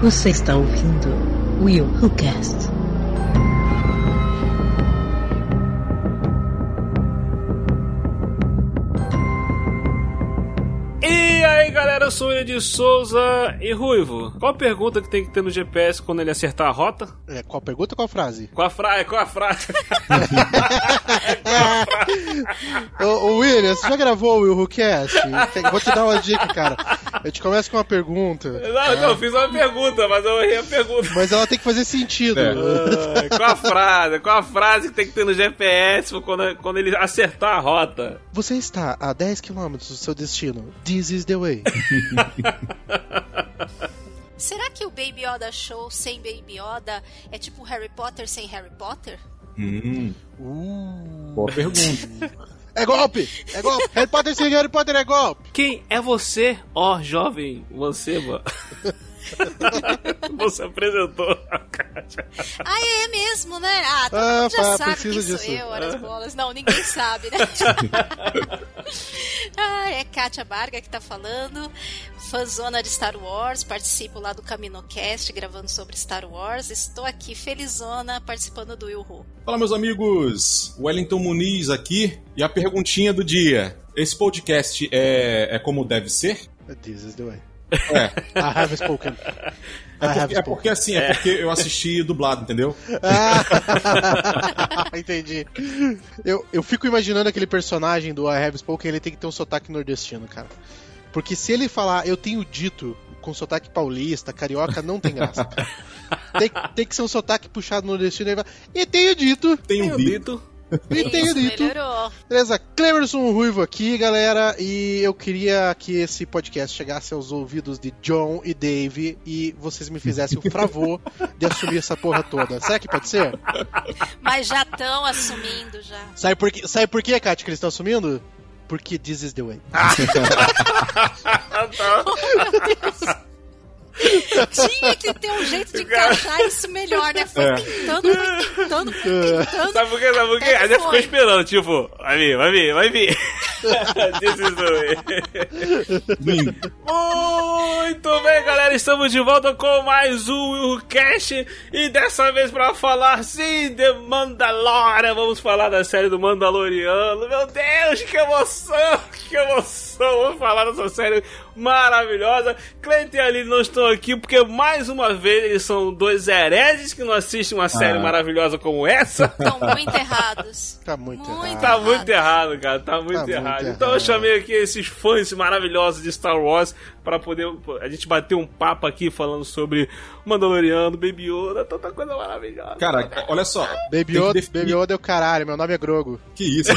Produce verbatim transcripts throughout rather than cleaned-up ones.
Você está ouvindo Will Who Cast. E aí galera, eu sou o William de Souza. E Ruivo, qual a pergunta que tem que ter no G P S quando ele acertar a rota? É, qual a pergunta ou qual a frase? Qual a frase? Qual a frase? ô, ô William, você já gravou o Will Who Cast? Vou te dar uma dica, cara. A gente começa com uma pergunta. Não, tá? Não, eu fiz uma pergunta, mas eu errei a pergunta. Mas ela tem que fazer sentido. É. Uh, qual a frase? Qual a frase que tem que ter no G P S quando, quando ele acertar a rota? Você está a dez quilômetros do seu destino. This is the way. Será que o Baby Yoda Show sem Baby Yoda é tipo Harry Potter sem Harry Potter? Hum. Uh. Boa pergunta. É golpe! É golpe! Harry Potter sem Harry Potter é golpe! Quem é você, ó jovem manceba? Você apresentou a Kátia. Ah, é mesmo, né? Ah, todo ah, mundo já pá, sabe quem disso. sou eu, horas bolas. Não, ninguém sabe, né? Ah, é Kátia Barga que tá falando, fãzona de Star Wars, participo lá do CaminoCast, gravando sobre Star Wars. Estou aqui felizona, participando do Will Who. Fala, meus amigos, Wellington Muniz aqui, e a perguntinha do dia. Esse podcast é, é como deve ser? This is the way. É. I have spoken. É porque, é porque assim, é porque eu assisti dublado, entendeu? Ah, entendi. Eu, eu fico imaginando aquele personagem do I Have Spoken, ele tem que ter um sotaque nordestino, cara. Porque se ele falar, eu tenho dito, com sotaque paulista, carioca, não tem graça. Tem, tem que ser um sotaque puxado nordestino. Ele vai, e tenho dito. Tenho dito. E tenho dito. Melhorou. Beleza, Cleverson Ruivo aqui, galera, e eu queria que esse podcast chegasse aos ouvidos de John e Dave e vocês me fizessem o favor de assumir essa porra toda. Será que pode ser? Mas já estão assumindo, já. Sabe por quê, sabe por quê, Kátia, que eles estão assumindo? Porque this is the way. Oh, meu Deus. Tinha que ter um jeito de encaixar isso melhor, né? Foi tentando, foi tentando, foi tentando. Sabe por quê? Sabe por quê? A gente ficou esperando, tipo, vai vir, vai vir, vai vir. This is the way. Muito bem, galera, estamos de volta com mais um Will Who Cast. E dessa vez pra falar, sim, de Mandalorian. Vamos falar da série do Mandaloriano. Meu Deus, que emoção, que emoção. Vamos falar dessa série maravilhosa. Cleiton e Aline não estão aqui porque, mais uma vez, eles são dois hereges que não assistem uma série ah. maravilhosa como essa. Estão muito errados. Tá muito, muito errado. Tá muito errado, cara. Tá muito, tá errado. muito então errado. Eu chamei aqui esses fãs maravilhosos de Star Wars pra poder a gente bater um papo aqui falando sobre Mandaloriano, Baby Yoda, tanta coisa maravilhosa. Cara, olha só. Baby Yoda, definir... Baby Yoda é o caralho. Meu nome é Grogu. Que isso?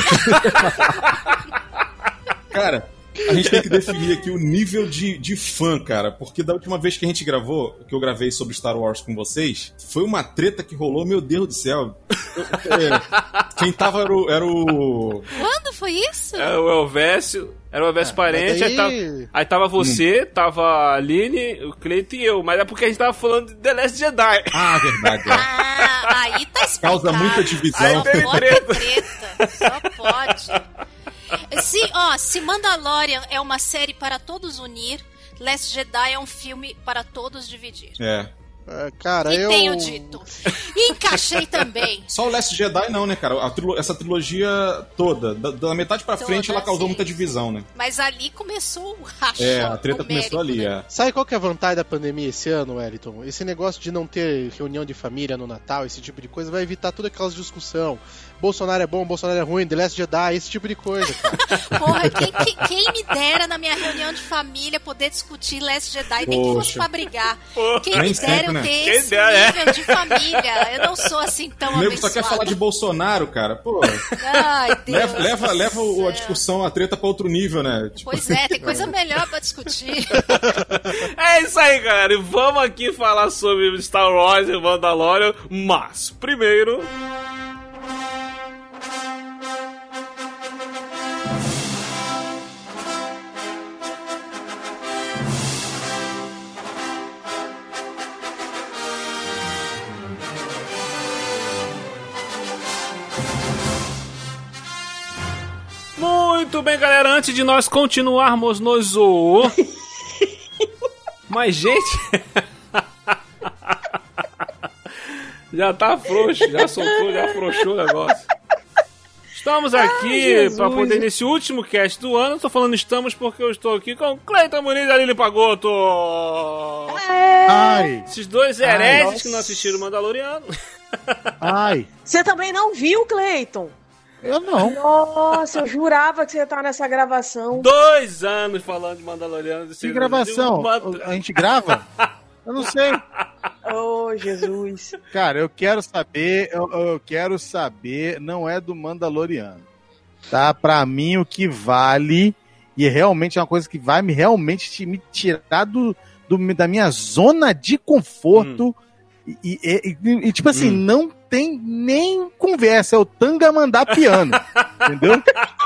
Cara... A gente tem que definir aqui o nível de, de fã, cara, porque da última vez que a gente gravou, que eu gravei sobre Star Wars com vocês, foi uma treta que rolou, meu Deus do céu. Eu, é, quem tava era o, era o... Quando foi isso? Era o Elvésio, era o Elvésio ah, Parente, aí... Aí, tava, aí tava você, hum. tava a Aline, o Cleiton e eu, mas é porque a gente tava falando de The Last Jedi. Ah, verdade. É. Ah, aí tá explicado. Causa muita divisão. Aí teve Só treta. pode treta, só pode. Se, ó, se Mandalorian é uma série para todos unir, Last Jedi é um filme para todos dividir. É. é cara, e eu... tenho dito. E encaixei também. Só o Last Jedi não, né, cara? A trilo... Essa trilogia toda, da, da metade pra toda, frente, ela causou sim. muita divisão, né? Mas ali começou o racha. É, a treta começou ali, né? é. Sabe qual que é a vantagem da pandemia esse ano, Wellington? Esse negócio de não ter reunião de família no Natal, esse tipo de coisa, vai evitar toda aquela discussão. Bolsonaro é bom, Bolsonaro é ruim, The Last Jedi, esse tipo de coisa, cara. Porra, quem, quem, quem me dera na minha reunião de família poder discutir Last Jedi, nem que fosse pra brigar. Poxa. Quem me dera eu ter quem esse dera, nível é? de família. Eu não sou assim tão abençoada. O nego só quer falar de Bolsonaro, cara. Pô. Ai, Deus. Leva, leva, leva a discussão, a treta pra outro nível, né? Tipo... Pois é, tem coisa melhor pra discutir. É isso aí, galera. E vamos aqui falar sobre Star Wars e Mandalorian, mas primeiro... Muito bem, galera, antes de nós continuarmos no Zoo... Mas, gente... Já tá frouxo, já soltou, já afrouxou o negócio. Estamos aqui para poder, nesse último cast do ano, tô falando estamos porque eu estou aqui com Cleiton Muniz e Aline Pagotto. Ai. Esses dois hereges Ai, que não assistiram o Mandaloriano. Ai. Você também não viu, Cleiton? Eu não. Nossa, eu jurava que você ia estar nessa gravação. Dois anos falando de Mandaloriano. Que gravação? De... A gente grava? Eu não sei. Oh, Jesus. Cara, eu quero saber, eu, eu quero saber, não é do Mandaloriano. Tá? Pra mim, o que vale, e realmente é uma coisa que vai me realmente me tirar do, do, da minha zona de conforto. Hum. E, e, e, e, tipo assim, hum. não tem nem conversa, é o Tanga piano. Entendeu?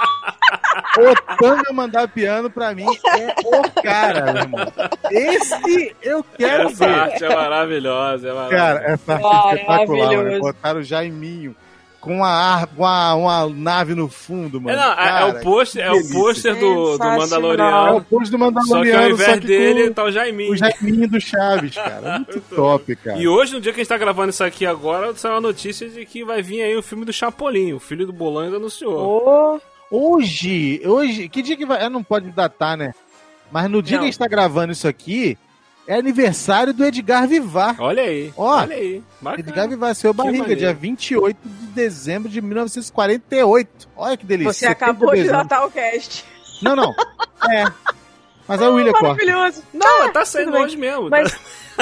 O Tanga mandar piano pra mim é o cara, meu irmão. Esse eu quero essa ver. Essa arte é maravilhosa, é maravilhosa. Cara, essa arte é espetacular, mano. Botaram o Jaiminho com uma, uma, uma nave no fundo, mano. É, não, cara, é o pôster, é o pôster do, do Mandaloriano. É o pôster do Mandaloriano. Só que ao invés dele tá o Jaiminho. O Jaiminho do Chaves, cara. Muito top, cara. E hoje, no dia que a gente tá gravando isso aqui agora, saiu uma notícia de que vai vir aí o filme do Chapolin. O filho do Bolanhos anunciou. Oh. Hoje, hoje, que dia que vai? Eu não pode datar, né? Mas no dia não. que a gente tá gravando isso aqui, é aniversário do Edgar Vivar. Olha aí, ó, olha aí. Bacana. Edgar Vivar, seu barriga, dia vinte e oito de dezembro de mil novecentos e quarenta e oito. Olha que delícia. Você acabou de datar o cast. Não, não. É. Mas é o William Corte. Maravilhoso. Não, tá saindo hoje mesmo. Mas...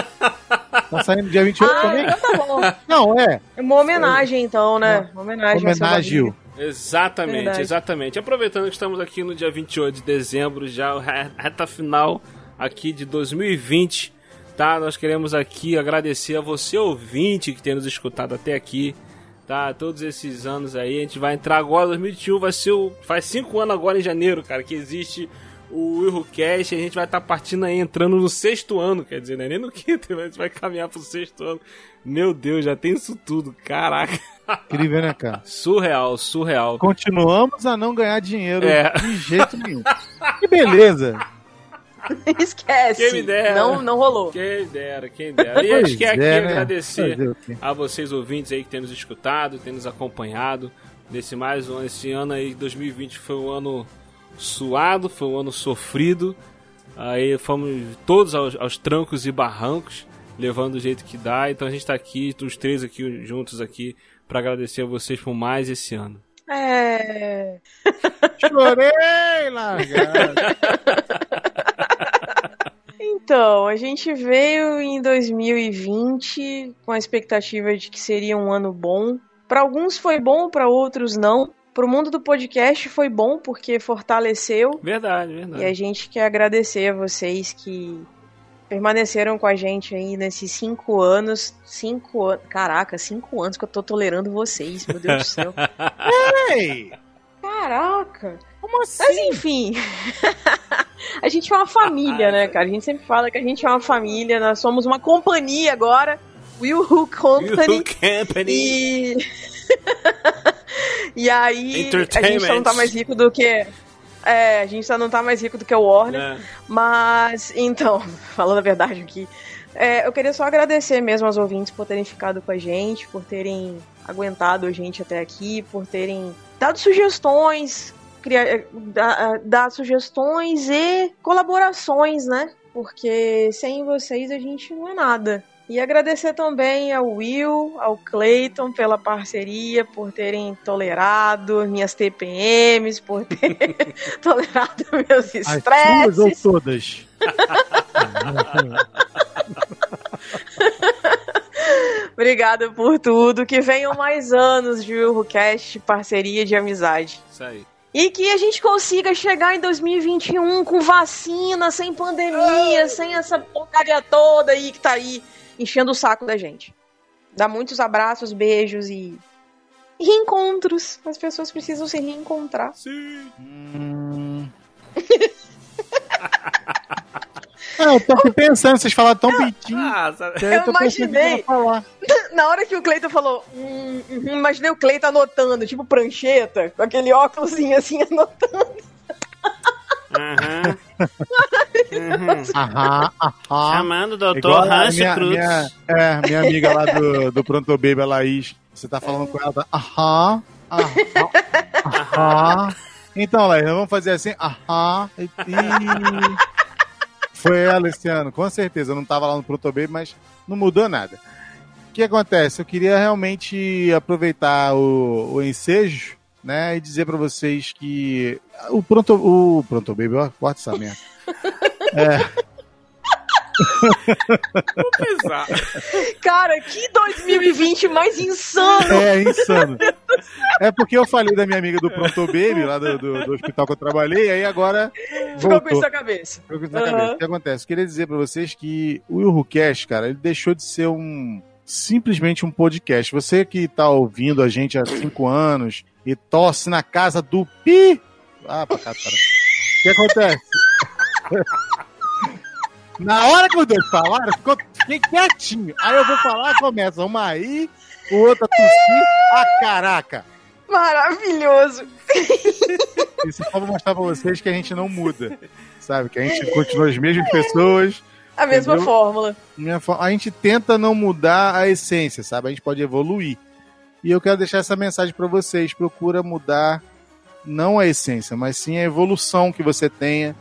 Tá saindo dia vinte e oito ah, também? Então tá bom. Não, é. É uma homenagem, então, né? Uma homenagem. Homenagem. Exatamente, Verdade. exatamente. Aproveitando que estamos aqui no dia vinte e oito de dezembro, já reta final aqui de dois mil e vinte, tá? Nós queremos aqui agradecer a você, ouvinte, que tem nos escutado até aqui, tá? Todos esses anos aí, a gente vai entrar agora, dois mil e vinte e um, vai ser o... faz cinco anos agora em janeiro, cara, que existe o WilhoCast, a gente vai estar tá partindo aí, entrando no sexto ano, quer dizer, não é nem no quinto, a gente vai caminhar pro sexto ano. Meu Deus, já tem isso tudo, caraca. Incrível, né, cara? Surreal, surreal. Continuamos a não ganhar dinheiro é. de jeito nenhum. Que beleza. Esquece. Quem me dera. Não, não rolou. Quem dera, quem dera. E a gente quer aqui é, né? agradecer a vocês ouvintes aí que têm nos escutado, têm nos acompanhado nesse mais um esse ano aí, dois mil e vinte foi um ano suado, foi um ano sofrido. Aí fomos todos aos, aos trancos e barrancos, levando do jeito que dá. Então a gente tá aqui, os três aqui juntos aqui, pra agradecer a vocês por mais esse ano. É. Chorei, largada. Então, a gente veio em dois mil e vinte com a expectativa de que seria um ano bom. Para alguns foi bom, para outros não. Pro mundo do podcast foi bom, porque fortaleceu. Verdade, verdade. E a gente quer agradecer a vocês que permaneceram com a gente aí nesses cinco anos. Cinco anos. Caraca, cinco anos que eu tô tolerando vocês, meu Deus do céu. Ei! Caraca! Como assim? Mas enfim. A gente é uma família, né, cara? A gente sempre fala que a gente é uma família, nós somos uma companhia agora. Will Who Company. Will Company. E... e aí, a gente só não tá mais rico do que... É, a gente só não tá mais rico do que o Warner. É. Mas, então, falando a verdade aqui, é, eu queria só agradecer mesmo aos ouvintes por terem ficado com a gente, por terem aguentado a gente até aqui, por terem dado sugestões, criar, dado sugestões e colaborações, né? Porque sem vocês a gente não é nada. E agradecer também ao Will, ao Cleiton pela parceria, por terem tolerado minhas T P Ms, por terem tolerado meus estresses. As suas ou todas? Obrigada por tudo. Que venham mais anos de WilhoCast, parceria de amizade. Isso aí. E que a gente consiga chegar em dois mil e vinte e um com vacina, sem pandemia, sem essa porcaria toda aí que tá aí enchendo o saco da gente. Dá muitos abraços, beijos e reencontros. As pessoas precisam se reencontrar. Sim. Hum... Ah, eu tô aqui pensando, vocês falaram tão bonitinho. Ah, eu, eu imaginei. Na hora que o Cleiton falou, hum, hum, imaginei o Cleiton anotando, tipo prancheta, com aquele óculosinho assim, anotando. Uhum. Uhum. Aham, aham. Chamando o doutor Rancho Cruz. Minha, é, minha amiga lá do, do Pronto Baby, a Laís. Você tá falando com ela, tá? Aham, aham, aham. Então, Laís, vamos fazer assim, aham. E... Foi ela esse ano, com certeza. Eu não tava lá no Pronto Baby, mas não mudou nada. O que acontece? Eu queria realmente aproveitar o, o ensejo, né, e dizer pra vocês que o Pronto, o Pronto Baby, ó, corta essa merda. É. Vou pesar. Cara, que dois mil e vinte mais insano! É, insano. É porque eu falei da minha amiga do Pronto Baby, lá do, do, do hospital que eu trabalhei, aí agora ficou com isso na cabeça. Ficou com isso na cabeça. O que acontece? Eu queria dizer pra vocês que o WilHuCast, cara, ele deixou de ser um simplesmente um podcast. Você que tá ouvindo a gente há cinco anos e tosse na casa do Pi... Ah, pra cá, cara. O que acontece? Na hora que os dois falaram, ficou, fiquei quietinho. Aí eu vou falar, começa uma aí, o outro a tossir. Ah, caraca! Maravilhoso! Isso só pra mostrar pra vocês que a gente não muda, sabe? Que a gente continua as mesmas pessoas. A mesma entendeu? Fórmula. A gente tenta não mudar a essência, sabe? A gente pode evoluir. E eu quero deixar essa mensagem pra vocês. Procura mudar não a essência, mas sim a evolução que você tenha.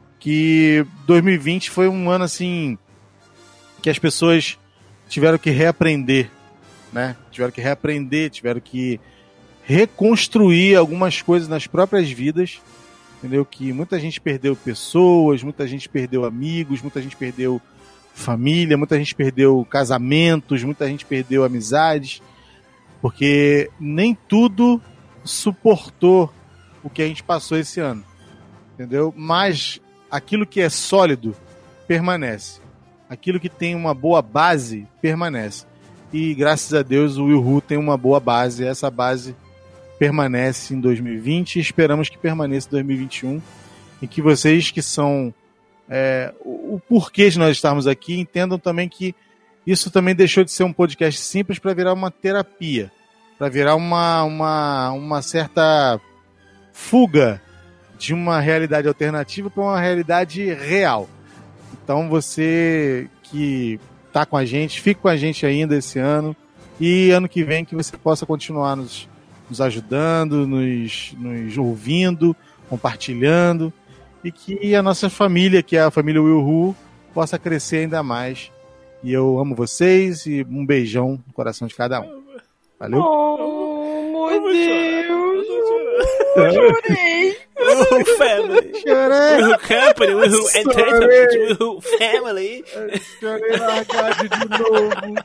Que dois mil e vinte foi um ano, assim, que as pessoas tiveram que reaprender, né? Tiveram que reaprender, tiveram que reconstruir algumas coisas nas próprias vidas, entendeu? Que muita gente perdeu pessoas, muita gente perdeu amigos, muita gente perdeu família, muita gente perdeu casamentos, muita gente perdeu amizades, porque nem tudo suportou o que a gente passou esse ano, entendeu? Mas aquilo que é sólido permanece. Aquilo que tem uma boa base permanece. E graças a Deus o WilHu tem uma boa base. Essa base permanece em dois mil e vinte e esperamos que permaneça em dois mil e vinte e um. E que vocês que são é, o, o porquê de nós estarmos aqui entendam também que isso também deixou de ser um podcast simples para virar uma terapia, para virar uma, uma, uma certa fuga de uma realidade alternativa para uma realidade real. Então você que está com a gente, fique com a gente ainda esse ano e ano que vem que você possa continuar nos, nos ajudando, nos, nos ouvindo, compartilhando e que a nossa família, que é a família WilHu, possa crescer ainda mais. E eu amo vocês e um beijão no coração de cada um. Valeu? Oh, meu Deus! Eu chorei! WilHu Family! Chorei! WilHu Company! WilHu Entertainment! WilHu Family! Chorei na rádio de novo!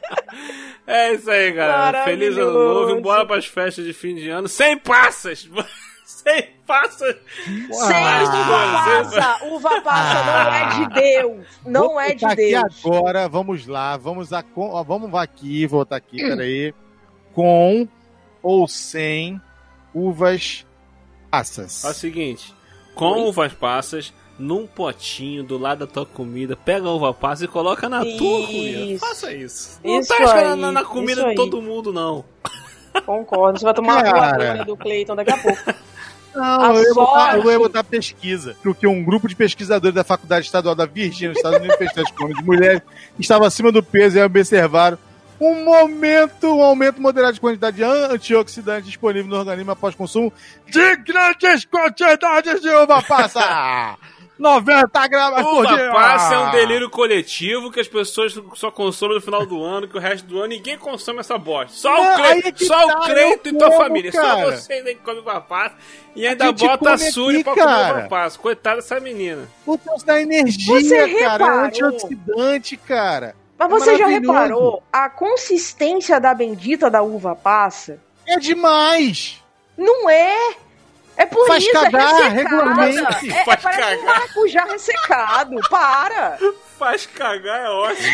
É isso aí, galera. Feliz ano novo e bora pras festas de fim de ano sem passas! Sem passas! Sem uva passa! Uva passa ah. não é de Deus! Não Vou é de aqui Deus! Agora, vamos lá, vamos, a, vamos aqui, vou botar aqui, peraí. Com ou sem uvas passas. É o seguinte, com Oi? uvas passas, num potinho do lado da tua comida, pega a uva passa e coloca na isso. tua comida. Faça isso. Não isso pesca na, na comida de todo mundo, não. Concordo. Você vai tomar Cara. a voadora do Cleiton daqui a pouco. Não, eu ia, botar, eu ia botar pesquisa. Porque um grupo de pesquisadores da Faculdade Estadual da Virgínia, nos Estados Unidos, fez testes com de mulheres que estavam acima do peso e observaram um momento, um aumento moderado de quantidade de antioxidantes disponível no organismo após consumo de grandes quantidades de uva passa. noventa gramas por dia. Uva passa é um delírio coletivo que as pessoas só consomem no final do ano, que o resto do ano ninguém consome essa bosta. Só Não, o Creito, só tá, o Creito e tua família. Cara. Só você ainda come uva passa e ainda bota a Suri pra comer uva passa. Coitada dessa menina. O troço da energia, você cara. É antioxidante, cara. Mas você já reparou a consistência da bendita da uva passa? É demais! Não é! É por Faz isso, cagar, é regularmente. É, Faz é, parece cagar. um maracujá ressecado. Para! Faz cagar, é ótimo.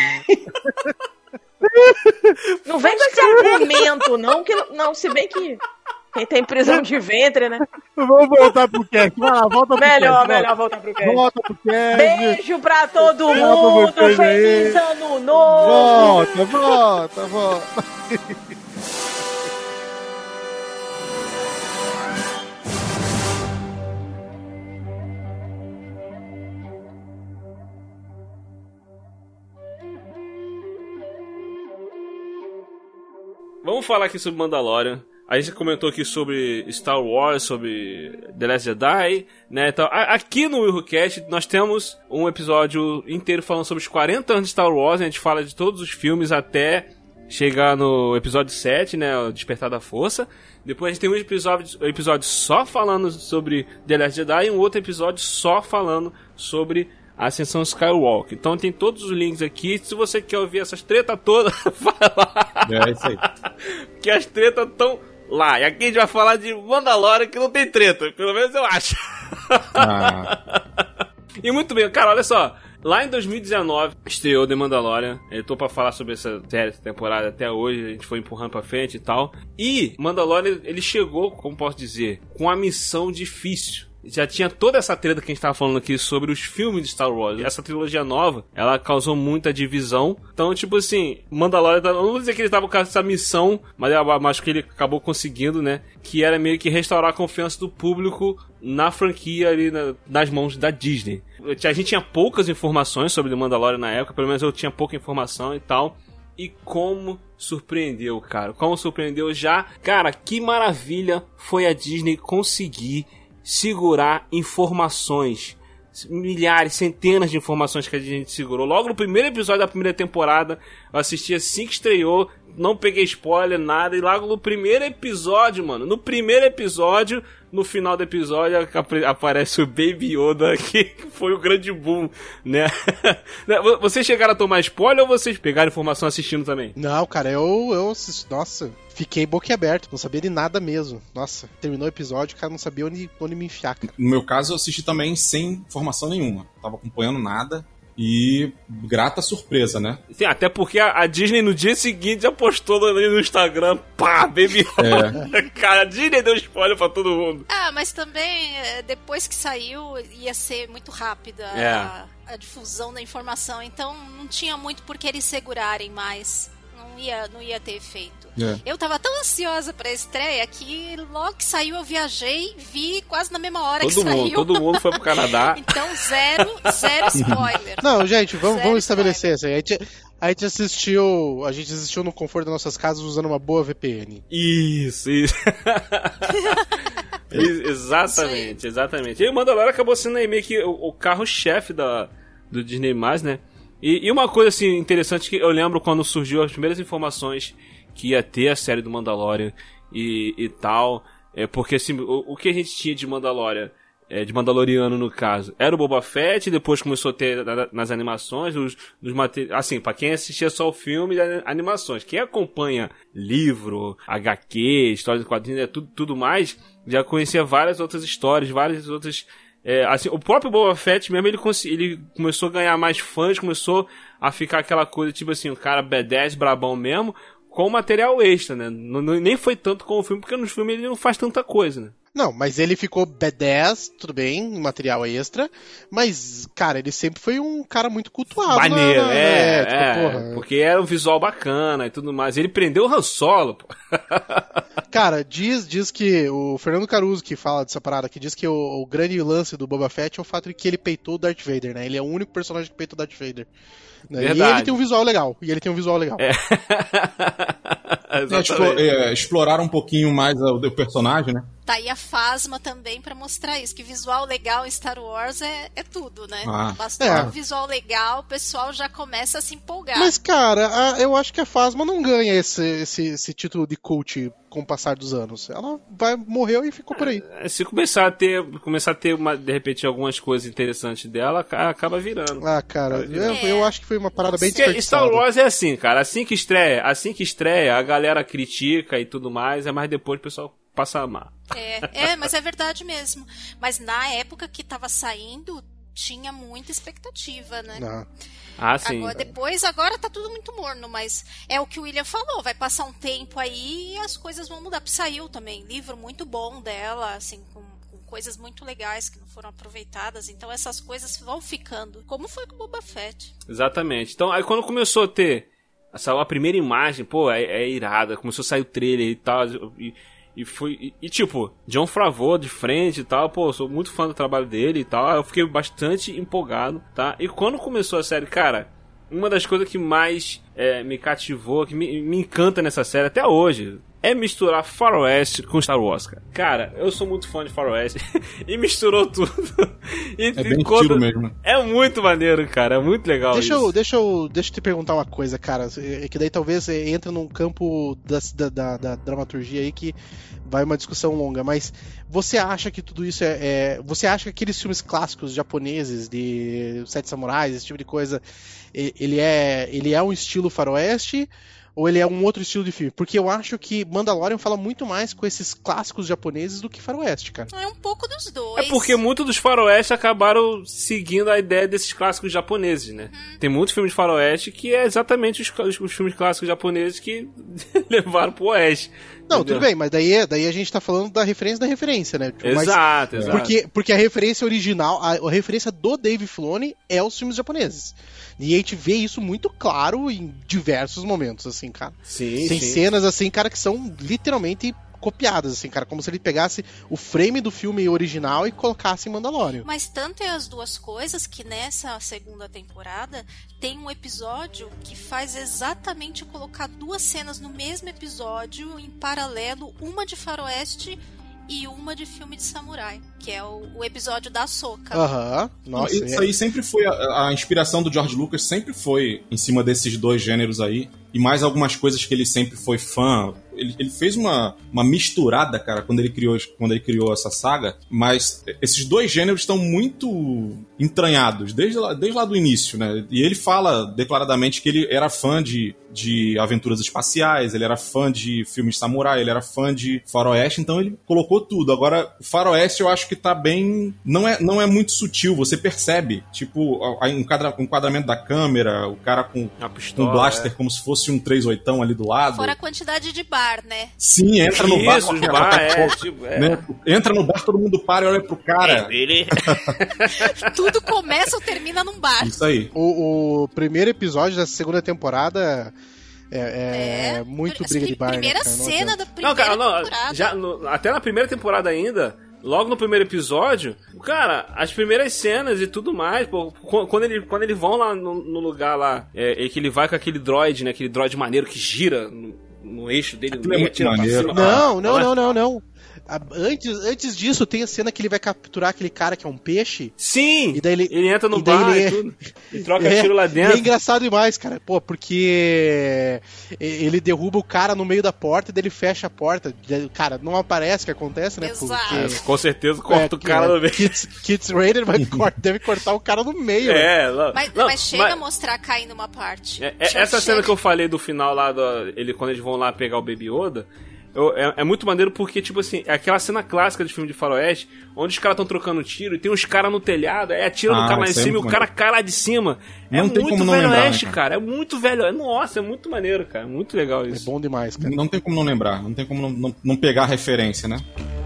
Não vem com esse argumento, não, que não, se bem que quem tem prisão de ventre, né? Vamos voltar pro cast. Vai lá, volta pro melhor, cast. Melhor voltar pro cast. Volta pro cast. Beijo pra todo mundo. Feliz aí. Ano novo. Volta, volta, volta. vamos falar aqui sobre Mandalorian. A gente comentou aqui sobre Star Wars, sobre The Last Jedi, né? Então, aqui no WilhoCast nós temos um episódio inteiro falando sobre os quarenta anos de Star Wars. A gente fala de todos os filmes até chegar no episódio sete, né? O Despertar da Força. Depois a gente tem um episódio, um episódio só falando sobre The Last Jedi e um outro episódio só falando sobre a Ascensão Skywalker. Então tem todos os links aqui. Se você quer ouvir essas tretas todas, vai lá. É isso aí. Que as tretas estão lá. E aqui a gente vai falar de Mandalorian, que não tem treta. Pelo menos eu acho. Ah. E muito bem, cara, olha só. Lá em dois mil e dezenove, estreou The Mandalorian. Eu tô pra falar sobre essa série, essa temporada até hoje. A gente foi empurrando pra frente e tal. E Mandalorian, ele chegou, como posso dizer, com a missão difícil. Já tinha toda essa treta que a gente tava falando aqui sobre os filmes de Star Wars. Essa trilogia nova, ela causou muita divisão. Então, tipo assim, Mandalorian, eu não vou dizer que ele tava com essa missão, mas eu acho que ele acabou conseguindo, né? Que era meio que restaurar a confiança do público na franquia ali, na, nas mãos da Disney. A gente tinha poucas informações sobre o Mandalorian na época, pelo menos eu tinha pouca informação e tal. E como surpreendeu, cara. Como surpreendeu já. Cara, que maravilha foi a Disney conseguir segurar informações, milhares, centenas de informações que a gente segurou. Logo no primeiro episódio da primeira temporada, eu assisti assim que estreou, não peguei spoiler, nada, e logo no primeiro episódio, mano, no primeiro episódio, no final do episódio, aparece o Baby Yoda, que foi o grande boom, né? Vocês chegaram a tomar spoiler ou vocês pegaram informação assistindo também? Não, cara, eu, eu assisti, nossa, fiquei boquiaberto, não sabia de nada mesmo. Nossa, terminou o episódio, o cara não sabia onde, onde me enfiar, cara. No meu caso, eu assisti também sem informação nenhuma, tava acompanhando nada. E grata surpresa, né? Sim, até porque a, a Disney no dia seguinte já postou ali no Instagram, pá, Baby Yoda. É. Cara, a Disney deu spoiler pra todo mundo. Ah, mas também, depois que saiu, ia ser muito rápida é. a, a difusão da informação. Então não tinha muito por que eles segurarem mais. Não ia, não ia ter efeito. É. Eu tava tão ansiosa pra estreia que logo que saiu eu viajei, vi quase na mesma hora todo que mundo, saiu. Todo mundo foi pro Canadá. Então zero, zero spoiler. Não, gente, vamos, vamos estabelecer isso aí. A gente, a gente assistiu, a gente assistiu no conforto das nossas casas usando uma boa V P N. Isso, isso. Exatamente, exatamente. E o Mandalorian acabou sendo aí meio que o, o carro-chefe da, do Disney+, né? E, e uma coisa assim interessante que eu lembro quando surgiu as primeiras informações que ia ter a série do Mandalorian e, e tal, é porque assim, o, o que a gente tinha de Mandalorian, é, de Mandaloriano no caso, era o Boba Fett, e depois começou a ter na, nas animações, os, os mate... assim, pra quem assistia só o filme e animações, quem acompanha livro, H Q, histórias de quadrinhos, tudo, tudo mais, já conhecia várias outras histórias, várias outras... É, assim, o próprio Boba Fett mesmo, ele, cons- ele começou a ganhar mais fãs, começou a ficar aquela coisa, tipo assim, o cara B dez, brabão mesmo, com material extra, né? Não, não, nem foi tanto com o filme, porque nos filmes ele não faz tanta coisa, né? Não, mas ele ficou B dez, tudo bem, material extra, mas, cara, ele sempre foi um cara muito cultuado. Maneiro, né? é, é, tipo, é porra. Porque era um visual bacana e tudo mais. Ele prendeu o Han Solo, pô. Cara, diz, diz que o Fernando Caruso, que fala dessa parada, que diz que o, o grande lance do Boba Fett é o fato de que ele peitou o Darth Vader, né? Ele é o único personagem que peitou o Darth Vader. Né? E ele tem um visual legal. E ele tem um visual legal. É. É, tipo, é, explorar um pouquinho mais o, o personagem, né? Tá aí a Phasma também pra mostrar isso, que visual legal em Star Wars é, é tudo, né? Ah, Basta é. um visual legal, o pessoal já começa a se empolgar. Mas, cara, a, eu acho que a Phasma não ganha esse, esse, esse título de cult com o passar dos anos. Ela vai, morreu e ficou por aí. É, se começar a ter, começar a ter uma, de repente, algumas coisas interessantes dela, acaba virando. Ah, cara, virando. Eu, eu acho que foi uma parada bem desperdiçada. Star Wars é assim, cara, assim que estreia, assim que estreia, a galera critica e tudo mais, é mais depois o pessoal passa a amar. É, é, mas é verdade mesmo. Mas na época que tava saindo, tinha muita expectativa, né? Não. Ah, sim. Agora, depois, agora tá tudo muito morno, mas é o que o William falou, vai passar um tempo aí e as coisas vão mudar. Saiu também, livro muito bom dela, assim, com, com coisas muito legais que não foram aproveitadas, então essas coisas vão ficando, como foi com o Boba Fett. Exatamente. Então, aí quando começou a ter essa, a primeira imagem, pô, é, é irada, começou a sair o trailer e tal, e... E foi. E, e tipo, Jon Favreau de frente e tal, pô, sou muito fã do trabalho dele e tal. Eu fiquei bastante empolgado, tá? E quando começou a série, cara, uma das coisas que mais é, me cativou, que me, me encanta nessa série até hoje, é misturar Faroeste com Star Wars, cara. Cara, eu sou muito fã de Faroeste e misturou tudo. E, é bem quando... estilo mesmo. É muito maneiro, cara. É muito legal deixa isso. Eu, deixa, eu, deixa eu te perguntar uma coisa, cara. Que daí talvez entra num campo da, da, da, da dramaturgia aí que vai uma discussão longa. Mas você acha que tudo isso é, é... Você acha que aqueles filmes clássicos japoneses de Sete Samurais, esse tipo de coisa, ele é, ele é um estilo faroeste? Ou ele é um outro estilo de filme? Porque eu acho que Mandalorian fala muito mais com esses clássicos japoneses do que faroeste, cara. É um pouco dos dois. É porque muitos dos faroeste acabaram seguindo a ideia desses clássicos japoneses, né? Uhum. Tem muitos filmes de faroeste que é exatamente os, os, os filmes clássicos japoneses que levaram pro oeste. Não, entendeu? Tudo bem, mas daí, daí a gente tá falando da referência da referência, né? Exato, mas, exato. Porque, porque a referência original, a, a referência do Dave Filoni é os filmes japoneses. E a gente vê isso muito claro em diversos momentos, assim, cara. Sim, Tem sim. cenas, assim, cara, que são literalmente copiadas, assim, cara. Como se ele pegasse o frame do filme original e colocasse em Mandalorian. Mas tanto é as duas coisas que nessa segunda temporada tem um episódio que faz exatamente colocar duas cenas no mesmo episódio em paralelo, uma de faroeste e uma de filme de samurai, que é o, o episódio da Ahsoka. Aham, uhum. Nossa. Isso é... aí sempre foi, a, a inspiração do George Lucas sempre foi em cima desses dois gêneros aí, e mais algumas coisas que ele sempre foi fã. Ele, ele fez uma, uma misturada, cara, quando ele, criou, quando ele criou essa saga, mas esses dois gêneros estão muito entranhados, desde lá, desde lá do início, né? E ele fala declaradamente que ele era fã de, de aventuras espaciais, ele era fã de filmes de samurai, ele era fã de faroeste, então ele colocou tudo. Agora, o faroeste eu acho que tá bem... Não é, não é muito sutil, você percebe. Tipo, o enquadra, enquadramento da câmera, o cara com um blaster é. como se fosse um três oitão ali do lado. Fora a quantidade de bar, né? Sim, entra no bar. Isso, bar é, tipo, é. Né? Entra no bar, todo mundo para e olha pro cara. Ele... Tudo começa ou termina num bar. Isso aí. O, o primeiro episódio da segunda temporada... É, é, é muito briga de bar. Primeira né, cara? cena da primeira não, cara, não, temporada. Já no, até na primeira temporada ainda, logo no primeiro episódio, cara, as primeiras cenas e tudo mais, pô, quando, ele, quando eles vão lá no, no lugar lá, é, é que ele vai com aquele droid, né, aquele droid maneiro que gira no, no eixo dele, é muito tira pra cima. Não, não, não, não, não. Antes, antes disso, tem a cena que ele vai capturar aquele cara que é um peixe. Sim! E daí ele, ele entra no e daí bar ele, e tudo. E troca é, tiro lá dentro. É engraçado demais, cara. Pô, porque ele derruba o cara no meio da porta e daí ele fecha a porta. Cara, não aparece o que acontece, né? Exato. Porque... Com certeza corta é, o cara no meio. Kids, Kids Raider vai, deve cortar o cara no meio. É, né? mas, não, mas chega mas... a mostrar caindo uma parte. É, essa chega. Cena que eu falei do final lá, do, ele, quando eles vão lá pegar o Baby Yoda... Eu, é, é muito maneiro porque, tipo assim, é aquela cena clássica de filme de faroeste, onde os caras estão trocando tiro e tem uns caras no telhado, aí atira ah, no cara lá em cima e o cara cai lá de cima. Não é muito velho oeste, né, cara? cara. É muito velho. Nossa, é muito maneiro, cara. Muito legal isso. É bom demais, cara. Não tem como não lembrar, não tem como não, não, não pegar a referência, né?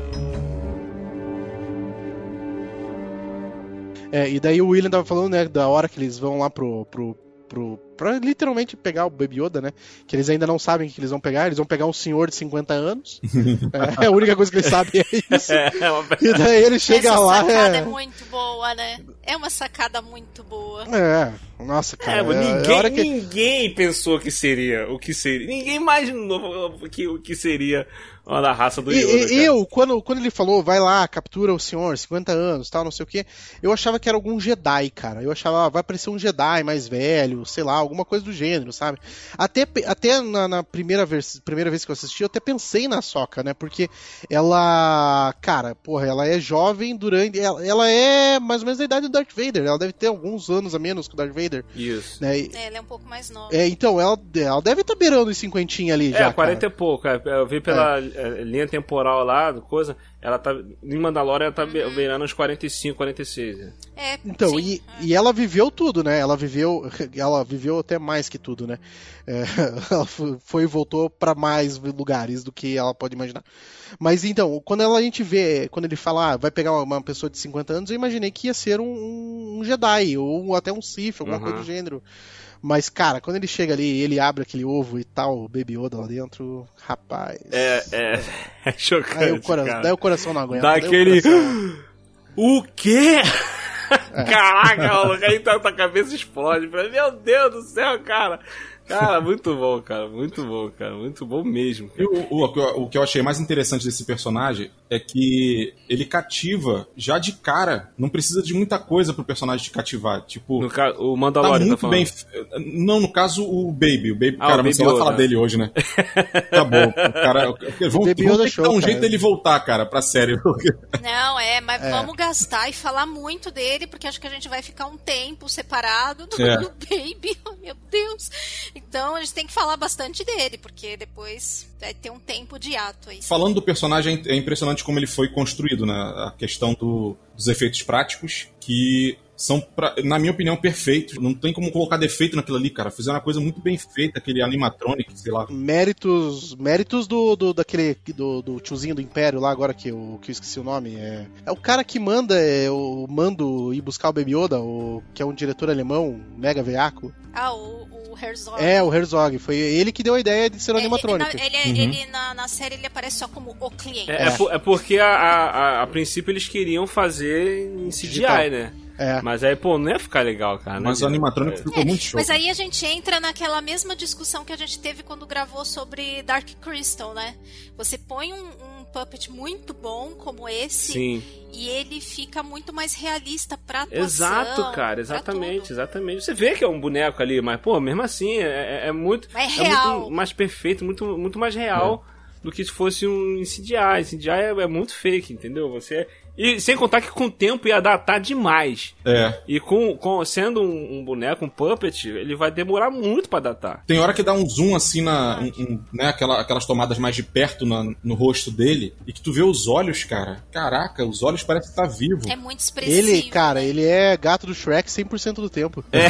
É, e daí o William tava falando, né, da hora que eles vão lá pro... pro... Pro, pra literalmente pegar o Baby Yoda, né? Que eles ainda não sabem o que eles vão pegar. Eles vão pegar um senhor de cinquenta anos. É, a única coisa que eles sabem é isso. É uma... E daí ele chega Essa lá... Essa sacada é... é muito boa, né? É uma sacada muito boa. É, nossa, cara. É, é, ninguém, é que... ninguém pensou que seria o que seria. Ninguém imaginou que, o que seria a raça do Yoda. E, e eu, quando, quando ele falou, vai lá, captura o senhor, cinquenta anos, tal, não sei o que, eu achava que era algum Jedi, cara. Eu achava, ah, vai aparecer um Jedi mais velho, sei lá, alguma coisa do gênero, sabe? Até, até na, na primeira, vez, primeira vez que eu assisti, eu até pensei na Ahsoka, né? Porque ela, cara, porra, ela é jovem durante... Ela, ela é mais ou menos da idade do Darth Vader. Ela deve ter alguns anos a menos que o Darth Vader. Isso. Né? É, ela é um pouco mais nova. É, então, ela, ela deve estar tá beirando os cinquentinha ali é, já, É, quarenta cara. e pouco. Eu vi pela é. linha temporal lá, coisa, ela tá, em Mandalorian ela tá uhum. beirando uns quarenta e cinco, quarenta e seis. Né? É, então, sim, e, é. e ela viveu tudo, né? Ela viveu, ela viveu até mais que tudo, né? É, ela foi e voltou pra mais lugares do que ela pode imaginar. Mas então, quando ela, a gente vê, quando ele fala, ah, vai pegar uma, uma pessoa de cinquenta anos, eu imaginei que ia ser um, um Jedi, ou até um Sith, alguma uhum. coisa do gênero. Mas, cara, quando ele chega ali e ele abre aquele ovo e tal, o Baby Yoda lá dentro, rapaz... É, é, é chocante, aí o coração, cara. Daí o coração não aguenta. Dá aquele... O quê? Caraca, maluco, aí tá, tua cabeça explode. Meu Deus do céu, cara. Cara, muito bom, cara. Muito bom, cara. Muito bom mesmo. E o, o, o que eu achei mais interessante desse personagem é que ele cativa já de cara. Não precisa de muita coisa pro personagem te cativar. Tipo, no ca... o Mandalorian tá muito tá falando. bem. Não, no caso, o Baby. O Baby, ah, cara, o Baby você vai Yoda. falar dele hoje, né? Acabou. O cara, vão, vão ter Yoda que show, dar um cara. jeito dele voltar, cara, pra série. Não, é, mas É. vamos gastar e falar muito dele, porque acho que a gente vai ficar um tempo separado do, É. do Baby. Oh, meu Deus. Então a gente tem que falar bastante dele, porque depois vai ter um tempo de ato aí. Falando do personagem, é impressionante como ele foi construído, né? A questão do, dos efeitos práticos, que são, pra, na minha opinião, perfeitos. Não tem como colocar defeito naquilo ali, cara. Fizeram uma coisa muito bem feita, aquele animatronic, sei lá. Méritos, méritos do, do daquele do, do tiozinho do Império lá, agora que eu, que eu esqueci o nome. É, é o cara que manda é, o mando ir buscar o Baby Yoda, o, que é um diretor alemão, mega veaco. Ah, o, o Herzog. É, o Herzog. Foi ele que deu a ideia de ser um Ele, animatrônico. na, ele, é- Uhum. ele na, na série ele aparece só como o cliente. É, é por- é porque a, a, a, a princípio eles queriam fazer em C G I, Digital. né? É. Mas aí, pô, não ia ficar legal, cara. né? Mas o animatronic ficou muito show. Mas aí a gente entra naquela mesma discussão que a gente teve quando gravou sobre Dark Crystal, né? Você põe um, um puppet muito bom como esse Sim. e ele fica muito mais realista pra atuação. Exato, cara, pra exatamente, tudo. exatamente. Você vê que é um boneco ali, mas, pô, mesmo assim, é, é- é muito. É real. muito mais perfeito, muito, muito mais real do que se fosse um C G I. C G I é, é muito fake, entendeu? Você. E sem contar que com o tempo ia datar demais. É. E com, com sendo um, um boneco, um puppet, ele vai demorar muito pra datar. Tem hora que dá um zoom assim na. Um, um, né, aquela, aquelas tomadas mais de perto na- no rosto dele. E que tu vê os olhos, cara. Caraca, os olhos parecem estar vivos. É muito expressivo. Ele, cara, ele é gato do Shrek cem por cento do tempo. É,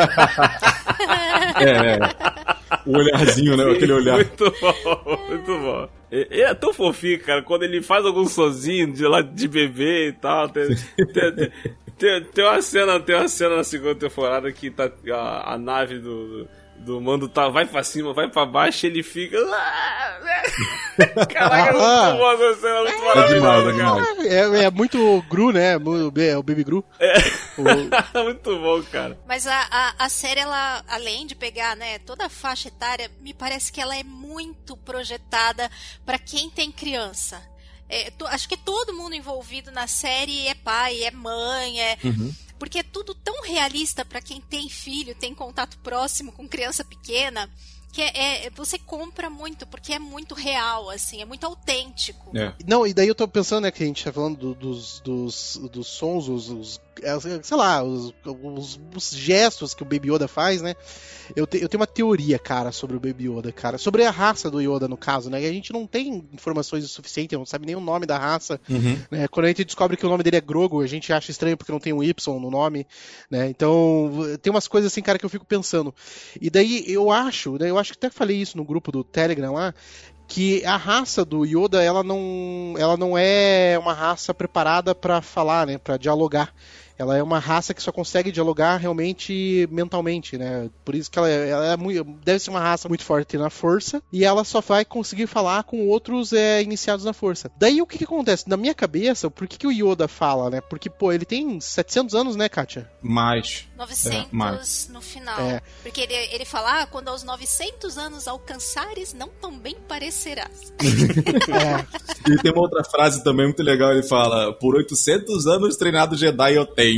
é. O olharzinho, né? Aquele olhar. Muito bom, muito bom. E- e é tão fofinho, cara, quando ele faz algum sozinho de lá de bebê e tal. Tem, tem, tem, tem- tem uma cena, tem uma cena na segunda temporada que tá a, a nave do, do Mando tá, vai pra cima, vai pra baixo e ele fica. Caraca, é muito bom essa cena, muito É maravilhosa, demais, é cara. demais. É, é muito Gru, né? Mu- É o Baby Gru. O- Muito bom, cara. Mas a, a, a série, ela, além de pegar, né, toda a faixa etária, me parece que ela é muito projetada pra quem tem criança. É, to- acho que todo mundo envolvido na série é pai, é mãe, é... Uhum. Porque é tudo tão realista pra quem tem filho, tem contato próximo com criança pequena, que é, é- você compra muito, porque é muito real, assim, é muito autêntico. É. Não, e daí eu tô pensando, né, que a gente tá falando do- dos, dos, dos sons, os, os- é, sei lá, os, os- os gestos que o Baby Yoda faz, né? Eu, te- eu tenho uma teoria, cara, sobre o Baby Yoda, cara. Sobre a raça do Yoda, no caso, né? E a gente não tem informações o suficiente, não sabe nem o nome da raça. Uhum. Né? Quando a gente descobre que o nome dele é Grogu, a gente acha estranho porque não tem um Y no nome, né? Então, tem umas coisas assim, cara, que eu fico pensando. E daí eu acho, né, eu acho que até falei isso no grupo do Telegram lá, que a raça do Yoda, ela não, ela não é uma raça preparada pra falar, né, para dialogar. Ela é uma raça que só consegue dialogar realmente mentalmente, né? Por isso que ela, é, ela é muito, deve ser uma raça muito forte na força e ela só vai conseguir falar com outros é, iniciados na força. Daí o que, que acontece? Na minha cabeça, por que, que o Yoda fala, né? Porque, pô, ele tem setecentos anos, né, Kátia? Mais. novecentos É, mas- no final. É. Porque ele, ele fala, ah, quando aos novecentos anos alcançares, não também parecerás. É. E tem uma outra frase também muito legal, ele fala: por oitocentos anos treinado Jedi eu tenho.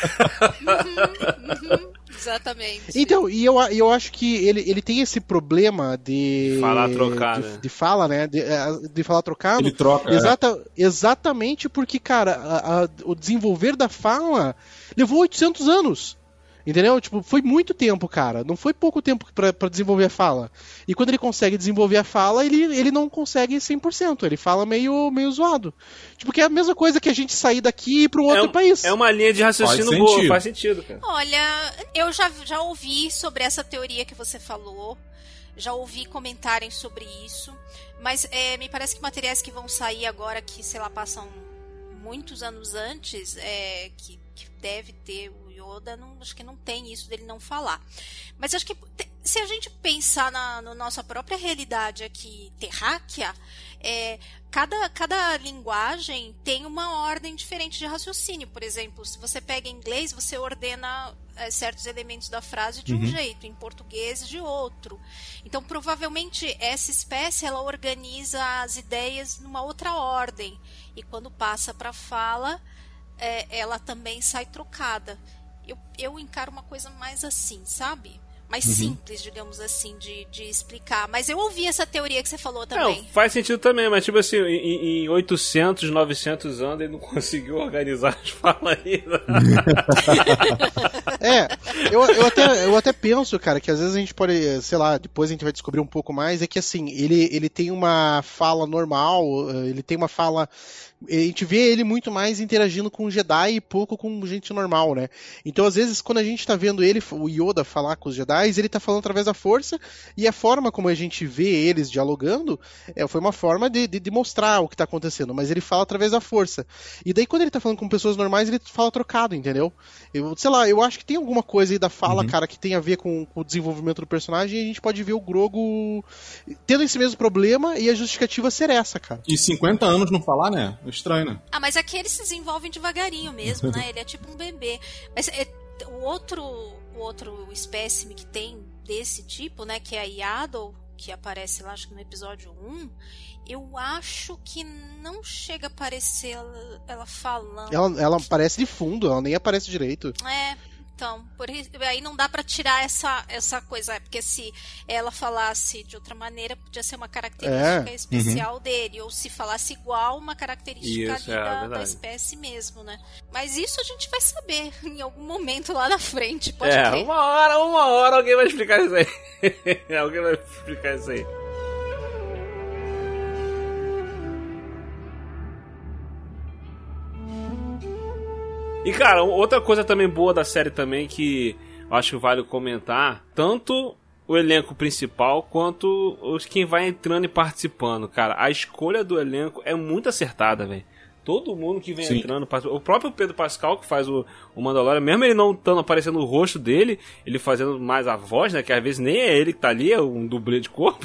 Exatamente. Então, e eu, e eu acho que ele, ele tem esse problema de. Falar trocado, de, né? de fala, né? De, eh, de falar trocado. Ele troca. é. Exata, exatamente porque, cara, a- a- o desenvolver da fala levou oitocentos anos. Entendeu? Tipo, foi muito tempo, cara. Não foi pouco tempo pra, pra desenvolver a fala. E quando ele consegue desenvolver a fala, ele, ele não consegue cem por cento. Ele fala meio, meio zoado. Tipo, que é a mesma coisa que a gente sair daqui pra um outro é, um- país. é uma linha de raciocínio Faz boa, sentido. faz sentido, cara. Olha, eu já, já ouvi sobre essa teoria que você falou. Já ouvi comentarem sobre isso. Mas é, me parece que materiais que vão sair agora, que, sei lá, passam muitos anos antes, é, que, que deve ter o Yoda, não, acho que não tem isso dele não falar. Mas acho que te- se a gente pensar na, na nossa própria realidade aqui terráquea, é, cada, cada linguagem tem uma ordem diferente de raciocínio. Por exemplo, se você pega em inglês, você ordena é, certos elementos da frase de um uhum. jeito, em português de outro. Então, provavelmente, essa espécie ela organiza as ideias numa outra ordem. E quando passa para a fala, é, ela também sai trocada. Eu, eu encaro uma coisa mais assim, sabe? Mais uhum. simples, digamos assim, de, de explicar. Mas eu ouvi essa teoria que você falou também. Não, faz sentido também, mas tipo assim, em, em oitocentos, novecentos anos ele não conseguiu organizar as falas ainda. É, eu, eu, até, eu até penso, cara, que às vezes a gente pode, sei lá, depois a gente vai descobrir um pouco mais, é que assim, ele, ele tem uma fala normal, ele tem uma fala... A gente vê ele muito mais interagindo com Jedi e pouco com gente normal, né? Então, às vezes, quando a gente tá vendo ele, o Yoda, falar com os Jedi, ele tá falando através da força, e a forma como a gente vê eles dialogando é, foi uma forma de, de, de mostrar o que tá acontecendo, mas ele fala através da força. E daí, quando ele tá falando com pessoas normais, ele fala trocado, entendeu? Eu, sei lá, eu acho que tem alguma coisa aí da fala, uhum. cara, que tem a ver com, com o desenvolvimento do personagem, e a gente pode ver o Grogu tendo esse mesmo problema, e a justificativa ser essa, cara. E cinquenta anos não falar, né? Estranho, né? Ah, mas aqui eles se desenvolvem devagarinho mesmo, né? Ele é tipo um bebê. Mas é, o outro, o outro espécime que tem desse tipo, né? Que é a Yaddle, que aparece lá, acho que no episódio um, eu acho que não chega a aparecer ela, ela falando. Ela, ela aparece de fundo, ela nem aparece direito. É... Então, por isso, aí não dá pra tirar essa, essa coisa, porque se ela falasse de outra maneira, podia ser uma característica é. especial uhum. dele, ou se falasse igual, uma característica isso, ali é, da, da espécie mesmo, né? Mas isso a gente vai saber em algum momento lá na frente, pode É, crer. uma hora, uma hora alguém vai explicar isso aí. Alguém vai explicar isso aí. E, cara, outra coisa também boa da série também que eu acho que vale comentar, tanto o elenco principal quanto os quem vai entrando e participando, cara. A escolha do elenco é muito acertada, velho. Todo mundo que vem Sim. entrando, o próprio Pedro Pascal que faz o, o Mandalorian, mesmo ele não estando aparecendo o rosto dele, ele fazendo mais a voz, né, que às vezes nem é ele que tá ali, é um dublê de corpo,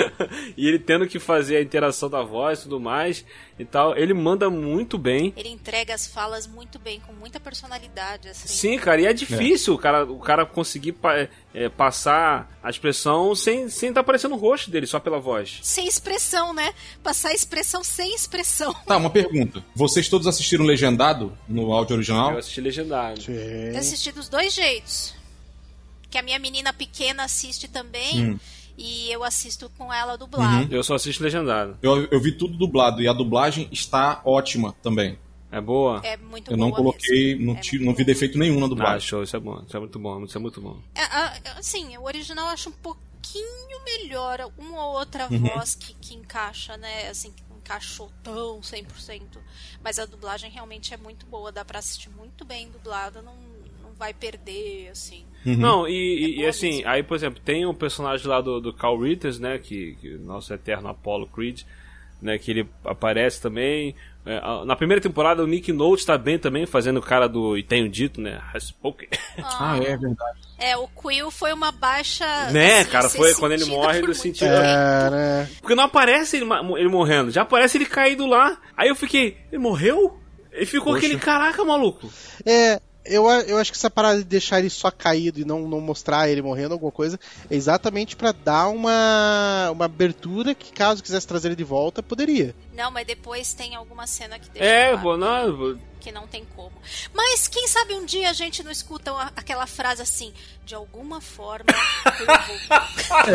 e ele tendo que fazer a interação da voz e tudo mais e tal, ele manda muito bem. Ele entrega as falas muito bem, com muita personalidade, assim. Sim, cara, e é difícil é. O, cara, o cara conseguir é, passar a expressão sem sem tá aparecendo o rosto dele, só pela voz. Sem expressão, né? Passar a expressão sem expressão. Tá, uma pergunta. Vocês todos assistiram legendado no áudio original? Eu assisti legendado. Sim. Eu assisti dos dois jeitos. Que a minha menina pequena assiste também. Hum. E eu assisto com ela dublado. Uhum. Eu só assisto legendado. Eu, eu vi tudo dublado e a dublagem está ótima também. É boa? É muito eu boa. Eu não coloquei, não, é tiro, não vi defeito nenhum na dublagem. Ah, show, isso é bom. Isso é muito bom, isso é muito bom. É, assim, o original eu acho um pouquinho melhor. Uma ou outra uhum. voz que, que encaixa, né? Assim, que não encaixou tão cem por cento. Mas a dublagem realmente é muito boa. Dá pra assistir muito bem dublada. Não, não vai perder, assim. Uhum. Não, e, é e assim, mesmo. Aí, por exemplo, tem um personagem lá do, do Carl Weathers, né, que, que nosso eterno Apollo Creed, né, que ele aparece também. É, na primeira temporada o Nick Nolte tá bem também, fazendo o cara do E Tenho Dito, né, Spoken. Ah, é verdade. É, o Quill foi uma baixa... Né, assim, cara, foi quando ele morre do sentido... É, né? Porque não aparece ele, ele morrendo, já aparece ele caído lá. Aí eu fiquei, ele morreu? Ele ficou Poxa. Aquele, caraca, maluco. É... Eu, eu acho que essa parada de deixar ele só caído e não, não mostrar ele morrendo, alguma coisa, é exatamente pra dar uma, uma abertura que, caso quisesse trazer ele de volta, poderia. Não, mas depois tem alguma cena que deixa É, claro pô, não... que não tem como. Mas quem sabe um dia a gente não escuta uma, aquela frase assim, de alguma forma eu vou...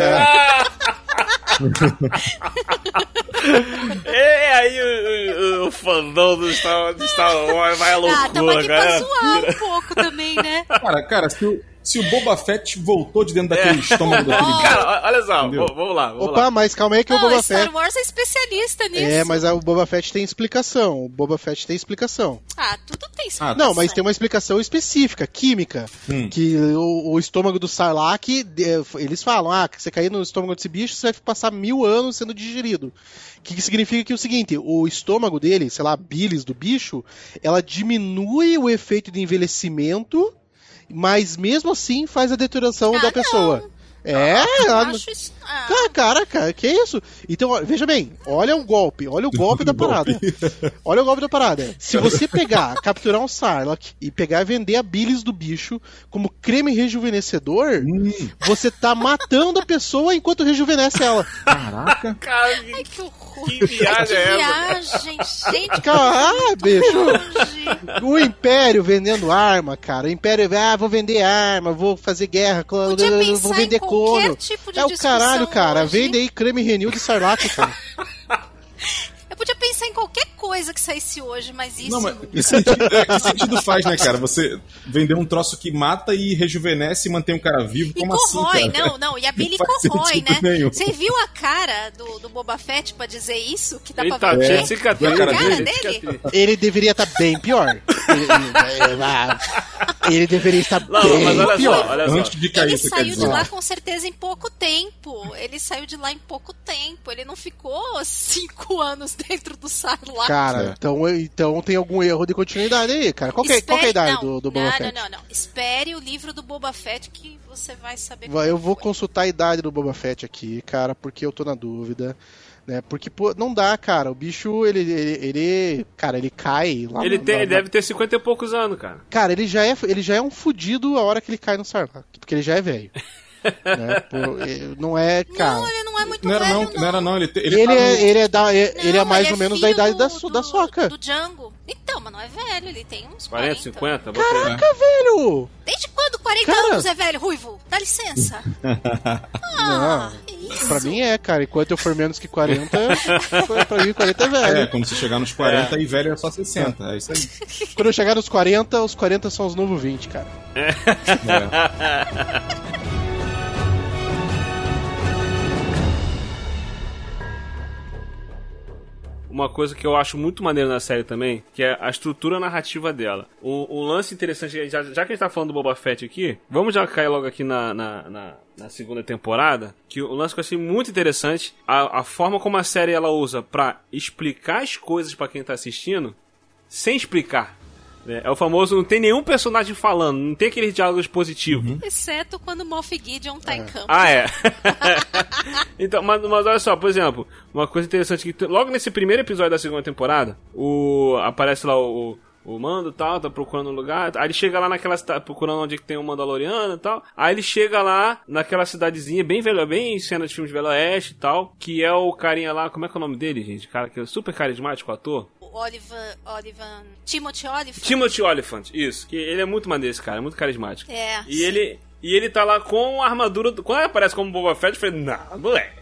É, aí o, o, o fandom do Star, do Star Wars vai à loucura, ah, tamo aqui cara. Pra zoar um pouco também, né? Cara, cara, se o, se o Boba Fett voltou de dentro daquele é. estômago daquele... Oh. Cara, olha só, Entendeu? vamos lá, vamos Opa, lá. mas calma aí que não, o Boba Star Fett... Star Wars é especialista nisso. É, mas o Boba Fett tem explicação. O Boba Fett tem explicação. Ah, tudo tem explicação. Ah, não, mas tem uma explicação específica, química. Hum. Que o, o estômago do Sarlacc, eles falam, ah, que você cair no estômago desse bicho, você vai passar mil anos sendo digerido. O que, que significa que é o seguinte, o estômago dele, sei lá, a bilis do bicho, ela diminui o efeito de envelhecimento, mas mesmo assim faz a deterioração ah, da pessoa. Não. É, Ah, eu ela... acho isso... ah. Cara, cara, cara, que isso? Então, ó, veja bem, olha o golpe, olha o golpe da parada. Olha o golpe da parada. Se você pegar, capturar um Sarlacc e pegar e vender a bilis do bicho como creme rejuvenescedor, hum. você tá matando a pessoa enquanto rejuvenesce ela. Caraca. Cara, Ai, que horror. Que viagem é essa? Viagem, gente. Ah, bicho. O Império vendendo arma, cara. O Império, ah, vou vender arma, vou fazer guerra, Podia vou vender couro. Tipo de é o caralho, cara. Hoje. Vende aí creme Renil de Sarlacc, cara. Eu podia pensar em qualquer coisa que saísse hoje, mas isso... Não, mas que sentido, que sentido faz, né, cara? Você vender um troço que mata e rejuvenesce e mantém o cara vivo, e como corrói, assim, cara? não, não, e a Billy corrói, né? Você viu a cara do, do Boba Fett pra dizer isso? Que dá Eita, pra ver? É. Cicatriz, a cara, cara dele? dele? Ele deveria estar tá bem pior. Ele, ele, ele deveria estar não, bem mas olha pior. Só, olha só. Antes de cair, ele você saiu quer de dizer. lá com certeza em pouco tempo. Ele saiu de lá em pouco tempo. Ele não ficou cinco anos dentro do Sarlacc. Cara, É. então, então tem algum erro de continuidade aí, cara. Qual, que, é- qual que é a idade não, do, do Boba não, Fett? Não, não, não. Espere o livro do Boba Fett que você vai saber. Eu vou foi. consultar a idade do Boba Fett aqui, cara, porque eu tô na dúvida. Né? Porque, pô, não dá, cara. O bicho, ele, ele, ele cara, ele cai lá. Ele, na, tem, na, ele deve ter cinquenta e poucos anos, cara. Cara, ele já, é, ele já é um fudido a hora que ele cai no Sarlacc, porque ele já é velho. né? Por, ele não é, cara. Não, ele não é muito Não era velho, não, não era não. Ele, te- ele, Ele, tá é, no- ele, é da, ele, Não, ele é mais ele ou menos da filho idade da, do, da Sokka. Do Django. Então, mas não é velho, ele tem uns quarenta, quarenta. cinquenta? bota aí. Caraca, velho! Desde quando quarenta Cara. anos é velho, Ruivo? Dá licença. Ah, que isso? Pra mim é, cara. Enquanto eu for menos que quarenta, pra mim quarenta é velho. É, quando você chegar nos quarenta e velho é só sessenta. É isso aí. Quando eu chegar nos quarenta, os quarenta são os novos vinte, cara. É. Uma coisa que eu acho muito maneira na série também, que é a estrutura narrativa dela. O, o lance interessante, já, já que a gente tá falando do Boba Fett aqui, vamos já cair logo aqui na, na, na, na segunda temporada, que o lance que eu achei muito interessante, a, a forma como a série ela usa pra explicar as coisas pra quem tá assistindo, sem explicar. É, é o famoso, não tem nenhum personagem falando, não tem aqueles diálogos positivos. Uhum. Exceto quando o Moff Gideon tá em campo. Ah, é. então, mas, mas olha só, por exemplo, uma coisa interessante que logo nesse primeiro episódio da segunda temporada, o aparece lá o, o Mando e tal, tá procurando um lugar, aí ele chega lá naquela cidade, procurando onde é que tem o Mandaloriano e tal, aí ele chega lá naquela cidadezinha, bem velho, bem cena de filme de Velho Oeste e tal, que é o carinha lá, como é que é o nome dele, gente? Cara que é super carismático, o ator. Oliver, Oliver, Timothy Olyphant. Timothy Olyphant, isso. Que ele é muito maneiro esse cara, é muito carismático. É. E ele, e ele tá lá com a armadura... Do, quando ele aparece como Boba Fett, eu falei, não, não é.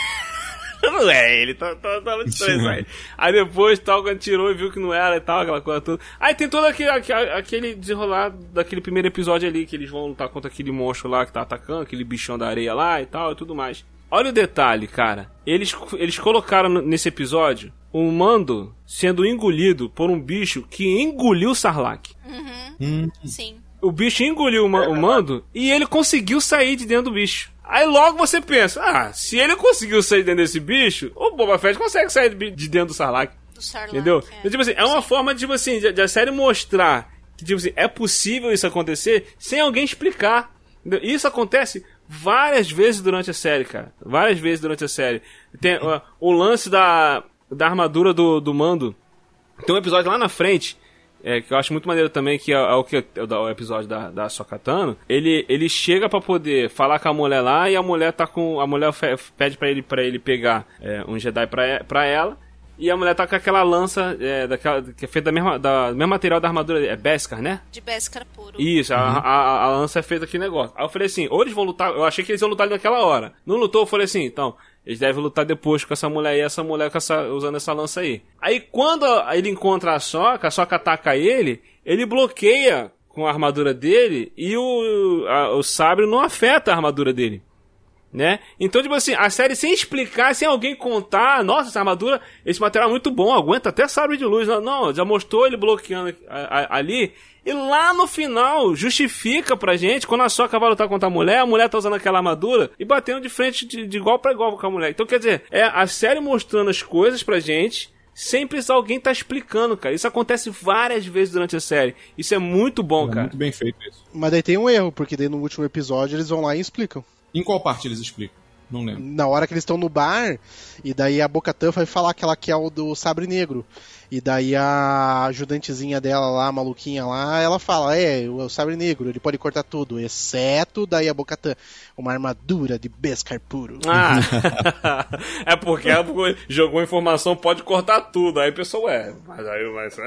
Não é ele, tá, tá, tá muito estranho isso aí. Aí depois, tal, quando tirou e viu que não era e tal, aquela coisa toda. Aí tem todo aquele, aquele desenrolar daquele primeiro episódio ali, que eles vão lutar contra aquele monstro lá que tá atacando, aquele bichão da areia lá e tal e tudo mais. Olha o detalhe, cara. Eles, eles colocaram nesse episódio o Mando sendo engolido por um bicho que engoliu o Sarlacc. Uhum. Hum. Sim. O bicho engoliu o, ma- o Mando e ele conseguiu sair de dentro do bicho. Aí logo você pensa, ah, se ele conseguiu sair dentro desse bicho, o Boba Fett consegue sair de de dentro do Sarlacc. Do Sarlacc. Entendeu? É. Então, tipo assim, é uma Sim. forma, tipo assim, de, de a série mostrar que, tipo assim, é possível isso acontecer sem alguém explicar. Entendeu? Isso acontece várias vezes durante a série, cara. Várias vezes durante a série. Tem uh, o lance da, da armadura do, do Mando. Tem um episódio lá na frente, é, que eu acho muito maneiro também, que é, é o que é o episódio da, da Ahsoka Tano. Ele, ele chega pra poder falar com a mulher lá, e a mulher tá com. A mulher fe, pede pra ele, pra ele pegar é, um Jedi pra, pra ela. E a mulher tá com aquela lança é, daquela, que é feita da mesma, da, do mesmo material da armadura. É Beskar, né? De Beskar puro. Isso, a, a, a lança é feita aquele negócio. Aí eu falei assim, ou eles vão lutar, eu achei que eles iam lutar naquela hora. Não lutou, eu falei assim, então, eles devem lutar depois com essa mulher aí, essa mulher com essa, usando essa lança aí. Aí quando ele encontra a Ahsoka, a Ahsoka ataca ele, ele bloqueia com a armadura dele e o, a, o sabre não afeta a armadura dele. Né? Então, tipo assim, a série sem explicar, sem alguém contar, nossa, essa armadura, esse material é muito bom, aguenta até sabre de luz. Não, não, já mostrou ele bloqueando a, a, ali. E lá no final, justifica pra gente, quando a Ahsoka vai lutar contra a mulher, a mulher tá usando aquela armadura e batendo de frente de, de igual pra igual com a mulher. Então, quer dizer, é a série mostrando as coisas pra gente, sem precisar alguém tá explicando, cara. Isso acontece várias vezes durante a série. Isso é muito bom, É cara. muito bem feito isso. Mas daí tem um erro, porque daí no último episódio eles vão lá e explicam. Em qual parte eles explicam? Não lembro. Na hora que eles estão no bar, e daí a Bo-Katan vai falar que ela quer o do sabre negro. E daí a ajudantezinha dela lá, a maluquinha lá, ela fala, é, o sabre negro, ele pode cortar tudo, exceto daí a Bo-Katan, uma armadura de Beskar puro. Ah, é porque ela jogou informação, pode cortar tudo. Aí a pessoa, é, mas aí, mas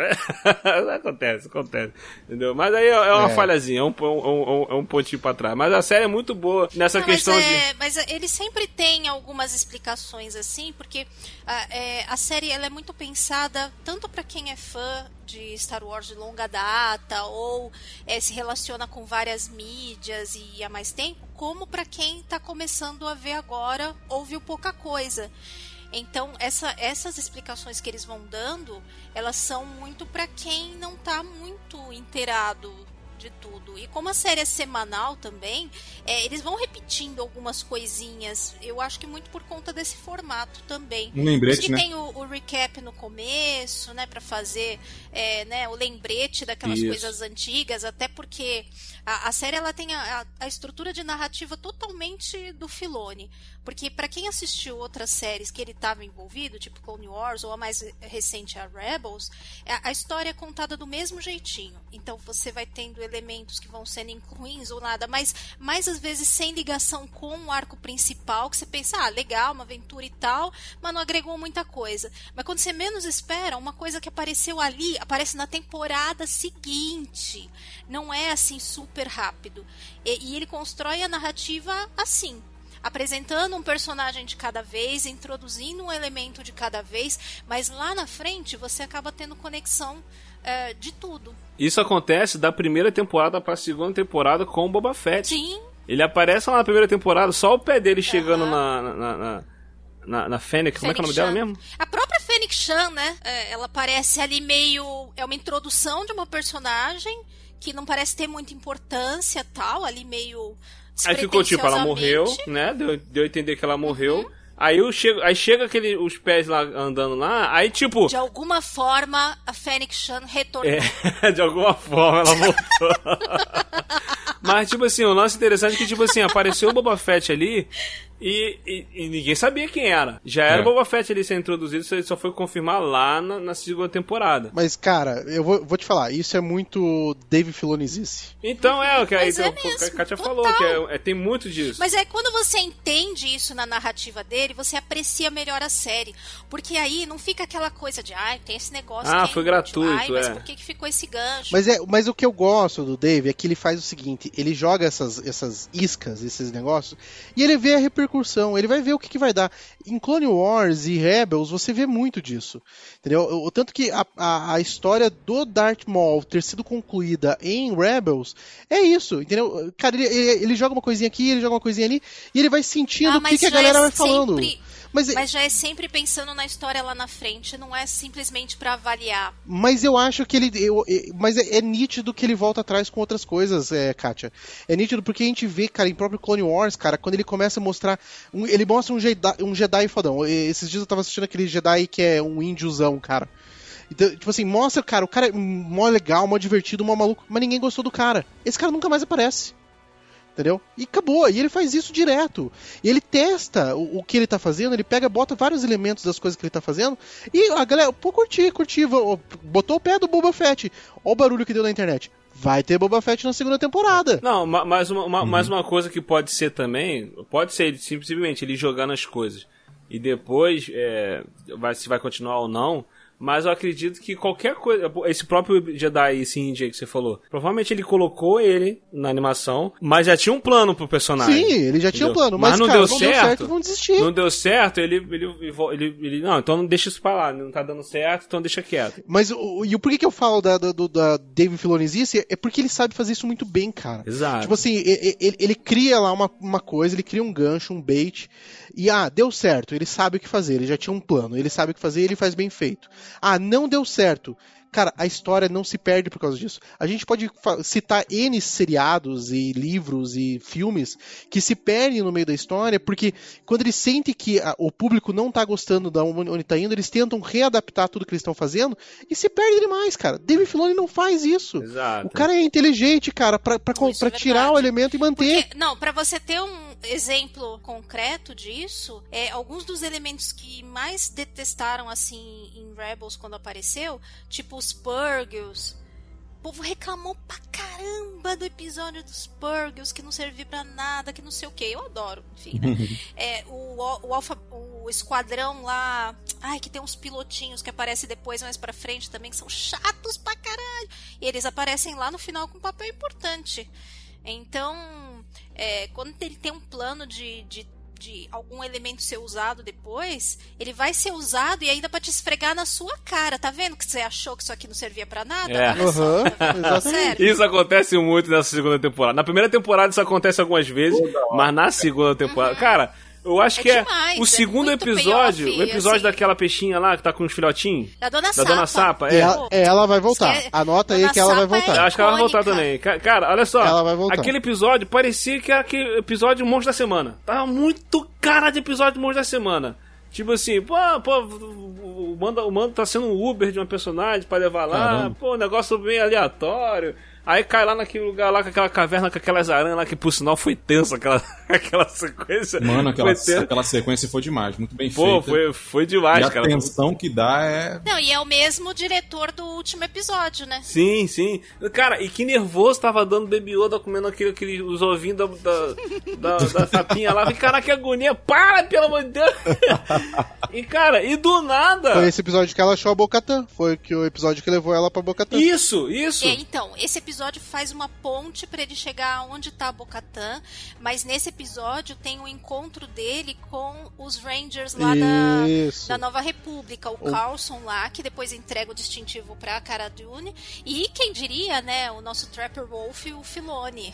é, acontece, acontece, entendeu? Mas aí é uma é. falhazinha, é um, um, um, é um pontinho pra trás. Mas a série é muito boa nessa Não, questão mas é, de... Mas ele sempre tem algumas explicações assim, porque a, é, a série ela é muito pensada tanto para quem é fã de Star Wars de longa data ou é, se relaciona com várias mídias e há mais tempo, como para quem está começando a ver agora ou viu pouca coisa. Então, essa, essas explicações que eles vão dando, elas são muito para quem não está muito inteirado de tudo. E como a série é semanal também, é, eles vão repetindo algumas coisinhas. Eu acho que muito por conta desse formato também. Um lembrete, que né? Tem o, o recap no começo, né, para fazer é, né, o lembrete daquelas Isso. coisas antigas, até porque a, a série ela tem a, a estrutura de narrativa totalmente do Filoni. Porque para quem assistiu outras séries que ele estava envolvido, tipo Clone Wars ou a mais recente, a Rebels, a, a história é contada do mesmo jeitinho. Então você vai tendo elementos que vão sendo incluídos ou nada, mas mais às vezes sem ligação com o arco principal, que você pensa, ah, legal, uma aventura e tal, mas não agregou muita coisa. Mas quando você menos espera, uma coisa que apareceu ali, aparece na temporada seguinte. Não é assim super rápido. E, e ele constrói a narrativa assim, apresentando um personagem de cada vez, introduzindo um elemento de cada vez, mas lá na frente você acaba tendo conexão é, de tudo. Isso acontece da primeira temporada pra segunda temporada com o Boba Fett. Sim. Ele aparece lá na primeira temporada, só o pé dele chegando uhum. na, na, na, na, na Fennec. Como é que é o nome dela mesmo? A própria Fennec Shan, né? É, ela aparece ali meio... É uma introdução de uma personagem que não parece ter muita importância, tal, ali meio... Aí ficou tipo, ela morreu, né? Deu, deu a entender que ela morreu. Uhum. Aí, eu chego, aí chega aquele, os pés lá andando lá, aí tipo... De alguma forma, a Fennec Shan retornou. É, de alguma forma ela voltou. Mas tipo assim, o lance interessante é que tipo assim, apareceu o Boba Fett ali... E, e, e ninguém sabia quem era. Já era é. o Boba Fett ali sendo introduzido, ele só foi confirmar lá na, na segunda temporada. Mas, cara, eu vou, vou te falar, isso é muito Dave Filonizice. Então é o que a, é então, a Kátia falou, que é, é, tem muito disso. Mas é quando você entende isso na narrativa dele, você aprecia melhor a série. Porque aí não fica aquela coisa de, ai, ah, tem esse negócio. Ah, foi gratuito, ai, mas é. por que, que ficou esse gancho? Mas, é, mas o que eu gosto do Dave é que ele faz o seguinte, ele joga essas, essas iscas, esses negócios, e ele vê a repercussão. Ele vai ver o que, que vai dar. Em Clone Wars e Rebels, você vê muito disso. Entendeu? O tanto que a, a, a história do Darth Maul ter sido concluída em Rebels é isso. Entendeu? Cara, ele, ele, ele joga uma coisinha aqui, ele joga uma coisinha ali, e ele vai sentindo ah, o que, que a galera é vai falando. Sempre... Mas, mas já é sempre pensando na história lá na frente, não é simplesmente pra avaliar. Mas eu acho que ele... Eu, eu, mas é, é nítido que ele volta atrás com outras coisas, é, Kátia. É nítido porque a gente vê, cara, em próprio Clone Wars, cara, quando ele começa a mostrar... Um, ele mostra um Jedi, um Jedi fodão. Esses dias eu tava assistindo aquele Jedi que é um índiozão, cara. Então, tipo assim, mostra, cara, o cara é mó legal, mó divertido, mó maluco, mas ninguém gostou do cara. Esse cara nunca mais aparece. Entendeu? E acabou. E ele faz isso direto. E ele testa o, o que ele tá fazendo, ele pega, bota vários elementos das coisas que ele tá fazendo, e a galera, pô, curti, curti, botou o pé do Boba Fett. Olha o barulho que deu na internet. Vai ter Boba Fett na segunda temporada. Não, mas uma, uma, uhum. mais uma coisa que pode ser também, pode ser simplesmente ele jogando as coisas e depois é, vai, se vai continuar ou não. Mas eu acredito que qualquer coisa... Esse próprio Jedi, esse índia que você falou, provavelmente ele colocou ele na animação, mas já tinha um plano pro personagem. Sim, ele já tinha entendeu? um plano, mas, mas não, cara, deu, não certo, deu certo, vão desistir. Não deu certo, ele, ele, ele, ele... Não, então não deixa isso pra lá, não tá dando certo, então deixa quieto. Mas o, e o porquê que eu falo da, da, da Dave Filonizice é porque ele sabe fazer isso muito bem, cara. Exato. Tipo assim, ele, ele, ele cria lá uma, uma coisa, ele cria um gancho, um bait, e ah, deu certo, ele sabe o que fazer, ele já tinha um plano, ele sabe o que fazer e ele faz bem feito. Ah, não deu certo. Cara, a história não se perde por causa disso. A gente pode citar N seriados e livros e filmes que se perdem no meio da história porque quando eles sentem que a, o público não tá gostando da onde tá indo, eles tentam readaptar tudo que eles estão fazendo e se perde demais, cara. Dave Filoni não faz isso. Exato. O cara é inteligente, cara, pra, pra, pra, pra tirar o elemento e manter. Porque, não, pra você ter um, exemplo concreto disso é alguns dos elementos que mais detestaram assim em Rebels quando apareceu, tipo os Purgils. O povo reclamou pra caramba do episódio dos Purgils, que não servia pra nada, que não sei o que. Eu adoro, enfim, né? é, o, o, alfa, o esquadrão lá, ai, que tem uns pilotinhos que aparecem depois, mais pra frente também, que são chatos pra caralho. E eles aparecem lá no final com um papel importante. Então, é, quando ele tem um plano de... de de algum elemento ser usado depois, ele vai ser usado e ainda pra te esfregar na sua cara. Tá vendo que você achou que isso aqui não servia pra nada? É. Uhum, sério? Isso acontece muito nessa segunda temporada. Na primeira temporada isso acontece algumas vezes, mas na segunda temporada... Uhum. Cara, eu acho é que é demais, o segundo é episódio, payoff, o episódio assim. daquela peixinha lá que tá com os filhotinhos. Da Dona Da Sapa. Dona Sapa, E é. ela, ela vai voltar. Esque- Anota aí Dona que ela vai Sapa é- voltar. Eu acho que ela vai voltar icônica. também. Ca- Cara, olha só. Ela vai voltar. Aquele episódio parecia que era aquele episódio Monstro da Semana. Tava muito cara de episódio Monstro da Semana. Tipo assim, pô, pô, o Mando, o Mando tá sendo um Uber de uma personagem pra levar lá. Caramba. Pô, negócio bem aleatório. Aí cai lá naquele lugar lá com aquela caverna, com aquelas aranhas lá, que por sinal foi tenso aquela, aquela sequência. Mano, aquela, foi tenso. aquela sequência foi demais, muito bem Pô, feita. foi, foi demais, e a cara. tensão que dá é... Não, e é o mesmo diretor do último episódio, né? Sim, sim. Cara, e que nervoso tava dando Baby Yoda comendo aquele, aquele, os ovinhos da, da, da, da sapinha lá. Falei, cara, que agonia. Para, pelo amor de Deus. E, cara, e do nada... Foi esse episódio que ela achou a Bo-Katan. Foi que o episódio que levou ela pra Bo-Katan. Isso, isso. É, então, esse episódio faz uma ponte pra ele chegar onde tá a Bo-Katan, mas nesse episódio tem o encontro dele com os Rangers lá da, Isso. da Nova República, o Carlson lá, que depois entrega o distintivo pra Cara Dune, e quem diria, né, o nosso Trapper Wolf, o Filoni.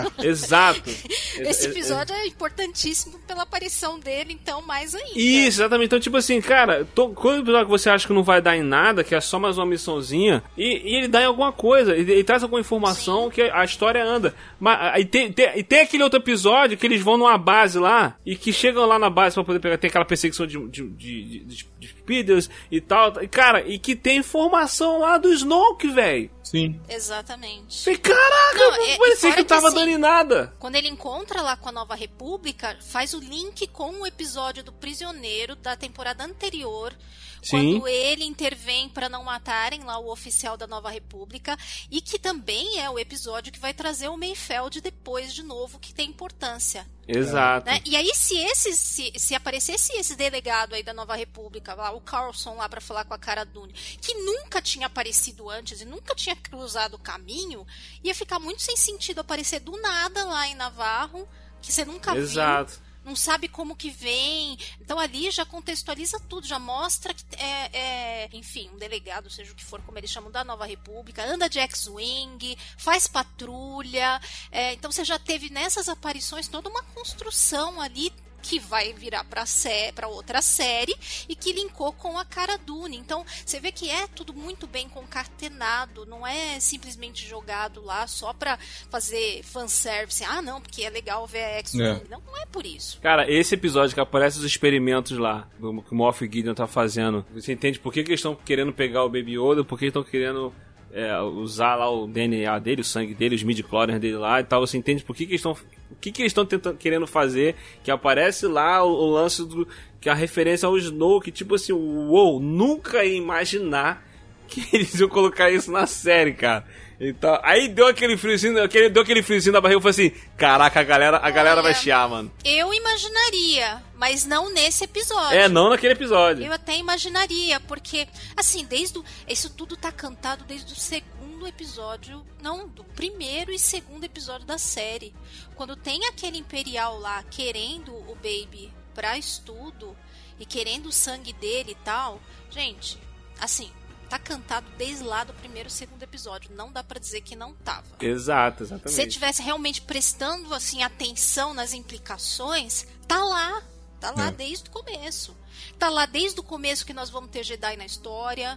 Exato. Esse episódio é importantíssimo pela aparição dele, então mais ainda. Isso, exatamente. Então, tipo assim, cara, to, quando episódio que você acha que não vai dar em nada, que é só mais uma missãozinha, e, e ele dá em alguma coisa, ele, ele traz alguma informação Sim. que a história anda. Mas, e, tem, tem, e tem aquele outro episódio que eles vão numa base lá, e que chegam lá na base pra poder pegar, tem aquela perseguição de, de, de, de, de, de speeders e tal, e, cara, e que tem informação lá do Snoke, velho. Sim. Exatamente. Falei, caraca, Não, não é- parecia e que fora tava que, dando assim, em nada. Quando ele encontra lá com a Nova República, faz o link com o episódio do Prisioneiro da temporada anterior, Sim. quando ele intervém para não matarem lá o oficial da Nova República, e que também é o episódio que vai trazer o Mayfeld depois de novo, que tem importância. Exato. Né? E aí, se esse, se, se aparecesse esse delegado aí da Nova República, lá, o Carlson lá pra falar com a Cara Dune, que nunca tinha aparecido antes e nunca tinha cruzado o caminho, ia ficar muito sem sentido aparecer do nada lá em Navarro, que você nunca Exato. viu. Não sabe como que vem. Então ali já contextualiza tudo, já mostra que é, é, enfim, um delegado, seja o que for, como eles chamam, da Nova República, anda de X-Wing, faz patrulha. É, então você já teve nessas aparições toda uma construção ali que vai virar pra, sé- pra outra série e que linkou com a Cara Dune. Então, você vê que é tudo muito bem concatenado, não é simplesmente jogado lá só pra fazer fanservice. Ah, não, porque é legal ver a X-Wing. É. Não, não é por isso. Cara, esse episódio que aparece os experimentos lá, do- que o Moff Gideon tá fazendo, você entende por que, que eles estão querendo pegar o Baby Yoda, por que estão querendo é, usar lá o D N A dele, o sangue dele, os midi-chlorians dele lá e tal. Você entende por que, que eles estão... O que, que eles estão tentando, querendo fazer, que aparece lá o, o lance do... Que a referência ao Snoke, tipo assim, uou, nunca ia imaginar que eles iam colocar isso na série, cara. Então, aí deu aquele friozinho, aquele, deu aquele friozinho na barriga, eu falei assim, caraca, a galera, a galera vai chiar, mano. Eu imaginaria, mas não nesse episódio. É, não naquele episódio. Eu até imaginaria, porque, assim, desde o... Isso tudo tá cantado desde o segundo episódio, não, do primeiro e segundo episódio da série. Quando tem aquele Imperial lá querendo o Baby pra estudo e querendo o sangue dele e tal, gente, assim, tá cantado desde lá do primeiro e segundo episódio. Não dá pra dizer que não tava. Exato, exatamente. Se você tivesse realmente prestando, assim, atenção nas implicações, tá lá. Tá lá É. desde o começo. Tá lá desde o começo que nós vamos ter Jedi na história.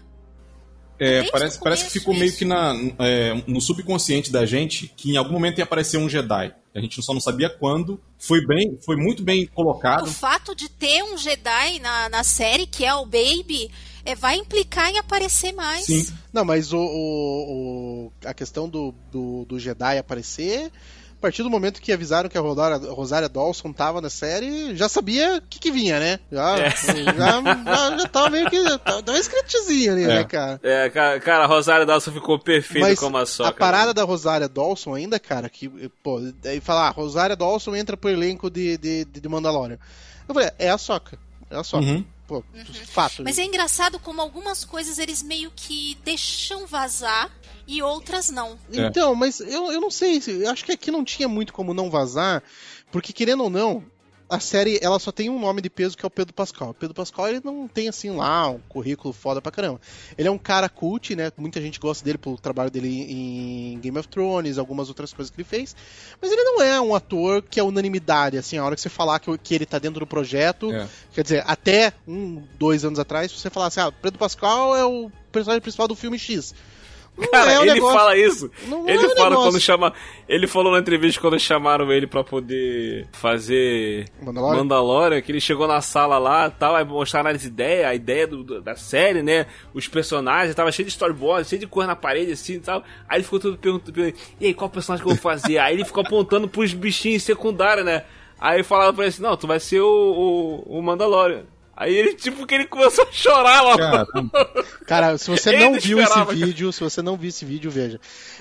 É, Desde parece, o parece que começo ficou meio isso. que na, é, no subconsciente da gente que em algum momento ia aparecer um Jedi. A gente só não sabia quando. Foi bem, foi muito bem colocado. O fato de ter um Jedi na, na série, que é o Baby, é, vai implicar em aparecer mais. Sim. Não, mas o, o- o- a questão do, do, do Jedi aparecer partir do momento que avisaram que a Rosária, a Rosária Dawson tava na série, já sabia o que, que vinha, né? Já, é. já, já, já tava meio que... Tava escritozinho ali, é. né, cara? É, cara, cara, a Rosária Dawson ficou perfeita Mas como a Sokka. a parada né? da Rosária Dawson ainda, cara, que, pô, aí falar, ah, Rosária Dawson entra pro elenco de, de, de Mandalorian. Eu falei, é a Sokka. É a Sokka. Uhum. Pô, uhum. fato. Mas é engraçado como algumas coisas eles meio que deixam vazar e outras não. É. Então, mas eu, eu não sei, eu acho que aqui não tinha muito como não vazar, porque querendo ou não, a série ela só tem um nome de peso que é o Pedro Pascal. O Pedro Pascal ele não tem assim lá um currículo foda pra caramba. Ele é um cara cult, né? Muita gente gosta dele pelo trabalho dele em Game of Thrones, algumas outras coisas que ele fez. Mas ele não é um ator que é unanimidade, assim, a hora que você falar que, que ele tá dentro do projeto, é. quer dizer, até um, dois anos atrás, se você falasse, ah, Pedro Pascal é o personagem principal do filme X. Não cara, é um ele negócio... fala isso. Não ele é fala quando chama. Ele falou na entrevista quando chamaram ele pra poder fazer Mandalorian, Mandalorian que ele chegou na sala lá e tal, aí mostraram as ideias, a ideia do, do, da série, né? Os personagens, tava cheio de storyboard, cheio de cor na parede, assim e tal. Aí ele ficou todo perguntando, e aí, qual personagem que eu vou fazer? Aí ele ficou apontando pros bichinhos secundários, né? Aí falava pra ele assim, não, tu vai ser o, o, o Mandalorian. Aí ele, tipo, que ele começou a chorar lá. Cara, cara se você não viu esse vídeo, se você não viu esse vídeo, veja.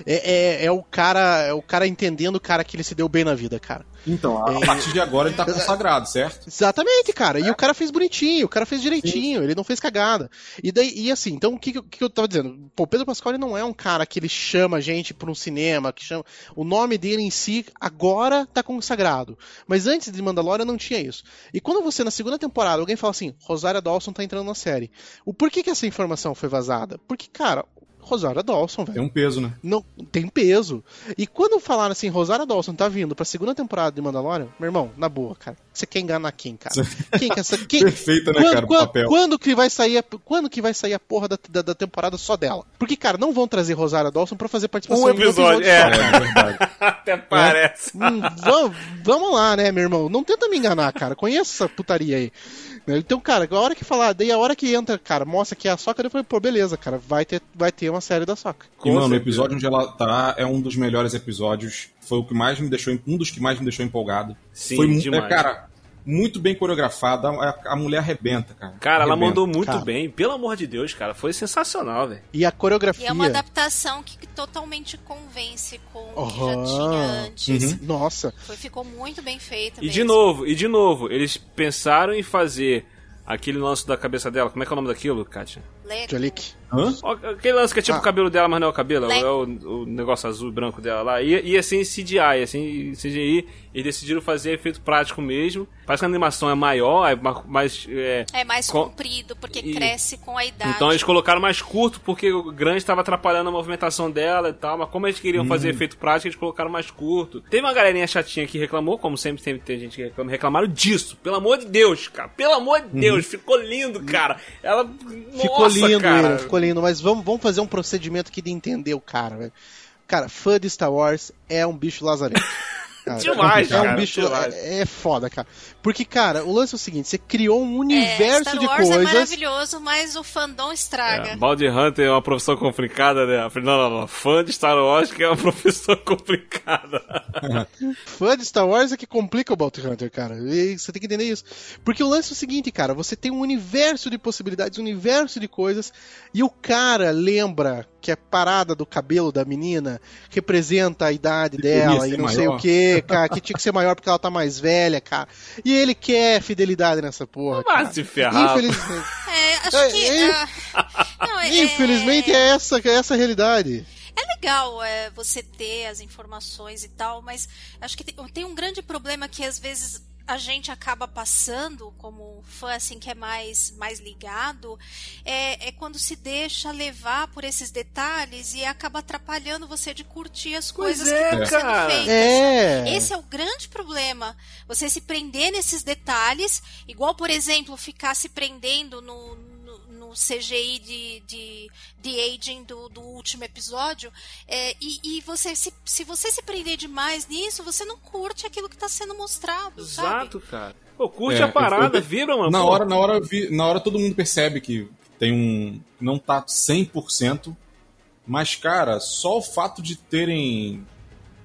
É, é, é o cara, é o cara entendendo o cara que ele se deu bem na vida, cara. Então, a é... partir de agora ele tá consagrado, certo? Exatamente, cara. E o cara fez bonitinho, o cara fez direitinho, Sim. ele não fez cagada. E daí, e assim, então o que, que eu tava dizendo? Pô, o Pedro Pascal ele não é um cara que ele chama a gente pra um cinema, que chama... O nome dele em si agora tá consagrado. Mas antes de Mandalorian não tinha isso. E quando você, na segunda temporada, alguém fala assim, Rosária Dawson tá entrando na série. O porquê que essa informação foi vazada? Porque, cara... Rosária Dawson, velho. Tem um peso, né? Não, tem peso. E quando falaram assim, Rosária Dawson tá vindo pra segunda temporada de Mandalorian, meu irmão, na boa, cara. Você quer enganar quem, cara? Quem que essa, quem... Perfeita, né, quando, cara, quando, o papel. Quando que vai sair a, quando que vai sair a porra da, da, da temporada só dela? Porque, cara, não vão trazer Rosária Dawson pra fazer participação um episódio, em um episódio é. só, cara. É verdade. Até parece. É? Hum, vamos, vamos lá, né, meu irmão? Não tenta me enganar, cara. Conheço essa putaria aí. Então, cara, a hora que falar, daí a hora que entra, cara, mostra que é a Sokka, eu falei, pô, beleza, cara, vai ter, vai ter uma série da Sokka. E, mano, o episódio onde ela tá é um dos melhores episódios. Foi o que mais me deixou, um dos que mais me deixou empolgado. Sim, Foi demais. É, cara, muito bem coreografada, a, a mulher arrebenta, cara. Cara, arrebenta. ela mandou muito cara. bem, pelo amor de Deus, cara, foi sensacional, velho. E a coreografia... E é uma adaptação que totalmente convence com o que uhum. já tinha antes. Uhum. Nossa. Foi, ficou muito bem feita E mesmo. de novo, e de novo, eles pensaram em fazer aquele lance da cabeça dela, como é que é o nome daquilo, Kátia? Jalik. Hã? Aquele lance que é tipo Ah. o cabelo dela, mas não é o cabelo, Le- é o, o negócio azul e branco dela lá. E ia ser em C G I, assim, C G I, eles decidiram fazer efeito prático mesmo. Parece que a animação é maior, é mais... É, É mais com- comprido, porque E- cresce com a idade. Então eles colocaram mais curto, porque o grande estava atrapalhando a movimentação dela e tal, mas como eles queriam fazer efeito prático, eles colocaram mais curto. Teve uma galerinha chatinha que reclamou, como sempre, sempre tem gente que reclama, reclamaram disso. Pelo amor de Deus, cara, pelo amor de Deus, ficou lindo, cara. Ela... Ficou Nossa, lindo, cara. William, ficou lindo, mas vamos, vamos fazer um procedimento aqui de entender o cara, velho. Cara, fã de Star Wars é um bicho lazarento. Cara, Demais, é um cara, bicho, demais. é, é foda, cara. Porque, cara, o lance é o seguinte, você criou um É, universo Star de Wars coisas... é maravilhoso, mas o fandom estraga. É, Bounty Hunter é uma profissão complicada, né? Não, não, não. Fã de Star Wars que é uma profissão complicada. Fã de Star Wars é que complica o Bounty Hunter, cara. E você tem que entender isso. Porque o lance é o seguinte, cara, você tem um universo de possibilidades, um universo de coisas, e o cara lembra que a parada do cabelo da menina representa a idade dela e não sei o que, cara, que tinha que ser maior porque ela tá mais velha, cara. E ele quer fidelidade nessa porra, Vai cara. se ferrar. Infelizmente, É, acho É, que... é- ah, não, é- infelizmente é essa, é essa a realidade. É legal é, você ter as informações e tal, mas acho que tem, tem um grande problema que às vezes a gente acaba passando como fã assim que é mais, mais ligado, é, é quando se deixa levar por esses detalhes e acaba atrapalhando você de curtir as Pois coisas é, que estão cara. sendo feitas. É. Esse é o grande problema. Você se prender nesses detalhes, igual, por exemplo, ficar se prendendo no, no, no C G I de, de, de aging do, do último episódio. É, e e você, se, se você se prender demais nisso, você não curte aquilo que está sendo mostrado, sabe? Exato, cara. Pô, curte É, a parada, eu- eu- vira, mano. Na Pô, hora, na hora, eu vi- na hora todo mundo percebe que tem um... Não tá cem por cento, mas, cara, só o fato de terem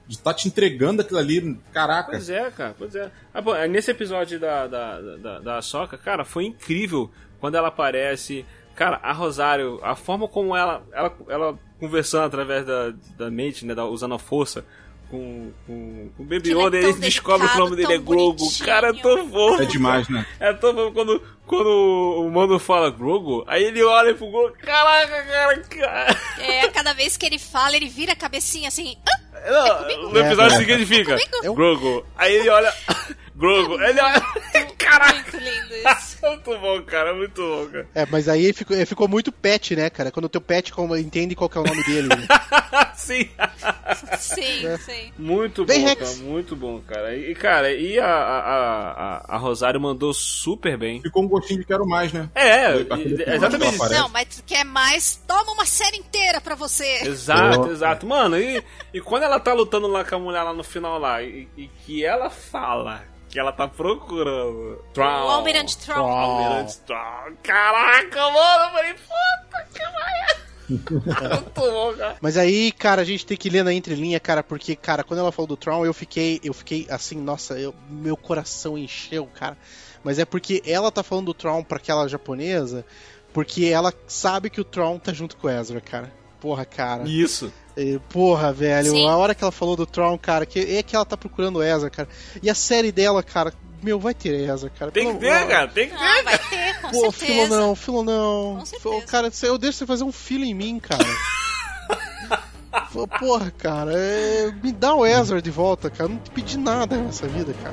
de estar tá te entregando aquilo ali, caraca. Pois é, cara, pois é. Ah, pô, nesse episódio da, da, da, da Ahsoka, cara, foi incrível quando ela aparece. Cara, a Rosário, a forma como ela, ela, ela conversando através da, da mente, né, da, usando a força com, com, com o Baby Yoda, ele descobre que o nome dele é Grogu. Cara, é tão fofo. É demais, né? É tão fofo quando, quando o mano fala Grogu, aí ele olha pro Grogu, caraca, cara, cara. É, cada vez que ele fala, ele vira a cabecinha assim... Ah, não, é no episódio é, seguinte fica é um... Grogu, aí ele olha Grogu, ele olha... Caraca! Muito lindo isso. Muito bom, cara, muito bom, cara. É, mas aí ficou, ficou muito pet, né, cara? Quando o teu pet como, entende qual que é o nome dele. Sim. Sim, é. sim. Muito Bem bom, Rex. cara, muito bom, cara. E, cara, e a, a, a, a Rosário mandou super bem. Ficou um gostinho de quero mais, né? É, Aquele e, exatamente isso. Não, mas tu quer mais? Toma uma série inteira pra você. Exato, Oh. exato. Mano, e, e quando ela tá lutando lá com a mulher lá no final lá, e, e que ela fala que ela tá procurando Thrawn, O Almirante Thrawn. Almirante Thrawn. Caraca, mano, eu falei, puta que vai. Muito bom, cara. Mas aí, cara, a gente tem que ler na entrelinha, cara, porque, cara, quando ela falou do Thrawn, eu fiquei, eu fiquei assim, nossa, eu, meu coração encheu, cara. Mas é porque ela tá falando do Thrawn pra aquela japonesa, porque ela sabe que o Thrawn tá junto com o Ezra, cara. Porra, cara. Isso. Porra, velho, Sim. a hora que ela falou do Thrawn, cara, que é que ela tá procurando o Ezra, cara. E a série dela, cara, meu, vai ter Ezra, cara. Tem que Pelo- ter, cara, tem que ter. Não, vai ter, com Pô, certeza. Filo não, Filo não. Com certeza. Cara, eu deixo você fazer um filo em mim, cara. Pô, Porra, cara, é, me dá o Ezra de volta, cara. Eu não te pedi nada nessa vida, cara.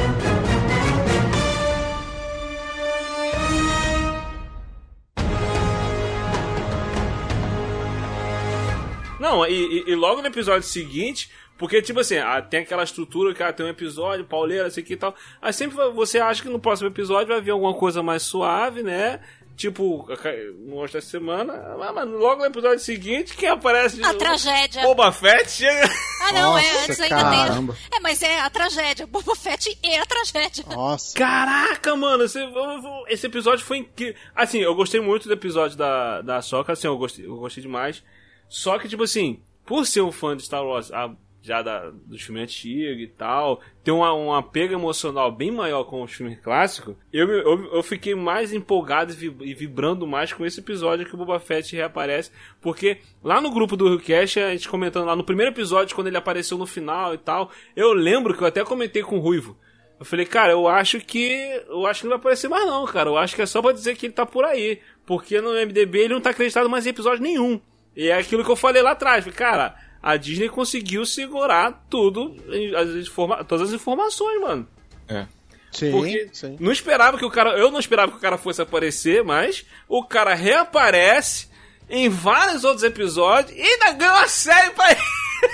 Não, e, e- e logo no episódio seguinte, porque, tipo assim, ah, tem aquela estrutura que ah, tem um episódio, pauleira, isso aqui e tal. Aí sempre você acha que no próximo episódio vai vir alguma coisa mais suave, né? Tipo, no outro da semana. Mas, mas logo no episódio seguinte, quem aparece de A novo? tragédia. Boba Fett chega. Ah, não, é, Nossa, antes ainda caramba. tem. É, mas é a tragédia. Boba Fett é a tragédia. Nossa. Caraca, mano, esse, esse episódio foi incrível. Assim, eu gostei muito do episódio da, da Ahsoka, assim, eu gostei, eu gostei demais. Só que, tipo assim, por ser um fã de Star Wars, ah, já da, dos filmes antigos e tal, ter uma, um apego emocional bem maior com os filmes clássicos, eu, eu, eu fiquei mais empolgado e, vib, e vibrando mais com esse episódio que o Boba Fett reaparece, porque lá no grupo do Request, a gente comentando lá no primeiro episódio, quando ele apareceu no final e tal, eu lembro que eu até comentei com o Ruivo. Eu falei, cara, eu acho que. Eu acho que não vai aparecer mais, não, cara. Eu acho que é só pra dizer que ele tá por aí. Porque no M D B ele não tá acreditado mais em episódio nenhum. E é aquilo que eu falei lá atrás. Falei, cara, a Disney conseguiu segurar tudo, as informa- todas as informações, mano. É. Sim, Porque sim. não esperava que o cara. Eu não esperava que o cara fosse aparecer, mas o cara reaparece em vários outros episódios e ainda ganhou a série pra ele.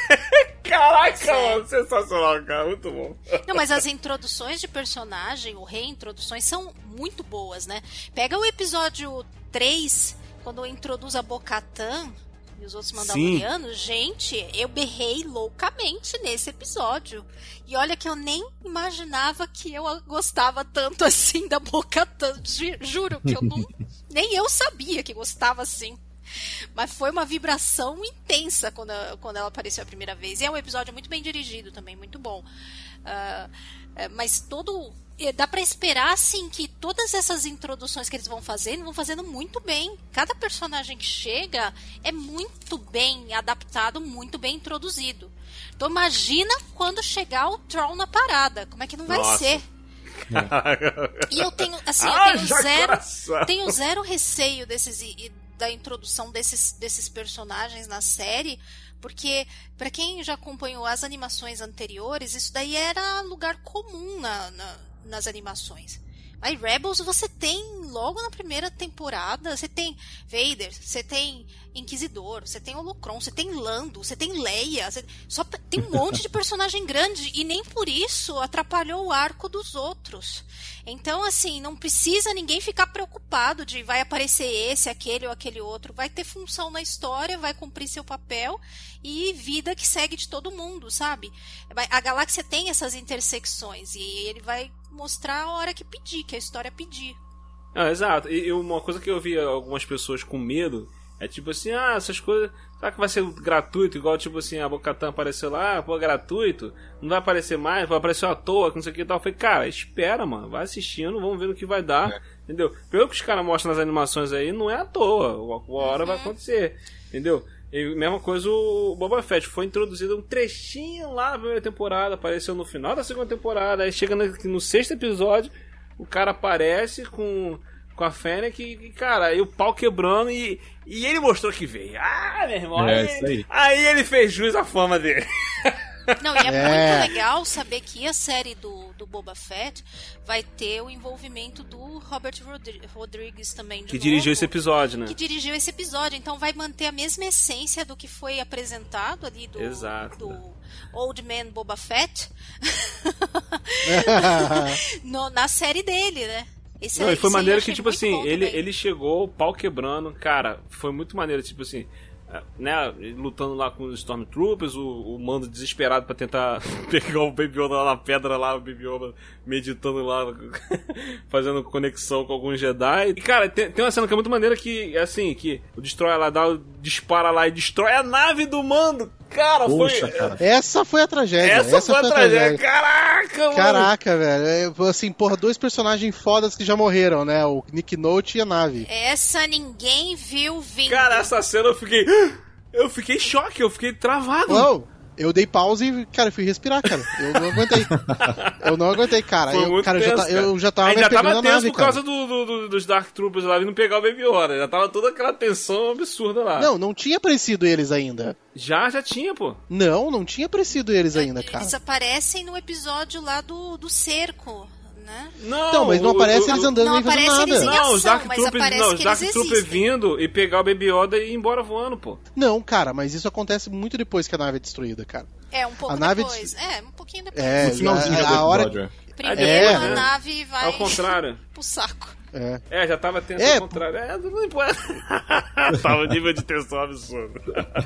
Caraca, mano, sensacional, cara, muito bom. Não, mas as introduções de personagem, ou reintroduções, são muito boas, né? Pega o episódio três, quando introduz a Bo-Katan e os outros Mandalorianos. Gente, eu berrei loucamente nesse episódio. E olha que eu nem imaginava que eu gostava tanto assim da Bo-Katan. Ju- Juro que eu não... nem eu sabia que gostava assim. Mas foi uma vibração intensa quando, quando ela apareceu a primeira vez. E é um episódio muito bem dirigido também, muito bom. Uh, é, mas todo... Dá pra esperar, assim, que todas essas introduções que eles vão fazendo, vão fazendo muito bem. Cada personagem que chega é muito bem adaptado, muito bem introduzido. Então imagina quando chegar o Thrawn na parada. Como é que não vai Nossa. ser? E eu tenho, assim, Ah, eu tenho já zero, coração. tenho zero receio desses, e- da introdução desses, desses personagens na série, porque pra quem já acompanhou as animações anteriores, isso daí era lugar comum na, na, nas animações. Aí Rebels você tem logo na primeira temporada, você tem Vader, você tem Inquisidor, você tem Holocron, você tem Lando, você tem Leia, você... só tem um monte de personagem grande e nem por isso atrapalhou o arco dos outros. Então, assim, não precisa ninguém ficar preocupado de vai aparecer esse, aquele ou aquele outro. Vai ter função na história, vai cumprir seu papel e vida que segue de todo mundo, sabe? A galáxia tem essas intersecções e ele vai mostrar a hora que pedir, que a história pedir. Ah, exato. E, e uma coisa que eu vi algumas pessoas com medo é tipo assim, ah, essas coisas, será que vai ser gratuito, igual tipo assim, a Bo-Katan apareceu lá, pô, gratuito, não vai aparecer mais, vai aparecer à toa, não sei o que e tal. Eu falei, cara, espera, mano, vai assistindo, vamos ver no que vai dar, é. entendeu? Pelo que os caras mostram nas animações aí, não é à toa, uma hora vai acontecer, entendeu? E mesma coisa o Boba Fett, foi introduzido um trechinho lá na primeira temporada, apareceu no final da segunda temporada, aí chega no, no sexto episódio, o cara aparece com... com a Fennec e, cara, aí o pau quebrando e, e ele mostrou que veio. Ah, meu irmão. É, aí, isso aí. aí ele fez jus à fama dele. Não, e é, É. muito legal saber que a série do, do Boba Fett vai ter o envolvimento do Robert Rodri- Rodrigues também. De Que novo, dirigiu esse episódio, né? Que dirigiu esse episódio. Então vai manter a mesma essência do que foi apresentado ali do, Exato. do Old Man Boba Fett no, na série dele, né? Esse Não, aí- e foi esse aí eu maneiro que, achei tipo muito assim, bom ele, também. ele chegou, o pau quebrando, cara, foi muito maneiro, tipo assim, né, lutando lá com os Stormtroopers, o, o Mando desesperado pra tentar pegar o Baby Yoda lá na pedra lá, o Baby Yoda meditando lá, fazendo conexão com alguns Jedi. E, cara, tem, tem uma cena que é muito maneira que, assim, que o Destroyer lá dá, dispara lá e destrói a nave do Mando. Cara, Poxa, foi... cara. Essa foi a tragédia. Essa, foi a tragédia. Caraca, mano. Caraca, velho. É, assim, porra, dois personagens fodas que já morreram, né? O Nick Nolte e a nave. Essa ninguém viu vindo. Cara, essa cena eu fiquei... Eu fiquei em choque, eu fiquei travado. Uou, eu dei pause e, cara, fui respirar, cara. Eu não aguentei. Eu não aguentei, cara. Foi Eu, muito cara, eu já, tenso, ta- eu já tava Aí me já pegando tava a tenso nave, por cara. causa do, do- do- dos Dark Troopers lá vindo pegar o Baby Yoda. Já tava toda aquela tensão absurda lá. Não, não tinha aparecido eles ainda. Já, já tinha, pô. Não, não tinha aparecido eles ainda, cara. Eles aparecem no episódio lá do, do cerco, né? Não, Não, mas não o- aparece o- eles andando não nem fazendo aparece eles nada. em Não, os Dark ação, mas Troopers, aparece não, os que Dark eles Troopers existem. vindo e pegar o Baby Yoda e ir embora voando, pô. Não, cara, mas isso acontece muito depois que a nave é destruída, cara. É, um pouco A nave depois. É, um pouquinho depois. É, No finalzinho a, do a hora. episódio, é. Primeiro É, a né? nave vai Ao contrário. pro saco. É. É, já tava tenso É, ao contrário. É, não importa. Tava um nível de tensão absurdo.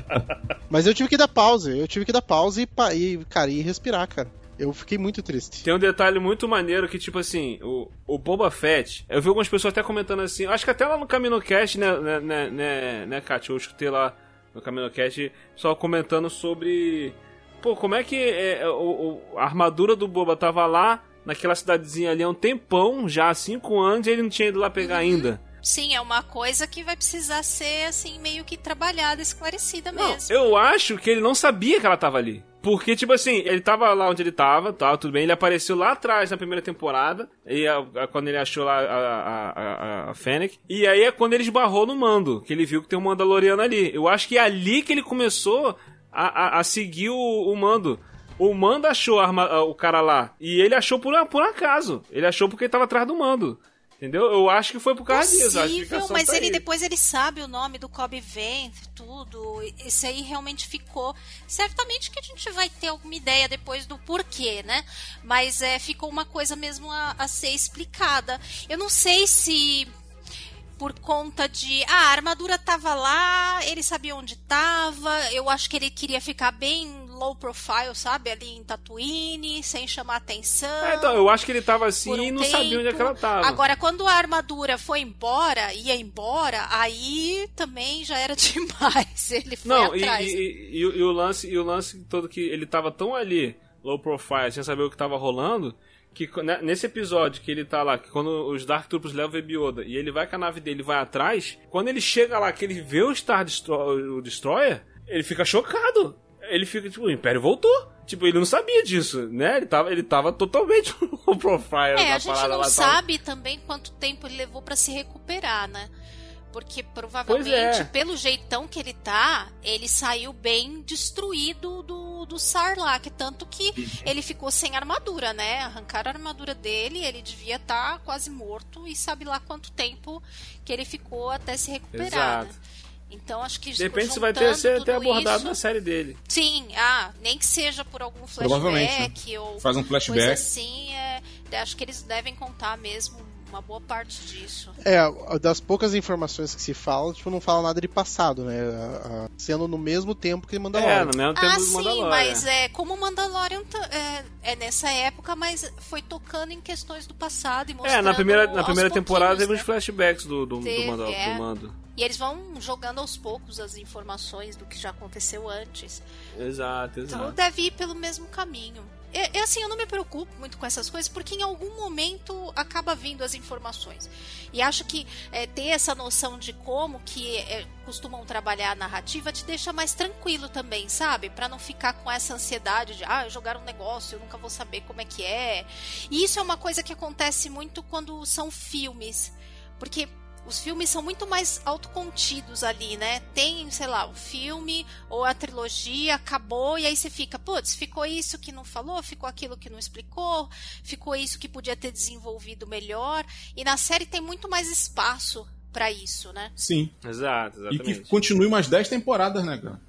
Mas eu tive que dar pausa. Eu tive que dar pausa e, pa- e, cara, e respirar, cara. Eu fiquei muito triste. Tem um detalhe muito maneiro que, tipo assim, o, o Boba Fett, eu vi algumas pessoas até comentando assim, acho que até lá no CaminoCast, né, né, né, né, né, Kátia? Eu escutei lá no CaminoCast, só comentando sobre, pô, como é que é, o, o- a armadura do Boba tava lá, naquela cidadezinha ali há um tempão, já há cinco anos, e ele não tinha ido lá pegar Uhum. ainda. Sim, é uma coisa que vai precisar ser, assim, meio que trabalhada, esclarecida Não, mesmo. eu acho que ele não sabia que ela tava ali. Porque, tipo assim, ele tava lá onde ele tava, tá, tudo bem, ele apareceu lá atrás na primeira temporada, e a- a- quando ele achou lá a, a, a, a Fennec, e aí é quando ele esbarrou no Mando, que ele viu que tem um Mandaloriano ali. Eu acho que é ali que ele começou a, a, a seguir o, o Mando. O Mando achou a arma- o cara lá, e ele achou por, por acaso. Ele achou porque ele tava atrás do Mando. Entendeu? Eu acho que foi por causa disso. A Possível, explicação mas tá ele aí. depois ele sabe o nome do Cobb Vanth, tudo. Esse aí realmente ficou. Certamente que a gente vai ter alguma ideia depois do porquê, né? Mas é, ficou uma coisa mesmo a, a ser explicada. Eu não sei se por conta de ah, a armadura tava lá, ele sabia onde tava. Eu acho que ele queria ficar bem low profile, sabe? Ali em Tatooine, sem chamar atenção. É, então, eu acho que ele tava assim por um e não tempo. sabia onde é que ela tava. Agora, quando a armadura foi embora, ia embora, aí também já era demais. Ele foi Não, e, atrás. e, e, e o- e o lance, e o lance todo que ele tava tão ali, low profile, sem saber o que tava rolando, que né, nesse episódio que ele tá lá, que quando os Dark Troopers levam o Baby Yoda e ele vai com a nave dele e vai atrás, quando ele chega lá, que ele vê o Star Destro- o Destroyer, ele fica chocado. Ele fica, tipo, o Império voltou. Tipo, ele não sabia disso, né? Ele tava, ele tava totalmente low profile. É, na a gente parada não lá, sabe também quanto tempo ele levou pra se recuperar, né? Porque provavelmente, Pois é. pelo jeitão que ele tá, ele saiu bem destruído do, do Sarlacc. Tanto que ele ficou sem armadura, né? Arrancaram a armadura dele, ele devia estar quase morto e sabe lá quanto tempo que ele ficou até se recuperar, Exato. né? Então acho que De repente isso vai ter, juntando ser até tudo abordado isso- na série dele. Sim, ah, nem que seja por algum Provavelmente, flashback ou Faz um coisa flashback. assim, é, acho que eles devem contar mesmo uma boa parte disso. É, das poucas informações que se fala, tipo, não fala nada de passado, né? Sendo no mesmo tempo que Mandalorian. É, no mesmo tempo ah, do sim, Mandalorian. mas é, como o Mandalorian é, é nessa época, mas foi tocando em questões do passado e mostrando É, na primeira, na primeira aos temporada teve pouquinhos, uns flashbacks do, do, Teve, do, Mandal, é. do Mando. E eles vão jogando aos poucos as informações do que já aconteceu antes. Exato, exato. Então deve ir pelo mesmo caminho. É, é assim, eu não me preocupo muito com essas coisas, porque em algum momento acaba vindo as informações. E acho que é, ter essa noção de como que é, costumam trabalhar a narrativa te deixa mais tranquilo também, sabe? Pra não ficar com essa ansiedade de, ah, jogaram um negócio, eu nunca vou saber como é que é. E isso é uma coisa que acontece muito quando são filmes. Porque os filmes são muito mais autocontidos ali, né? Tem, sei lá, o filme ou a trilogia, acabou, e aí você fica, putz, ficou isso que não falou, ficou aquilo que não explicou, ficou isso que podia ter desenvolvido melhor. E na série tem muito mais espaço pra isso, né? Sim. Exato, exatamente. E que continue mais dez temporadas, né, cara?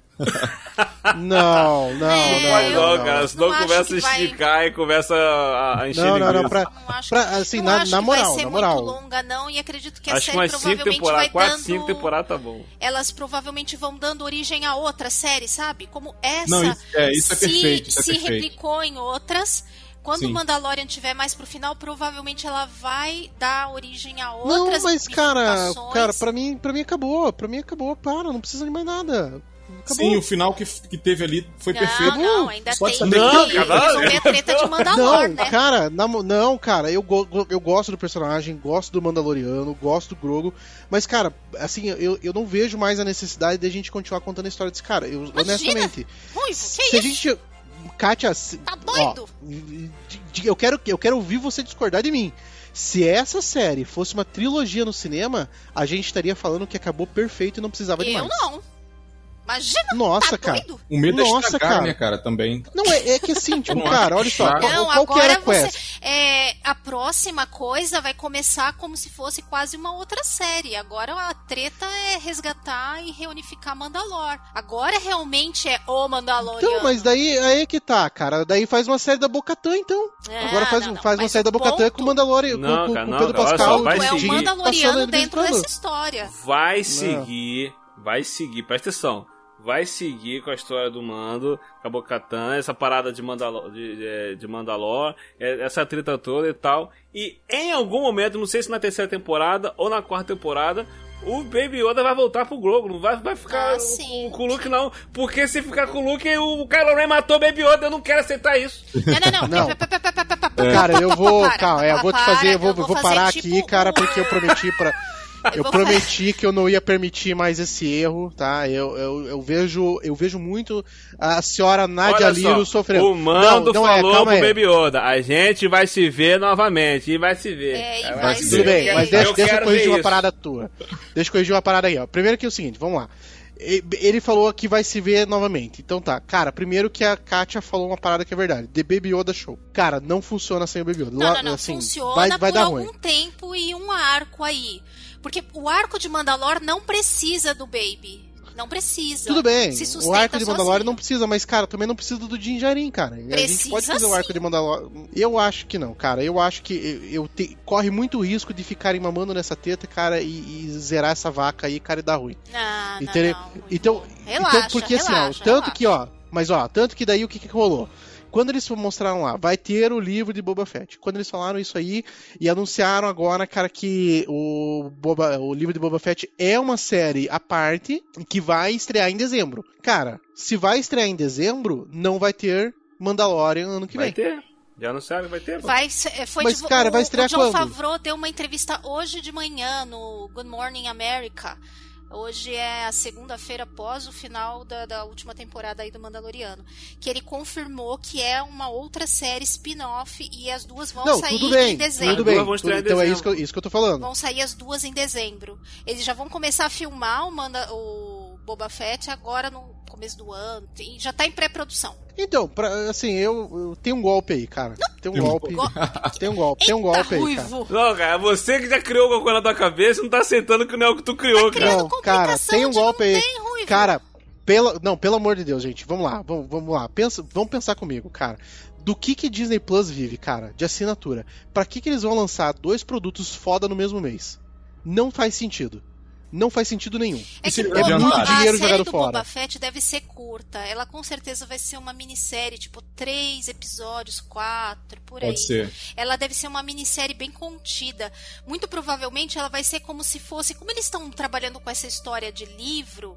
Não, não, É, não. Pode não, não, cara, não. senão Não acho começa a que vai- esticar e começa a, a encher Não, não, não, linguiça. pra, Não acho pra, que- assim, não na, acho na que moral, vai ser na moral. muito longa, não, e acredito que a Acho que série umas cinco provavelmente temporadas, vai quatro, dando... cinco temporadas tá bom. Elas provavelmente vão dando origem a outra série, sabe? Como essa Não, isso- é, isso é se, perfeito, isso é se perfeito. replicou em outras. Quando Sim. o Mandalorian tiver mais pro final, provavelmente ela vai dar origem a outras Não, mas cara, bifurcações. cara, pra mim, pra mim acabou, pra mim acabou, para, não precisa de mais nada. Acabou. Sim, o final que, que teve ali foi não, perfeito. Não, ainda Pode tem saber Não, que cara, resolver a treta de Mandalor, Não, né? cara, na mo- não, cara, eu, go- go- eu gosto do personagem, gosto do Mandaloriano, gosto do Grogu, mas, cara, assim, eu, eu não vejo mais a necessidade de a gente continuar contando a história desse cara. Eu, Imagina, honestamente, Ruivo, que se isso? a gente. Kátia, se- Tá doido? ó, de- de- eu, quero, eu quero ouvir você discordar de mim. Se essa série fosse uma trilogia no cinema, a gente estaria falando que acabou perfeito e não precisava de Eu mais. não. Imagina, Nossa, tá cara. doido? O medo Nossa, é estragar, cara. né, cara, também. Não, é, é que assim, tipo, Eu não cara, acho olha só, que qual, Não, qual que era a agora você. quest? É, a próxima coisa vai começar como se fosse quase uma outra série. Agora a treta é resgatar e reunificar Mandalor. Agora realmente é o Mandaloriano. Então, mas daí aí é que tá, cara. Daí faz uma série da Bo-Katan, então. É, Agora faz, não, não, faz uma mas série da o Bo-Katan ponto- com o Mandalorian, com, Não, com, cara, com o não, Pedro cara, olha Pascal. só, vai é o seguir. Mandaloriano passando ele dentro gritando. dessa história. Vai seguir, vai seguir, presta atenção. Vai seguir com a história do Mando, com a Bo-Katan, essa parada de Mandalor, de, de, de Mandalor, é, essa treta toda e tal. E em algum momento, não sei se na terceira temporada ou na quarta temporada, o Baby Yoda vai voltar pro Grogu, não vai, vai ficar Ah, sim. com, com o Luke não. Porque se ficar com o Luke, o Kylo Ren matou o Baby Yoda, eu não quero aceitar isso. Não, não, não. Não. Pa- pa- pa- pa- pa- pa- pa- Cara, eu vou. para, Calma, é, eu vou te para, fazer, eu vou, eu eu vou vou parar fazer aqui, tipo cara, um- porque eu prometi pra. Eu vou prometi que eu não ia permitir mais esse erro, tá? Eu, eu, eu vejo eu vejo muito a senhora Nadia Olha Liro só, sofrendo. o Mando Não, não é, falou calma pro aí. Baby Yoda, a gente vai se ver novamente, e vai se ver. É, e Vai vai se se Tudo ver. bem, ver. mas Eu deixa, deixa eu quero corrigir ver uma isso. parada tua. Deixa eu corrigir uma parada aí, ó. Primeiro que é o seguinte, vamos lá. E- Ele falou que vai se ver novamente. Então tá, cara, primeiro que a Kátia falou uma parada que é verdade. The Baby Yoda Show. Cara, não funciona sem o Baby Yoda. Não, Lá- não, não. assim, Funciona vai, vai por dar algum ruim. tempo e um arco aí. Porque o arco de Mandalor não precisa do Baby. Não precisa. Tudo bem, Se o sustenta arco de Mandalorian sozinho. não precisa, mas, cara, também não precisa do Din Djarin, cara. a gente Precisa pode fazer o arco sim. de Mandalorian. Eu acho que não, cara. Eu acho que eu, eu te- corre muito risco de ficarem mamando nessa teta, cara, e, e zerar essa vaca aí, cara, e dar ruim. Não, não, Entendeu? não. Então, Relaxa, então, porque assim, ó, relaxa, tanto relaxa. que, ó, mas ó, tanto que daí o que que rolou? Quando eles mostraram lá, vai ter o livro de Boba Fett. Quando eles falaram isso aí e anunciaram agora, cara, que o, Boba, o livro de Boba Fett é uma série à parte que vai estrear em dezembro. Cara, se vai estrear em dezembro, não vai ter Mandalorian ano que Vai vem. ter. Já anunciaram que vai ter. pô. Vai, ser- foi Mas, divu- cara, vai o- estrear o John quando? Favreau deu uma entrevista hoje de manhã no Good Morning America. Hoje é a segunda-feira após o final da, da última temporada aí do Mandaloriano. Que ele confirmou que é uma outra série spin-off e as duas vão Não, sair tudo bem, em dezembro. tudo bem. Duas vão estrear em Tudo- então é dezembro. isso que, eu, isso que eu tô falando. Vão sair as duas em dezembro. Eles já vão começar a filmar o, Manda, o Boba Fett agora no começo do ano. Tem- já tá em pré-produção. Então, pra, assim, eu, eu tem um golpe aí, cara. Tem um Tem um golpe. Go- Tem um golpe, tem um Eita, golpe aí, cara. Ruivo! Não, cara, você que já criou alguma coisa na tua cabeça não tá aceitando que não é o que tu criou, cara. criando Não, cara, complicação tem um onde golpe não aí. tem, Ruivo. Cara, pela, não, pelo amor de Deus, gente, vamos lá, vamos, vamos lá, pensa, vamos pensar comigo, cara. Do que que Disney Plus vive, cara? De assinatura. Pra que que eles vão lançar dois produtos foda no mesmo mês? Não faz sentido. Não faz sentido nenhum. É que é Boba, muito a dinheiro série jogado do fora. Boba Fett deve ser curta. Ela com certeza vai ser uma minissérie, tipo, três episódios, quatro, por aí. Pode ser. Ela deve ser uma minissérie bem contida. Muito provavelmente ela vai ser como se fosse... Como eles estão trabalhando com essa história de livro,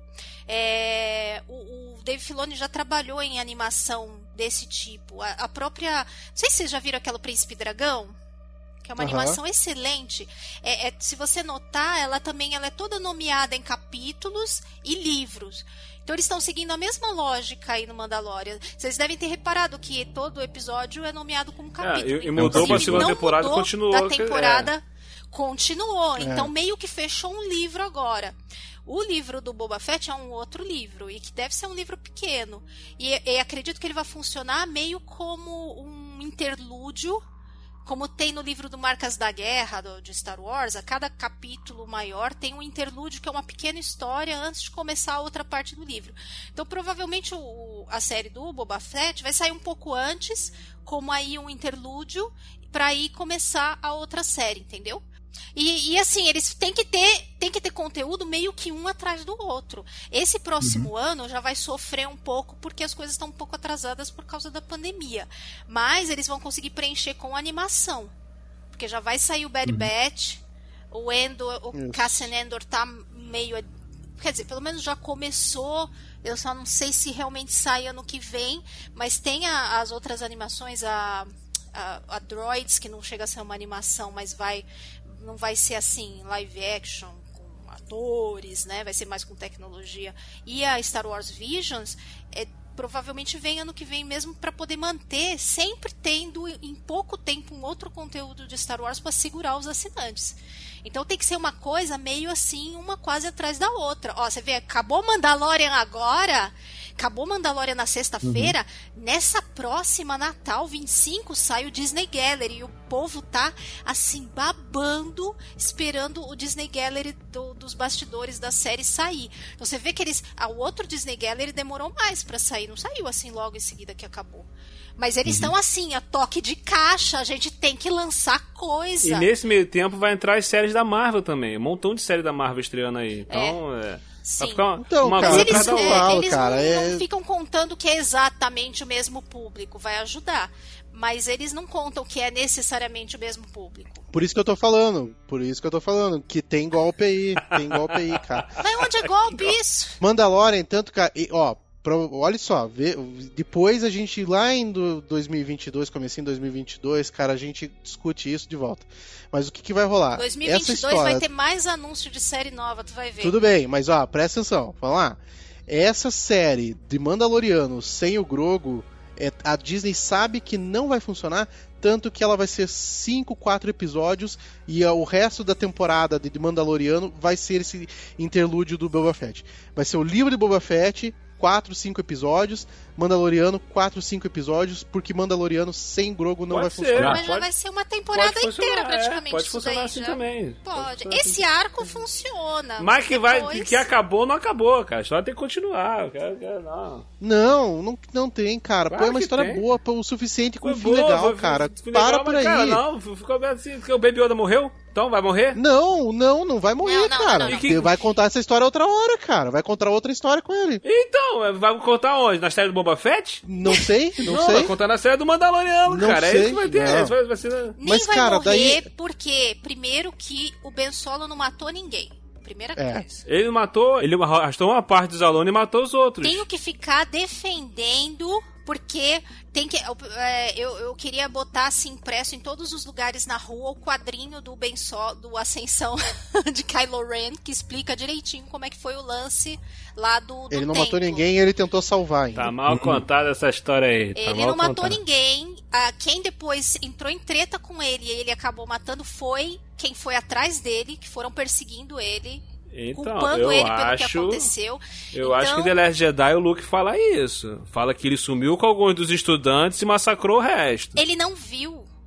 é, o, o Dave Filoni já trabalhou em animação desse tipo. A, a própria... Não sei se vocês já viram aquela Príncipe Dragão. Que é uma Uhum. animação excelente. É, é, se você notar, ela também ela é toda nomeada em capítulos e livros. Então eles estão seguindo a mesma lógica aí no Mandalorian. Vocês devem ter reparado que todo episódio é nomeado como capítulo. É, e, e mudou pra segunda não temporada e mudou continuou. da temporada, é. continuou. É. Então meio que fechou um livro agora. O livro do Boba Fett é um outro livro, e que deve ser um livro pequeno. E, e acredito que ele vai funcionar meio como um interlúdio, como tem no livro do Marcas da Guerra, do, de Star Wars. A cada capítulo maior tem um interlúdio, que é uma pequena história antes de começar a outra parte do livro. Então, provavelmente, o, a série do Boba Fett vai sair um pouco antes, como aí um interlúdio, para aí começar a outra série, entendeu? E, e assim, eles têm que ter tem que ter conteúdo meio que um atrás do outro. Esse próximo uhum. ano já vai sofrer um pouco, porque as coisas estão um pouco atrasadas por causa da pandemia. Mas eles vão conseguir preencher com animação. Porque já vai sair o Bad uhum. Batch, o Endor, o Cassian Andor tá meio... Quer dizer, pelo menos já começou. Eu só não sei se realmente sai ano que vem, mas tem a, as outras animações, a, a, a Droids, que não chega a ser uma animação, mas vai... não vai ser assim, live action, com atores, né? Vai ser mais com tecnologia. E a Star Wars Visions, é, provavelmente vem ano que vem mesmo, para poder manter, sempre tendo em pouco tempo um outro conteúdo de Star Wars para segurar os assinantes. Então tem que ser uma coisa meio assim, uma quase atrás da outra. Ó, você vê, acabou Mandalorian agora... Acabou Mandalorian na sexta-feira, uhum. nessa próxima Natal, vinte e cinco, sai o Disney Gallery, e o povo tá, assim, babando, esperando o Disney Gallery do, dos bastidores da série sair. Então você vê que eles, o outro Disney Gallery demorou mais pra sair, não saiu assim logo em seguida que acabou. Mas eles estão uhum. assim, a toque de caixa, a gente tem que lançar coisa. E nesse meio tempo vai entrar as séries da Marvel também, um montão de série da Marvel estreando aí. Então, é... é... Sim. Uma, então, uma cara, mas eles, eu é, falo, eles cara, não, é... não ficam contando que é exatamente o mesmo público, vai ajudar. Mas eles não contam que é necessariamente o mesmo público. Por isso que eu tô falando, por isso que eu tô falando, que tem golpe aí, tem golpe aí, cara. Mas onde é golpe isso? Mandalorian, tanto, cara, e, ó, pro, olha só, vê, depois a gente, lá em do, dois mil e vinte e dois, comecinho em dois mil e vinte e dois, cara, a gente discute isso de volta. Mas o que, que vai rolar? dois mil e vinte e dois Essa história... vai ter mais anúncio de série nova, tu vai ver. Tudo bem, mas ó, presta atenção, vamos lá. Essa série de Mandaloriano sem o Grogu, é, a Disney sabe que não vai funcionar, tanto que ela vai ser cinco, quatro episódios e ó, o resto da temporada de Mandaloriano vai ser esse interlúdio do Boba Fett. Vai ser o livro de Boba Fett, quatro, cinco episódios, Mandaloriano, quatro, cinco episódios, porque Mandaloriano sem Grogu não pode vai ser, funcionar. Mas já pode, vai ser uma temporada inteira, praticamente. É, pode isso funcionar daí, assim já. também. Pode. pode Esse assim. arco funciona. Mas que, depois... vai, que acabou, não acabou, cara. A história tem que continuar. Quero, quero, não. Não, não, não tem, cara. Claro Pô, é uma que história tem. boa, pô, o suficiente com um fim Boa, legal, foi- cara. foi Para legal, por mas, aí. Cara, não, ficou assim, porque o Baby Yoda morreu? Então vai morrer? Não, não, não vai morrer, Não, não, cara. não, não, não. E que- Vai contar essa história outra hora, cara. Vai contar outra história com ele. Então, vai contar onde? Na série do Boba Fett? Não sei, não, Não, sei. vai contar na série do Mandaloriano, Não cara. É sei, isso que vai ter. não. Isso vai, vai ser... Nem Mas, vai cara, morrer daí- porque, primeiro, que o Ben Solo não matou ninguém. Primeira É. coisa. Ele matou, ele arrastou uma parte dos alunos e matou os outros. Tenho que ficar defendendo, porque tem que. é, eu, eu queria botar assim impresso em todos os lugares na rua o quadrinho do Ben Solo, do Ascensão de Kylo Ren, que explica direitinho como é que foi o lance lá do, do Ele não templo. matou ninguém, ele tentou salvar ainda. Tá mal contada essa história aí. Tá Ele mal não matou contada. ninguém. Ah, quem depois entrou em treta com ele e ele acabou matando foi quem foi atrás dele, que foram perseguindo ele, Então, culpando eu ele pelo que acho, aconteceu. eu Então- acho que The Last Jedi o Luke fala isso. Fala que ele sumiu com alguns dos estudantes e massacrou o resto. Ele não viu.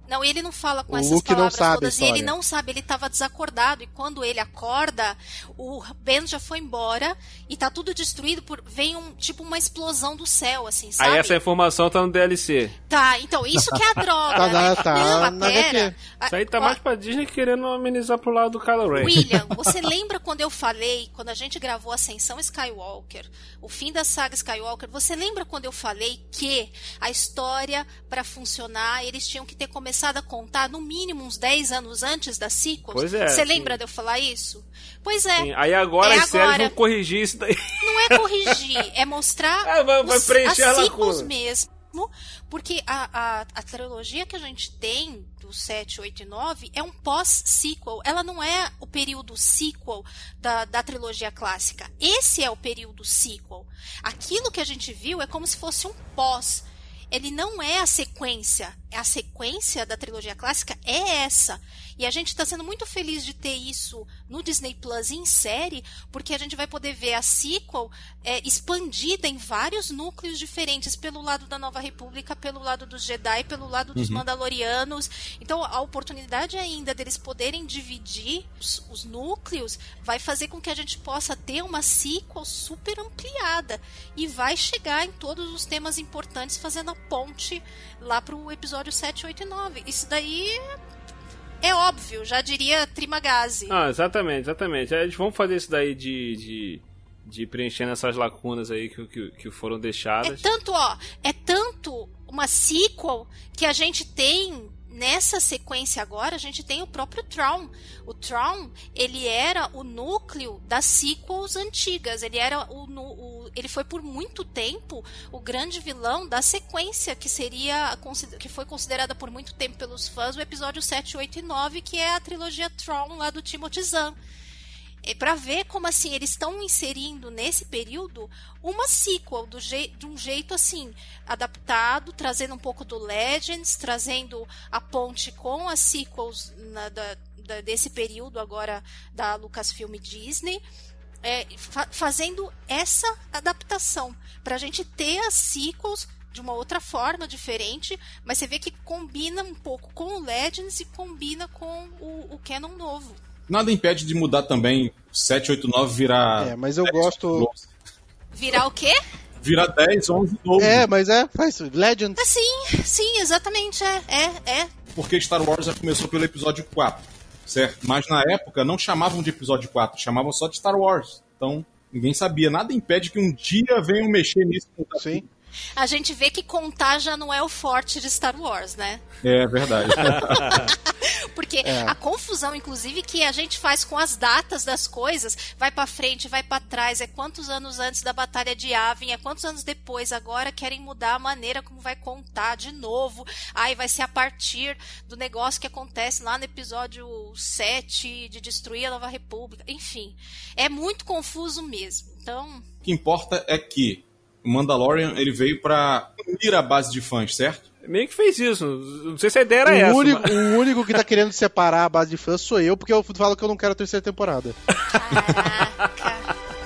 Não, ele não fala com O essas Luke não palavras sabe a todas. E ele história. não sabe, ele estava desacordado. E quando ele acorda, o Ben já foi embora e tá tudo destruído. Por... Vem um tipo uma explosão do céu, assim, sabe? Aí essa informação tá no D L C. Tá, então, isso que é a droga. Tá, né? tá, não, na mas pera. H Q. Isso aí tá mais pra Disney querendo amenizar pro lado do Kylo Ren. William, você lembra quando eu falei, quando a gente gravou Ascensão Skywalker, o fim da saga Skywalker, você lembra quando eu falei que a história, pra funcionar, eles tinham que ter começado a contar no mínimo uns dez anos antes da sequel? Pois é, você sim. lembra de eu falar isso? Pois é. Sim, aí agora é as séries agora. vão corrigir isso daí. Não é corrigir, é mostrar Ah, vai- vai os, preencher as a sequels lacuna. mesmo. Porque a, a, a trilogia que a gente tem do sete, oito e nove é um pós-sequel. Ela não é o período sequel da, da trilogia clássica. Esse é o período sequel. Aquilo que a gente viu é como se fosse um pós. Ele não é a sequência. A sequência da trilogia clássica é essa. E a gente está sendo muito feliz de ter isso no Disney Plus em série, porque a gente vai poder ver a sequel é, expandida em vários núcleos diferentes, pelo lado da Nova República, pelo lado dos Jedi, pelo lado dos Uhum. Mandalorianos. Então, a oportunidade ainda deles poderem dividir os, os núcleos vai fazer com que a gente possa ter uma sequel super ampliada. E vai chegar em todos os temas importantes, fazendo a ponte lá para o episódio sete, oito e nove. Isso daí é óbvio, já diria Trimagazzi. Ah, exatamente, exatamente. Aí, vamos fazer isso daí de, de, de preenchendo essas lacunas aí que, que, que foram É deixadas. tanto, ó, é tanto uma sequel que a gente tem nessa sequência agora, a gente tem o próprio Thrawn. O Thrawn, ele era o núcleo das sequels antigas. Ele era o, nu- o ele foi por muito tempo o grande vilão da sequência que seria consider- que foi considerada por muito tempo pelos fãs o episódio sete, oito e nove, que é a trilogia Thrawn lá do Timothy Zahn. É para ver como assim eles estão inserindo nesse período uma sequel do je- de um jeito assim adaptado, trazendo um pouco do Legends, trazendo a ponte com as sequels na- da- da- desse período agora da Lucasfilm e Disney, é, fa- fazendo essa adaptação para a gente ter as sequels de uma outra forma, diferente, mas você vê que combina um pouco com o Legends e combina com o, o canon novo. Nada impede de mudar também sete, oito, nove virar. É, mas eu dez, gosto. doze. Virar o quê? Virar dez, onze, doze. É, mas é, faz Legends. Ah, sim, sim, exatamente, é, é, é. Porque Star Wars já começou pelo episódio quatro, certo? Mas na época não chamavam de episódio quatro, chamavam só de Star Wars. Então ninguém sabia. Nada impede que um dia venham mexer nisso. Sim. A gente vê que contar já não é o forte de Star Wars, né? É verdade. Porque É. a confusão, inclusive, que a gente faz com as datas das coisas, vai pra frente, vai pra trás, é quantos anos antes da Batalha de Yavin, é quantos anos depois, agora querem mudar a maneira como vai contar de novo. Aí vai ser a partir do negócio que acontece lá no episódio sete, de destruir a Nova República. Enfim, é muito confuso mesmo. Então, O que importa é que o Mandalorian ele veio pra unir a base de fãs, certo? Meio que fez isso. Não sei se a ideia era O essa. único, mas- o único que tá querendo separar a base de fãs sou eu, porque eu falo que eu não quero a terceira temporada. caraca.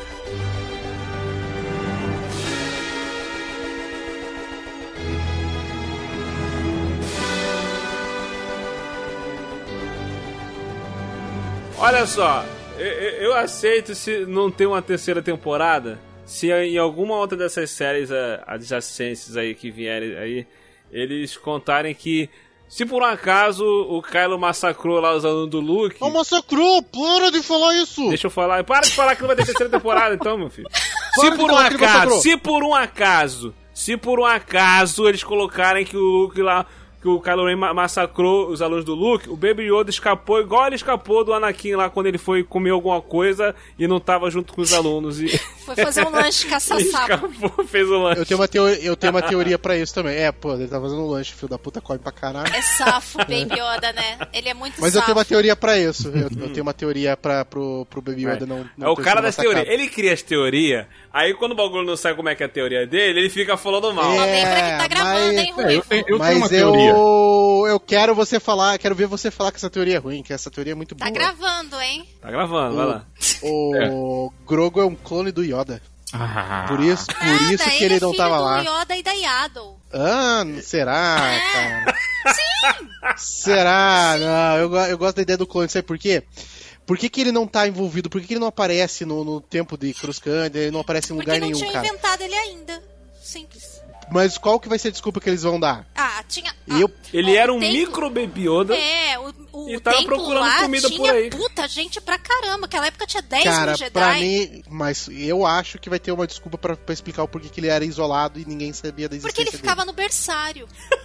Olha só, eu, eu- eu aceito se não tem uma terceira temporada, se em alguma outra dessas séries eh, adjacentes aí que vierem aí, eles contarem que se por um acaso o Kylo massacrou lá os alunos do Luke... Ô, massacrou! Para de falar isso! Deixa eu falar. Para de falar que não vai ter terceira temporada, então, meu filho. Para Se de por um falar que ele acaso, massacrou. se por um acaso, se por um acaso eles colocarem que o Luke lá, que o Kylo Ren ma- massacrou os alunos do Luke, o Baby Yoda escapou igual ele escapou do Anakin lá quando ele foi comer alguma coisa e não tava junto com os alunos e Foi fazer um lanche e caça-sapo. escapou, fez o lanche. Eu tenho, uma teoria, eu tenho uma teoria pra isso também. É, pô, ele tá fazendo um lanche, filho da puta, come pra caralho. É safo, Baby Yoda, né? Ele é muito Mas eu safo. tenho uma teoria pra isso. Eu, eu tenho uma teoria pra, pro, pro Baby Yoda não, não É o ter cara sido das massacrado. teorias. Ele cria as teorias, aí quando o bagulho não sabe como é que é a teoria dele, ele fica falando mal. Só É, lembra que tá gravando, mas- hein, É, eu Ruivo? tenho, eu tenho Mas uma eu, teoria. eu quero você falar, quero ver você falar que essa teoria é ruim, que essa teoria é muito Tá boa. gravando, hein? Tá gravando, vai lá. O Grogu é um clone do Yoda. Ah, Por isso, por isso Nada, que ele é não filho tava do lá. Yoda e da Yaddle. Ah, será, cara? Sim, Será? Não, eu, eu gosto da ideia do clone, sabe por quê? Por que, que ele não tá envolvido? Por que, que ele não aparece no, no tempo de Cruzcânia? Ele não aparece em lugar nenhum, cara? Porque não tinha inventado ele ainda. Simples. Mas qual que vai ser a desculpa que eles vão dar? Ah, tinha... Eu... Ah, ele era um templo... micro Baby Yoda. É, o, o e tava procurando lá comida tinha por aí. Puta gente pra caramba. Aquela época tinha dez Cara, mil Jedi. pra mim... Mas eu acho que vai ter uma desculpa pra, pra explicar o porquê que ele era isolado e ninguém sabia da existência Porque ele ficava dele. no berçário.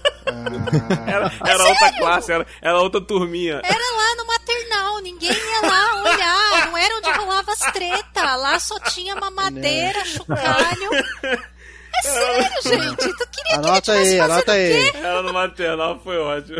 Ah... Era, era outra classe, era, era outra turminha. Era lá no maternal, ninguém ia lá olhar. Não era onde rolava as tretas. Lá só tinha mamadeira, chocalho... É sério, gente. Tu queria anota que ele tivesse aí, fazendo anota o aí. quê? Ela no maternal foi ótimo.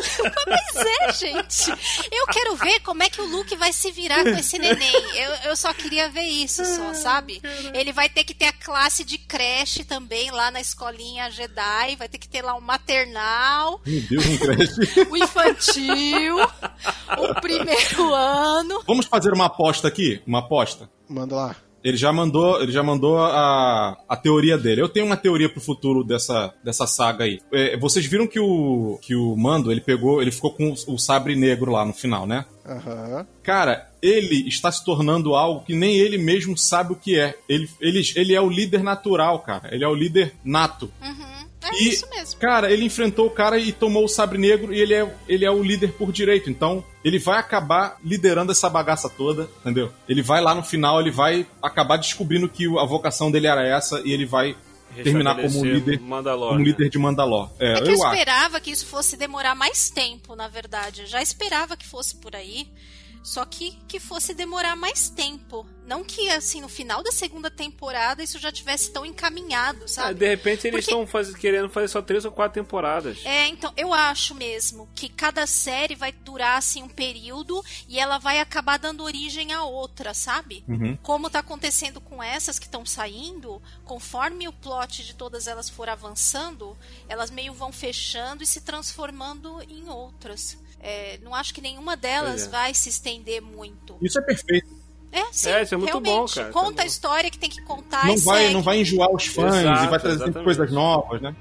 Mas é, gente. Eu quero ver como é que o Luke vai se virar com esse neném. Eu, eu só queria ver isso, só, sabe? Ele vai ter que ter a classe de creche também lá na escolinha Jedi. Vai ter que ter lá um maternal. Meu Deus, um creche. O infantil. O primeiro ano. Vamos fazer uma aposta aqui? Uma aposta? Manda lá. Ele já mandou, ele já mandou a, a teoria dele. Eu tenho uma teoria pro futuro dessa, dessa saga aí. É, vocês viram que o, que o Mando, ele pegou, ele ficou com o, o sabre negro lá no final, né? Aham. Uhum. Cara, ele está se tornando algo que nem ele mesmo sabe o que é. Ele, ele, ele é o líder natural, cara. Ele é o líder nato. Uhum. É e, isso mesmo. Cara, ele enfrentou o cara e tomou o sabre negro e ele é, ele é o líder por direito. Então, ele vai acabar liderando essa bagaça toda, entendeu? Ele vai lá no final, ele vai acabar descobrindo que a vocação dele era essa e ele vai terminar como líder, Mandalor, como né? líder de Mandalor. É, é que eu, eu acho. esperava que isso fosse demorar mais tempo, na verdade. Eu já esperava que fosse por aí. Só que, que fosse demorar mais tempo. Não que, assim, no final da segunda temporada isso já tivesse tão encaminhado, sabe? Ah, de repente eles Porque... estão faz... querendo fazer só três ou quatro temporadas. É, então, eu acho mesmo que cada série vai durar, assim, um período e ela vai acabar dando origem a outra, sabe? Uhum. Como tá acontecendo com essas que estão saindo, conforme o plot de todas elas for avançando, elas meio vão fechando e se transformando em outras. É, não acho que nenhuma delas é. vai se estender muito. Isso é perfeito. É, sim, É, isso é muito realmente. bom, cara. Conta Tá a história que tem que contar Não e vai, segue. não vai enjoar os fãs Exato, e vai trazer sempre exatamente. coisas novas, né?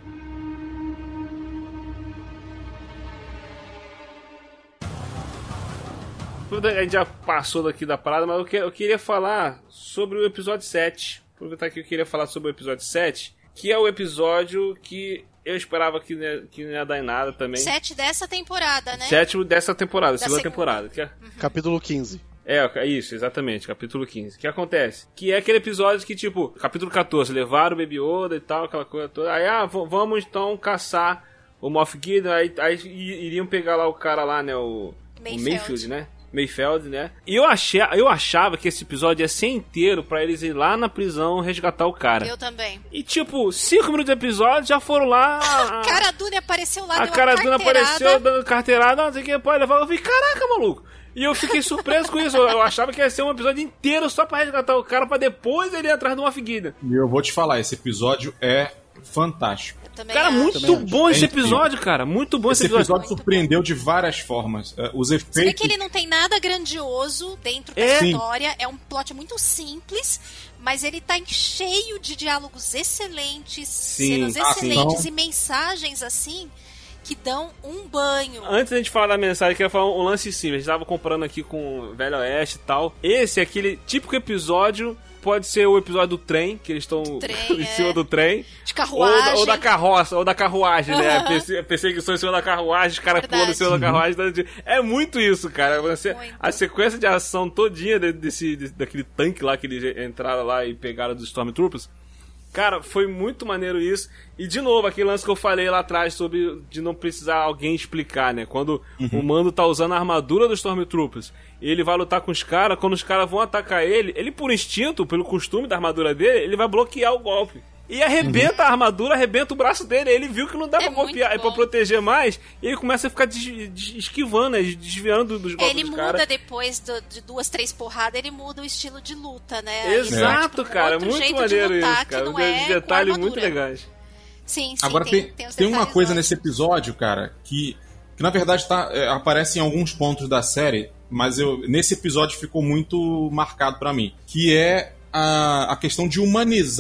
A gente já passou daqui da parada, mas eu, que, eu queria falar sobre o episódio sete. Aproveitar que eu queria falar sobre o episódio sete, que é o episódio que eu esperava que não ia, que não ia dar em nada também. Sete dessa temporada, né? Sétimo dessa temporada, Da segunda, segunda. temporada. Que é... Uhum. Capítulo quinze. É, isso, exatamente, capítulo quinze. O que acontece? Que é aquele episódio que, tipo, capítulo quatorze, levaram o Baby Yoda e tal, aquela coisa toda. Aí, ah, v- vamos então caçar o Moff Gideon. Aí, aí iriam pegar lá o cara lá, né, o Mayfeld. o Mayfield, né? Mayfeld, né? E eu, achei, eu achava que esse episódio ia ser inteiro pra eles ir lá na prisão resgatar o cara. Eu também. E, tipo, cinco minutos de episódio, já foram lá... A cara Dune apareceu lá, A deu cara uma Dune carteirada. apareceu dando carteirada, não sei o que, pode levar. Eu falei, caraca, maluco. E eu fiquei surpreso com isso. Eu achava que ia ser um episódio inteiro só pra resgatar o cara, pra depois ele ir atrás de uma figueira. E eu vou te falar, esse episódio é fantástico. Eu também Cara, acho. muito Também bom acho. esse É incrível. episódio, cara. Muito bom esse Esse episódio. episódio surpreendeu de várias formas. Uh, os Você vê efeitos... que ele não tem nada grandioso dentro da É. história, é um plot muito simples, mas ele tá cheio de diálogos excelentes, Sim, cenas ah, sim. excelentes e mensagens assim que dão um banho. Antes da gente falar da mensagem, eu queria falar um lance simples. A gente tava comprando aqui com o Velho Oeste e tal. Esse é aquele típico episódio. Pode ser o episódio do trem, que eles estão trem, em cima é. do trem. De Ou carruagem. da, ou da carroça, ou da carruagem, né? Aham. Perse- Perseguição em cima da carruagem, os caras Verdade. pulando em cima da carruagem. É muito isso, cara. Você, Muito. a sequência de ação todinha de- desse, de- daquele tanque lá que eles entraram lá e pegaram dos Stormtroopers. Cara, foi muito maneiro isso. E, de novo, aquele lance que eu falei lá atrás sobre de não precisar alguém explicar, né? Quando o Mando tá usando a armadura dos Stormtroopers e ele vai lutar com os caras, quando os caras vão atacar ele, ele, por instinto, pelo costume da armadura dele, ele vai bloquear o golpe. E arrebenta a armadura, arrebenta o braço dele. Aí ele viu que não dá É pra golpear, muito pra bom. proteger mais. E ele começa a ficar des- des- esquivando, né? Desviando dos golpes Ele dos muda caras. depois do- de duas, três porradas, ele muda o estilo de luta, né? Aí Exato, ele, tipo, cara. outro Muito jeito de maneiro lutar isso, que cara. não Tem é com detalhes muito armadura. legais. Sim, sim. Agora tem, tem, tem, os tem uma detalhes coisa ótimos. nesse episódio, cara, que, que na verdade tá, é, aparece em alguns pontos da série, mas eu, nesse episódio ficou muito marcado pra mim, que é a, a questão de humanizar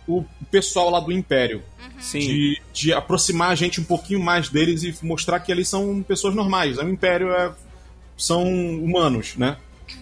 o pessoal lá do Império. Uhum. Sim. De, de aproximar a gente um pouquinho mais deles e mostrar que eles são pessoas normais. O Império é, são humanos, né?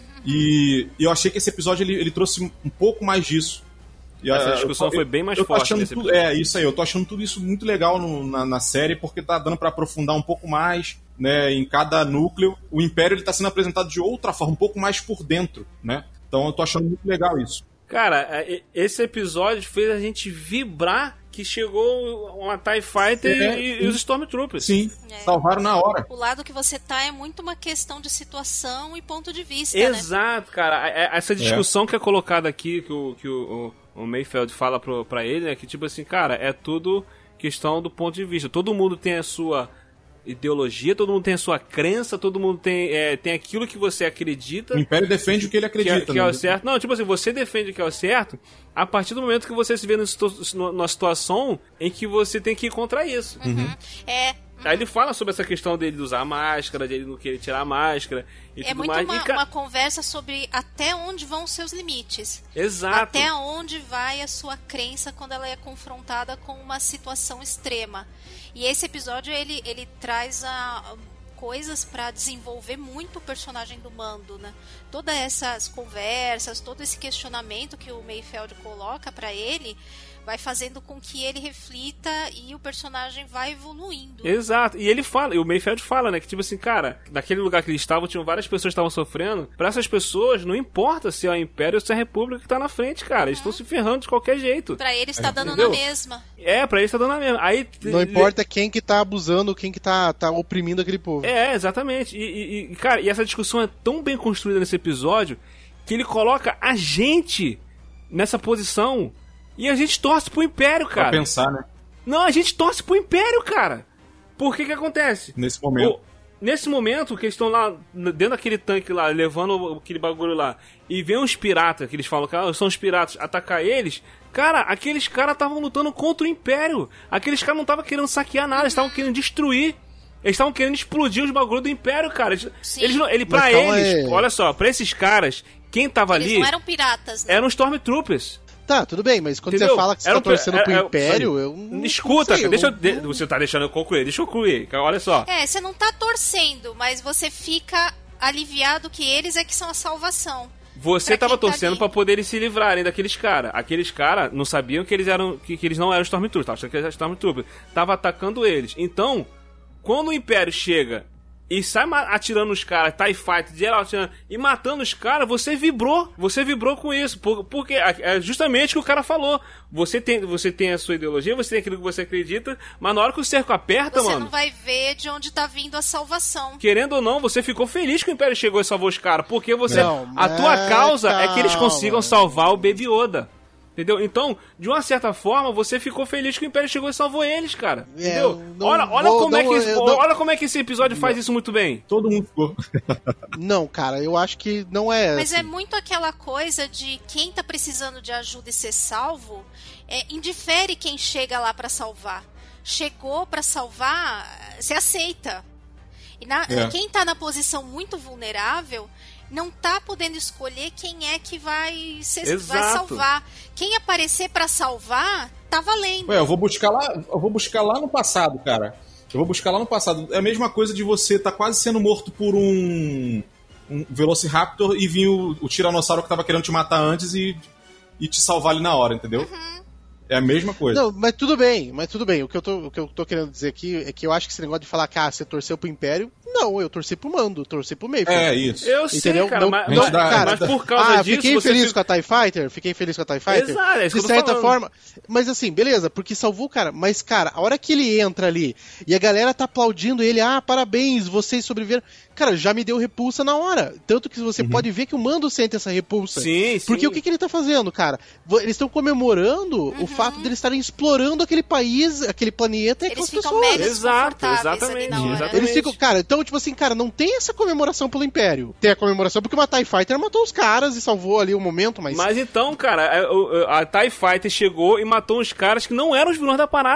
E, e eu achei que esse episódio ele, ele trouxe um pouco mais disso. E Essa a, discussão eu, foi bem mais eu tô forte achando nesse tudo, episódio. É, isso aí. Eu tô achando tudo isso muito legal no, na, na série, porque tá dando pra aprofundar um pouco mais, né, em cada núcleo. O Império ele tá sendo apresentado de outra forma, um pouco mais por dentro, né? Então eu tô achando muito legal isso. Cara, esse episódio fez a gente vibrar que chegou uma TIE Fighter É, e, e os Stormtroopers. Sim, É. salvaram na hora. O lado que você tá é muito uma questão de situação e ponto de vista, Exato, cara. Essa discussão é. que é colocada aqui, que o, que o, o Mayfeld fala pro, pra ele, é que tipo assim, cara, é tudo questão do ponto de vista. Todo mundo tem a sua ideologia, todo mundo tem a sua crença, todo mundo tem, é, tem aquilo que você acredita. O Império defende o que ele acredita. Que é, que é o certo. Não, tipo assim, você defende o que é o certo a partir do momento que você se vê numa situação em que você tem que ir contra isso. né? Uhum. É... Aí ele fala sobre essa questão dele de usar a máscara, de ele não querer tirar a máscara e É tudo muito mais. uma, E, ca- uma conversa sobre até onde vão os seus limites. Exato. Até onde vai a sua crença quando ela é confrontada com uma situação extrema. E esse episódio, ele, ele traz a, coisas para desenvolver muito o personagem do Mando, né? Todas essas conversas, todo esse questionamento que o Mayfeld coloca para ele vai fazendo com que ele reflita e o personagem vai evoluindo. Exato. E ele fala, e o Mayfeld fala, né, que tipo assim, cara, naquele lugar que eles estavam, tinham várias pessoas que estavam sofrendo. Pra essas pessoas, não importa se é o Império ou se é a República que tá na frente, cara. Uhum. Eles estão se ferrando de qualquer jeito. Pra eles tá dando Entendeu? na mesma. É, pra eles tá dando na mesma. Aí, Não importa quem que tá abusando, quem que tá, tá oprimindo aquele povo. É, exatamente. E, e- e, cara, e essa discussão é tão bem construída nesse episódio que ele coloca a gente nessa posição e a gente torce pro Império, Pra cara. pensar, né? Não, a gente torce pro Império, cara. Por que que acontece? Nesse momento. O- nesse momento que eles estão lá dentro daquele tanque lá, levando aquele bagulho lá, e vem uns piratas, que eles falam que ah, são os piratas, atacar eles. Cara, aqueles caras estavam lutando contra o Império. Aqueles caras não estavam querendo saquear nada, eles estavam querendo destruir. Eles estavam querendo explodir os bagulhos do Império, cara. Eles, Sim. eles não, ele, pra Mas calma eles, aí. olha só, pra esses caras, quem tava Eles ali não eram piratas, né? eram Stormtroopers. Tá, tudo bem, mas quando Entendeu? você fala que você Era tá um- torcendo é- pro é- Império, eu não Escuta, não sei, deixa eu, não- de- você tá deixando eu concluir, deixa eu concluir. Olha só. É, você não tá torcendo, mas você fica aliviado que eles é que são a salvação. Você Pra tava quem tá torcendo ali. pra poderem se livrarem daqueles caras. Aqueles caras não sabiam que eles eram que, que eles não eram Stormtroopers, tava achando que eles eram Stormtroopers. Tava atacando eles. Então, quando o Império chega e sai ma- atirando os caras, TIE Fighter, geral atirando, e matando os caras, você vibrou. Você vibrou com isso. Por, porque é justamente o que o cara falou. Você tem, você tem a sua ideologia, você tem aquilo que você acredita, mas na hora que o cerco aperta, Você mano, não vai ver de onde tá vindo a salvação. querendo ou não, você ficou feliz que o Império chegou e salvou os caras. Porque você. Não, a tua mas causa é que eles calma. consigam salvar o Baby Yoda. Entendeu? Então, de uma certa forma, você ficou feliz que o Império chegou e salvou eles, cara. É, Entendeu? eu não olha olha, vou- como é não, que, esse- eu não- olha como é que esse episódio faz isso muito bem. Todo mundo ficou. Não, cara, eu acho que não é Mas assim. é muito aquela coisa de quem tá precisando de ajuda e ser salvo, é, indifere quem chega lá pra salvar. Chegou pra salvar, você aceita. E na- É. quem tá na posição muito vulnerável não tá podendo escolher quem é que vai, ser, vai Exato. salvar. Quem aparecer pra salvar, tá valendo. Ué, eu vou buscar lá, eu vou buscar lá no passado, cara. Eu vou buscar lá no passado. É a mesma coisa de você tá quase sendo morto por um, um Velociraptor e vir o, o Tiranossauro que tava querendo te matar antes e, e te salvar ali na hora, entendeu? Uhum. É a mesma coisa. Não, mas tudo bem, mas tudo bem. O que, eu tô, o que eu tô querendo dizer aqui é que eu acho que esse negócio de falar que ah, você torceu pro Império, não, eu torci pro Mando, torci pro Mayfield. É isso. Eu sei, Entendeu? cara, Não- mas, não mas- dá- mas dá- por causa ah, disso. fiquei você feliz fica- com a TIE Fighter, fiquei feliz com a TIE Fighter. Exato, é isso de que eu tô certa falando. forma. Mas assim, beleza, porque salvou o cara. Mas, cara, a hora que ele entra ali e a galera tá aplaudindo ele, ah, parabéns, vocês sobreviveram. Cara, já me deu repulsa na hora. Tanto que você pode ver que o Mando sente essa repulsa. Sim, sim. Porque o que, que ele tá fazendo, cara? Vo- Eles estão comemorando o fato de eles estarem explorando aquele país, aquele planeta e Eles as ficam pessoas. mega Exato, desconfortáveis ali exatamente, na hora. exatamente. Eles ficam, cara, então, tipo assim, cara, não tem essa comemoração pelo Império. Tem a comemoração porque uma TIE Fighter matou os caras e salvou ali o momento, mas. Mas então, cara, a, a- a TIE Fighter chegou e matou uns caras que não eram os vilões da parada.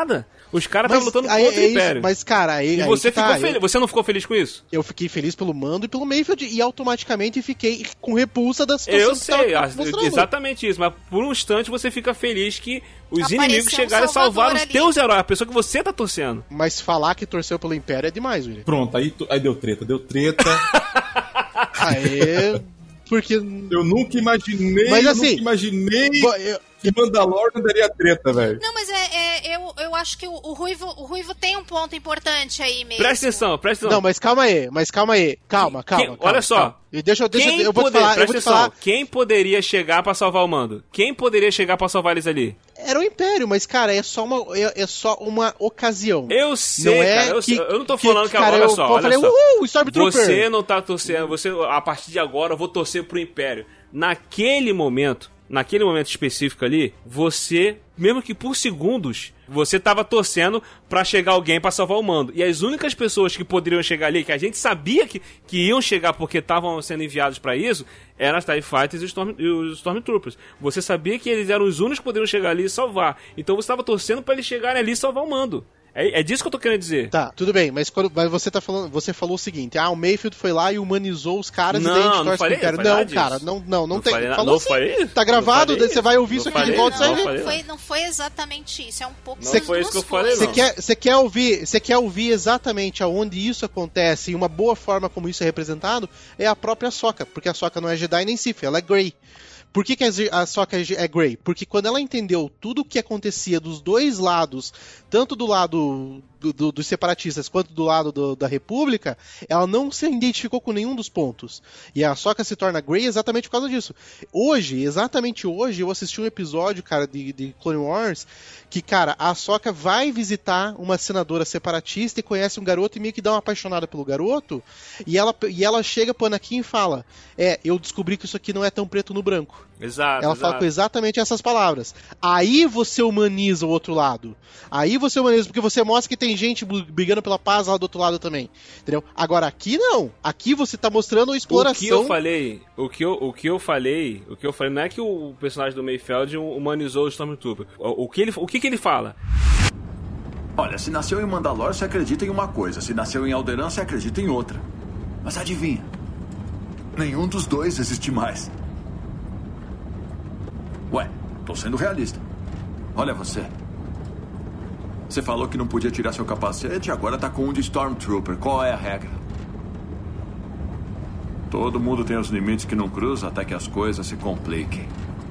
Os caras estavam lutando aí, contra é o Império. Isso, mas, cara, aí, e aí você ficou tá, feliz. eu, você não ficou feliz com isso? Eu fiquei feliz pelo Mando e pelo Mayfield e automaticamente fiquei com repulsa da situação. Eu sei, que exatamente isso. Mas por um instante você fica feliz que os Apareceu inimigos chegaram um e salvaram os ali. teus heróis, a pessoa que você tá torcendo. Mas falar que torceu pelo Império é demais, William. Pronto, aí, aí deu treta, deu treta. Aí... Porque... Eu nunca imaginei, mas, eu assim, nunca imaginei eu... que Mandalorian daria treta, velho. Não, mas é, é, eu, eu acho que o, o, Ruivo, o Ruivo tem um ponto importante aí mesmo. Presta atenção, presta atenção. Não, mas calma aí, mas calma aí. Calma, calma. Quem, calma olha só. Calma. E deixa, deixa, quem eu vou poder, te falar, eu vou te atenção, falar. Quem poderia chegar pra salvar o Mando? Quem poderia chegar pra salvar eles ali? Era o Império, mas, cara, é só uma, é, é só uma ocasião. Eu sei, não é cara. Eu, que, eu não tô que, falando que, cara, olha eu, só, eu olha falei, só. uhul, Stormtrooper. Você não tá torcendo, você, a partir de agora eu vou torcer pro Império. Naquele momento, naquele momento específico ali, você, mesmo que por segundos, você tava torcendo pra chegar alguém pra salvar o Mando. E as únicas pessoas que poderiam chegar ali, que a gente sabia que, que iam chegar porque estavam sendo enviados pra isso, eram as TIE Fighters e os, Storm, e os Stormtroopers. Você sabia que eles eram os únicos que poderiam chegar ali e salvar. Então você tava torcendo pra eles chegarem ali e salvar o Mando. É, é disso que eu tô querendo dizer. Tá, tudo bem, mas, quando, mas você tá falando, você falou o seguinte, ah, o Mayfield foi lá e humanizou os caras não, e daí a gente não falei, Império. Não, não disso. cara, não, não, não, não tem. Falei, falou não assim, falei, tá gravado, daí você vai ouvir não isso aqui falei, de volta e não, sai. não, não, foi, não foi exatamente isso, é um pouco Não das foi duas isso que eu falei, Você não. quer, você quer ouvir, você quer ouvir exatamente aonde isso acontece e uma boa forma como isso é representado é a própria Sokka, porque a Sokka não é Jedi nem Sith, ela é Grey. Por que, que a Sokka é Grey? Porque quando ela entendeu tudo o que acontecia dos dois lados, tanto do lado do, do, dos separatistas quanto do lado do, da República, ela não se identificou com nenhum dos pontos. E a Sokka se torna Grey exatamente por causa disso. Hoje, exatamente hoje, eu assisti um episódio, cara, de, de Clone Wars, que, cara, a Sokka vai visitar uma senadora separatista e conhece um garoto e meio que dá uma apaixonada pelo garoto, e ela, e ela chega pro Anakin e fala, é, eu descobri que isso aqui não é tão preto no branco. Exato, Ela exato. fala com exatamente essas palavras. Aí você humaniza o outro lado. Aí você humaniza, porque você mostra que tem gente brigando pela paz lá do outro lado também. Entendeu? Agora aqui não. Aqui você tá mostrando a exploração. O que eu falei, o que eu, o que eu falei, o que eu falei não é que o personagem do Mayfeld humanizou o Stormtrooper. O, o, que, ele, o que, que ele fala? Olha, se nasceu em Mandalore, você acredita em uma coisa. Se nasceu em Alderaan, você acredita em outra. Mas adivinha? Nenhum dos dois existe mais. Ué, tô sendo realista. Olha você. Você falou que não podia tirar seu capacete e agora tá com um de Stormtrooper. Qual é a regra? Todo mundo tem os limites que não cruza até que as coisas se compliquem.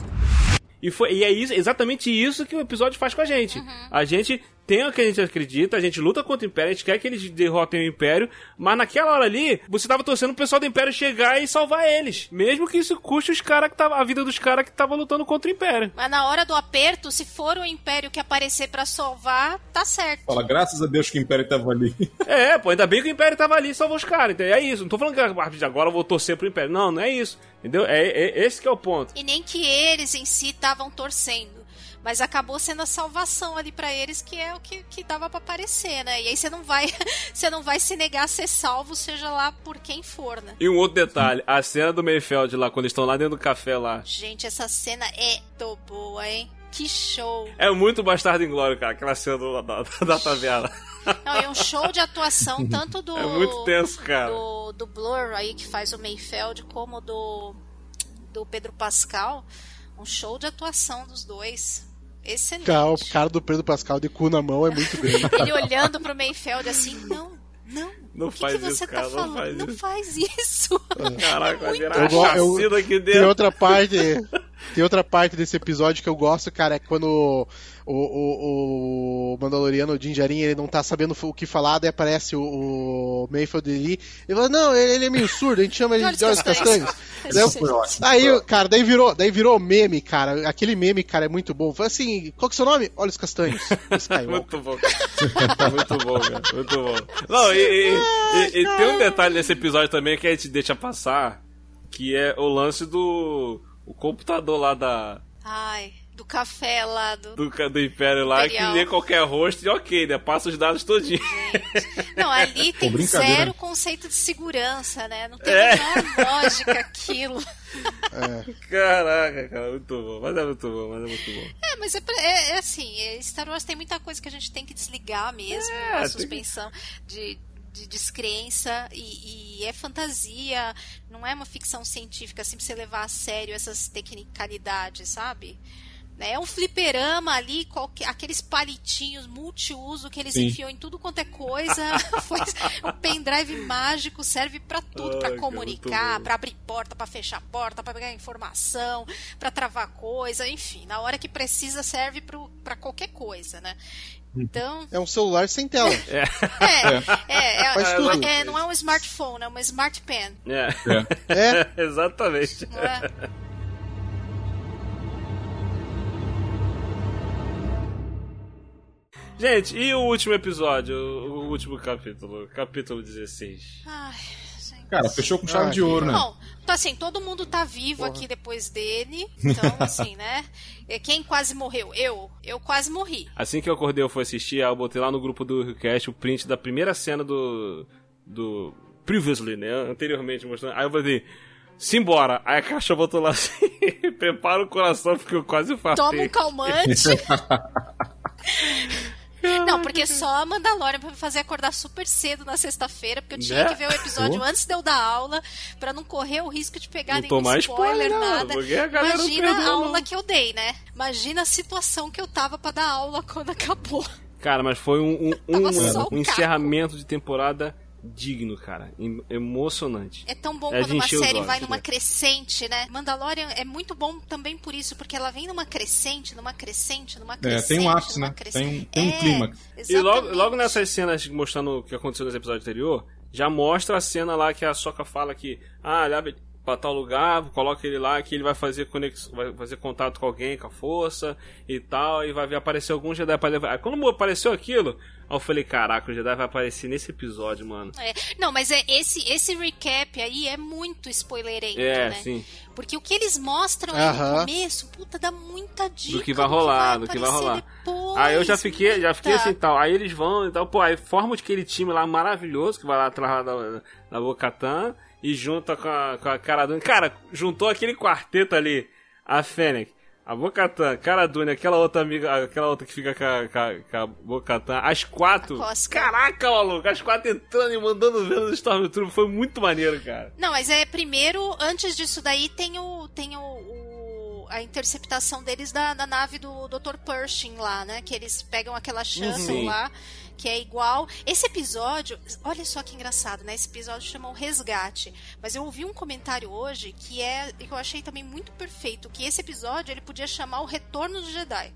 E, foi, e é isso, exatamente isso que o episódio faz com a gente. Uhum. A gente tem o que a gente acredita, a gente luta contra o Império, a gente quer que eles derrotem o Império, mas naquela hora ali, você tava torcendo o pessoal do Império chegar e salvar eles. Mesmo que isso custe os cara que tava, a vida dos caras que estavam lutando contra o Império. Mas na hora do aperto, se for o Império que aparecer pra salvar, tá certo. Fala, graças a Deus que o Império tava ali. É, pô, ainda bem que o Império tava ali e salvou os caras. Então é isso. Não tô falando que a partir de agora eu vou torcer pro Império. Não, não é isso. Entendeu? É, é esse que é o ponto. E nem que eles em si estavam torcendo. Mas acabou sendo a salvação ali pra eles, que é o que, que dava pra aparecer, né? E aí você não vai você não vai se negar a ser salvo, seja lá por quem for, né? E um outro detalhe, a cena do Mayfeld lá, quando eles estão lá dentro do café lá. Gente, essa cena é tão boa, hein? Que show! É muito Bastardo Inglório, cara, aquela cena do, da, da taverna. Não, é um show de atuação, tanto do... É muito tenso, cara. Do, do Blur aí, que faz o Mayfeld, como do, do Pedro Pascal. Um show de atuação dos dois. Excelente. Cara, o cara do Pedro Pascal de cu na mão é muito grande. Ele olhando pro Mayfeld assim, não, não. Não o que faz que você isso, tá cara, falando? não faz não isso. faz isso. Caraca, vai virar Eu go- uma eu- chacina aqui Tem dentro. outra parte. Tem outra parte desse episódio que eu gosto, cara, é quando o, o, o, o Mandaloriano, o Din Djarin, ele não tá sabendo o que falar, daí aparece o, o Mayfield ali. Ele fala, não, ele, ele é meio surdo, a gente chama ele de olhos castanhos. Daí eu- Aí, cara, daí virou, daí virou meme, cara. Aquele meme, cara, é muito bom. Foi assim, qual que é o seu nome? Olhos Castanhos. Skywalker. Muito bom, cara. Muito bom, cara. Muito bom. Não, e, e- e- e tem um detalhe nesse episódio também que a gente deixa passar, que é o lance do o computador lá da, Ai, café lá do... do, do Império lá, Imperial. que lê qualquer rosto e ok, né? Passa os dados todinhos. Gente. Não, ali tem brincadeira. zero conceito de segurança, né? Não tem É. a menor lógica aquilo. É. Caraca, cara, muito bom. Mas é muito bom, mas é muito bom. É, mas é, é, é assim, Star Wars tem muita coisa que a gente tem que desligar mesmo, É, a tem suspensão que... de, de descrença, e, e é fantasia, não é uma ficção científica assim pra você levar a sério essas tecnicalidades, sabe? É um fliperama ali, qualquer, aqueles palitinhos multiuso que eles Sim. enfiam em tudo quanto é coisa. O pendrive mágico serve pra tudo, pra comunicar, pra abrir porta, pra fechar porta, pra pegar informação, pra travar coisa, enfim, na hora que precisa serve pro, pra qualquer coisa, né? Então... É um celular sem tela. É, é, é, é, Faz tudo. é não é um smartphone, é uma smart pen. É, é. é. Exatamente. Não é? Gente, e o último episódio? O último capítulo? Capítulo dezesseis. Ai, gente. Cara, fechou com chave ah, de ouro, né? Bom, então assim, todo mundo tá vivo Porra. aqui depois dele. Então, assim, né? Quem quase morreu? Eu. Eu quase morri. Assim que eu acordei, eu fui assistir, eu botei lá no grupo do Request o print da primeira cena do... do... Previously, né? Anteriormente, mostrando. Aí eu falei... Simbora! Aí a caixa botou lá assim... Prepara o coração, porque eu quase fartei. Toma um calmante. Não, porque só a Mandalorian pra me fazer acordar super cedo na sexta-feira, porque eu tinha né? que ver o episódio oh. antes de eu dar aula, pra não correr o risco de pegar não nenhum spoiler, spoiler nada. A Imagina a aula não. que eu dei, né? Imagina a situação que eu tava pra dar aula quando acabou. Cara, mas foi um, um, um, um encerramento de temporada digno, cara. Emocionante. É tão bom é quando uma série vai numa crescente, né? Mandalorian é muito bom também por isso, porque ela vem numa crescente, numa crescente, numa crescente. É, tem um ápice, né? Tem um, tem um é, clímax. E logo, logo nessas cenas mostrando o que aconteceu nesse episódio anterior, já mostra a cena lá que a Sokka fala que, ah, leva pra tal lugar, coloca ele lá, que ele vai fazer conexão, vai fazer contato com alguém, com a força e tal, e vai ver aparecer algum Jedi pra levar. Aí quando apareceu aquilo, aí eu falei, caraca, o Jedi vai aparecer nesse episódio, mano. É, não, mas é, esse, esse recap aí é muito spoilerento, é, né? Sim. Porque o que eles mostram aí uh-huh. no começo, puta, dá muita dica do que vai rolar, do que vai, do que vai rolar. Depois, aí eu já fiquei, muita. já fiquei assim, tal. Aí eles vão e tal, pô, aí forma aquele time lá maravilhoso que vai lá atrás da, da Bo-Katan e junta com a, com a Cara Dune. Cara, juntou aquele quarteto ali, a Fennec, a Bo-Katan, Cara Dune, aquela outra amiga, aquela outra que fica com a, com a, com a Bo-Katan, as quatro. Caraca, maluco, as quatro entrando e mandando ver no Stormtrooper, foi muito maneiro, cara. Não, mas é primeiro, antes disso daí, tem o. Tem o, o a interceptação deles da, da nave do doutor Pershing lá, né? Que eles pegam aquela shuttle uhum. lá, que é igual. Esse episódio, olha só que engraçado, né? Esse episódio chama O Resgate. Mas eu ouvi um comentário hoje que é que eu achei também muito perfeito, que esse episódio ele podia chamar O Retorno do Jedi.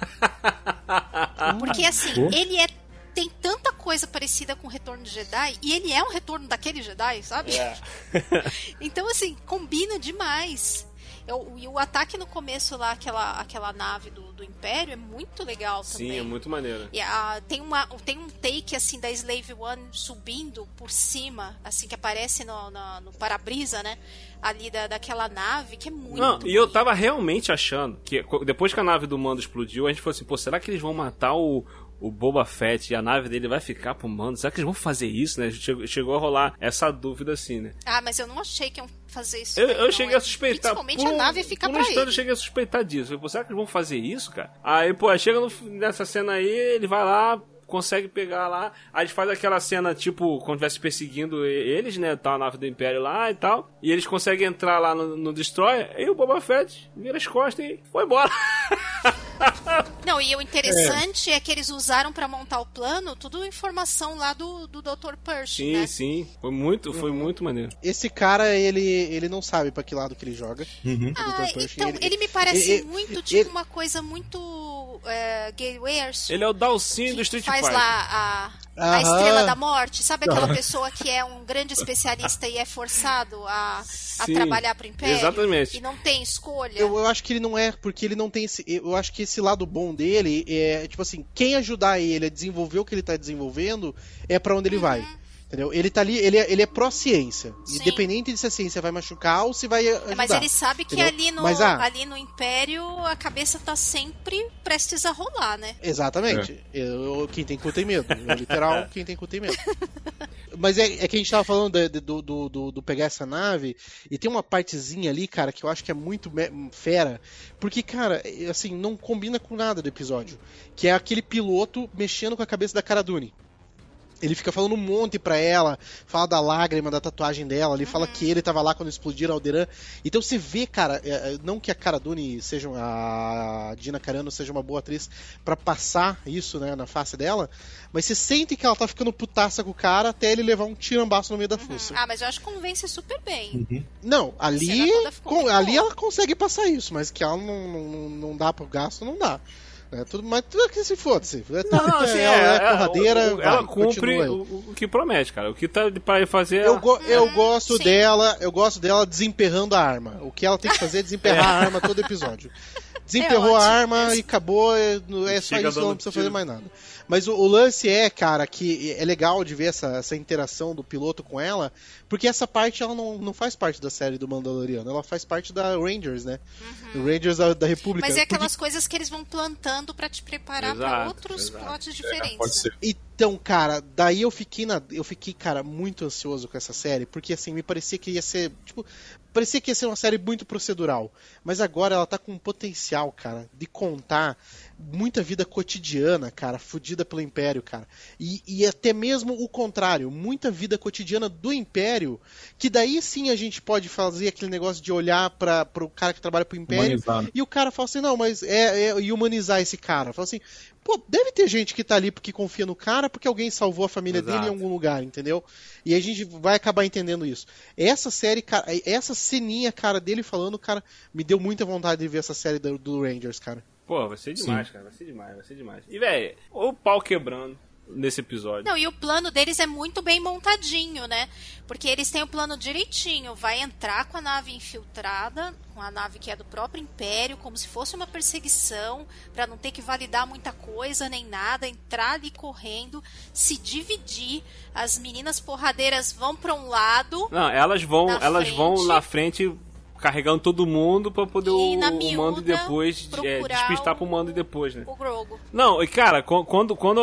Porque assim, ele é tem tanta coisa parecida com o Retorno do Jedi, e ele é um retorno daquele Jedi, sabe? Yeah. Então assim, combina demais. Eu, e o ataque no começo lá, aquela, aquela nave do, do Império, é muito legal também. Sim, é muito maneiro. E, a, tem, uma, tem um take, assim, da Slave One subindo por cima, assim, que aparece no, no, no para-brisa, né? Ali da, daquela nave, que é muito Não, bonito. E eu tava realmente achando que, depois que a nave do Mando explodiu, a gente falou assim, pô, será que eles vão matar o... o Boba Fett e a nave dele vai ficar pro Mando? Será que eles vão fazer isso, né? Chegou, chegou a rolar essa dúvida assim, né? Ah, mas eu não achei que iam fazer isso. Eu, eu cheguei é. a suspeitar. Principalmente por, a nave fica por pra um instante ele. Eu cheguei a suspeitar disso. Eu falei, será que eles vão fazer isso, cara? Aí, pô, chega no, nessa cena aí, ele vai lá, consegue pegar lá, aí eles fazem aquela cena, tipo, quando estivesse perseguindo eles, né, tá a nave do Império lá e tal, e eles conseguem entrar lá no, no Destroyer, e o Boba Fett vira as costas e foi embora. Não, e o interessante é, é que eles usaram pra montar o plano tudo informação lá do, do doutor Pershing, sim, né? Sim, sim, foi muito, foi uhum. muito maneiro. Esse cara, ele, ele não sabe pra que lado que ele joga. Uhum. Ah, então, ele, ele me parece ele, muito, tipo, ele, uma coisa muito uh, Gateway. Ele é o Dalsin do Street Fighter. Faz lá a, a Estrela da Morte, sabe aquela pessoa que é um grande especialista e é forçado a, a trabalhar pro Império? Exatamente. E não tem escolha? Eu, eu acho que ele não é, porque ele não tem esse... Eu acho que esse lado bom dele é, tipo assim, quem ajudar ele a desenvolver o que ele tá desenvolvendo é pra onde ele uhum. vai. Entendeu? Ele tá ali, ele é, ele é pró-ciência. Sim. Independente de se a ciência vai machucar ou se vai ajudar. Mas ele sabe que ali no, Mas, ah, ali no Império a cabeça tá sempre prestes a rolar, né? Exatamente. É. Eu, quem tem cu tem medo. É literal, quem tem cu tem medo. Mas é, é que a gente tava falando de, de, do, do, do, do pegar essa nave, e tem uma partezinha ali, cara, que eu acho que é muito fera, porque, cara, assim, não combina com nada do episódio, que é aquele piloto mexendo com a cabeça da Cara Dune. Ele fica falando um monte pra ela, fala da lágrima, da tatuagem dela, ele uhum. fala que ele tava lá quando explodiram Alderaan. Então você vê, cara, não que a Cara Dune seja, a Gina Carano seja uma boa atriz pra passar isso, né, na face dela, mas você sente que ela tá ficando putaça com o cara até ele levar um tirambaço no meio da fuça. Uhum. Ah, mas eu acho que convence super bem. Uhum. Não, ali, com, ali ela consegue passar isso, mas que ela não, não, não dá pro gasto, não dá. É tudo, mas tudo que se foda-se. É, não, assim, ela é, é porradeira. Ela, vai, ela cumpre o, o que promete, cara. O que tá pra fazer. Eu, go, eu hum, gosto sim. dela, eu gosto dela desemperrando a arma. O que ela tem que fazer é desemperrar a arma todo episódio. Desemperrou é a arma e acabou. É, é só isso, ela não precisa tiro. fazer mais nada. Mas o, o lance é, cara, que é legal de ver essa, essa interação do piloto com ela, porque essa parte ela não, não faz parte da série do Mandaloriano, ela faz parte da Rangers, né? Uhum. Rangers da, da República. Mas é aquelas porque... coisas que eles vão plantando pra te preparar exato, pra outros exato. plots diferentes. É, pode ser. Né? Então, cara, daí eu fiquei, na, eu fiquei, cara, muito ansioso com essa série, porque assim, me parecia que ia ser, tipo, parecia que ia ser uma série muito procedural, mas agora ela tá com um potencial, cara, de contar muita vida cotidiana, cara, fudida pelo Império, cara, e, e até mesmo o contrário, muita vida cotidiana do Império, que daí sim a gente pode fazer aquele negócio de olhar para pro cara que trabalha pro Império, humanizar. E o cara fala assim, não, mas é, é e humanizar esse cara, fala assim, pô, deve ter gente que tá ali porque confia no cara, porque alguém salvou a família Exato. dele em algum lugar, entendeu? E a gente vai acabar entendendo isso. Essa série, cara, essa ceninha, cara, dele falando, cara, me deu muita vontade de ver essa série do, do Rangers, cara. Pô, vai ser demais, Sim. cara, vai ser demais, vai ser demais. E, velho, o pau quebrando nesse episódio. Não, e o plano deles é muito bem montadinho, né? Porque eles têm o plano direitinho. Vai entrar com a nave infiltrada, com a nave que é do próprio Império, como se fosse uma perseguição, pra não ter que validar muita coisa nem nada, entrar ali correndo, se dividir. As meninas porradeiras vão pra um lado. Não, elas vão, elas frente. vão na frente carregando todo mundo pra poder o, o mando depois é, despistar pro mando depois, né? O Grogu. Não, e cara, quando, quando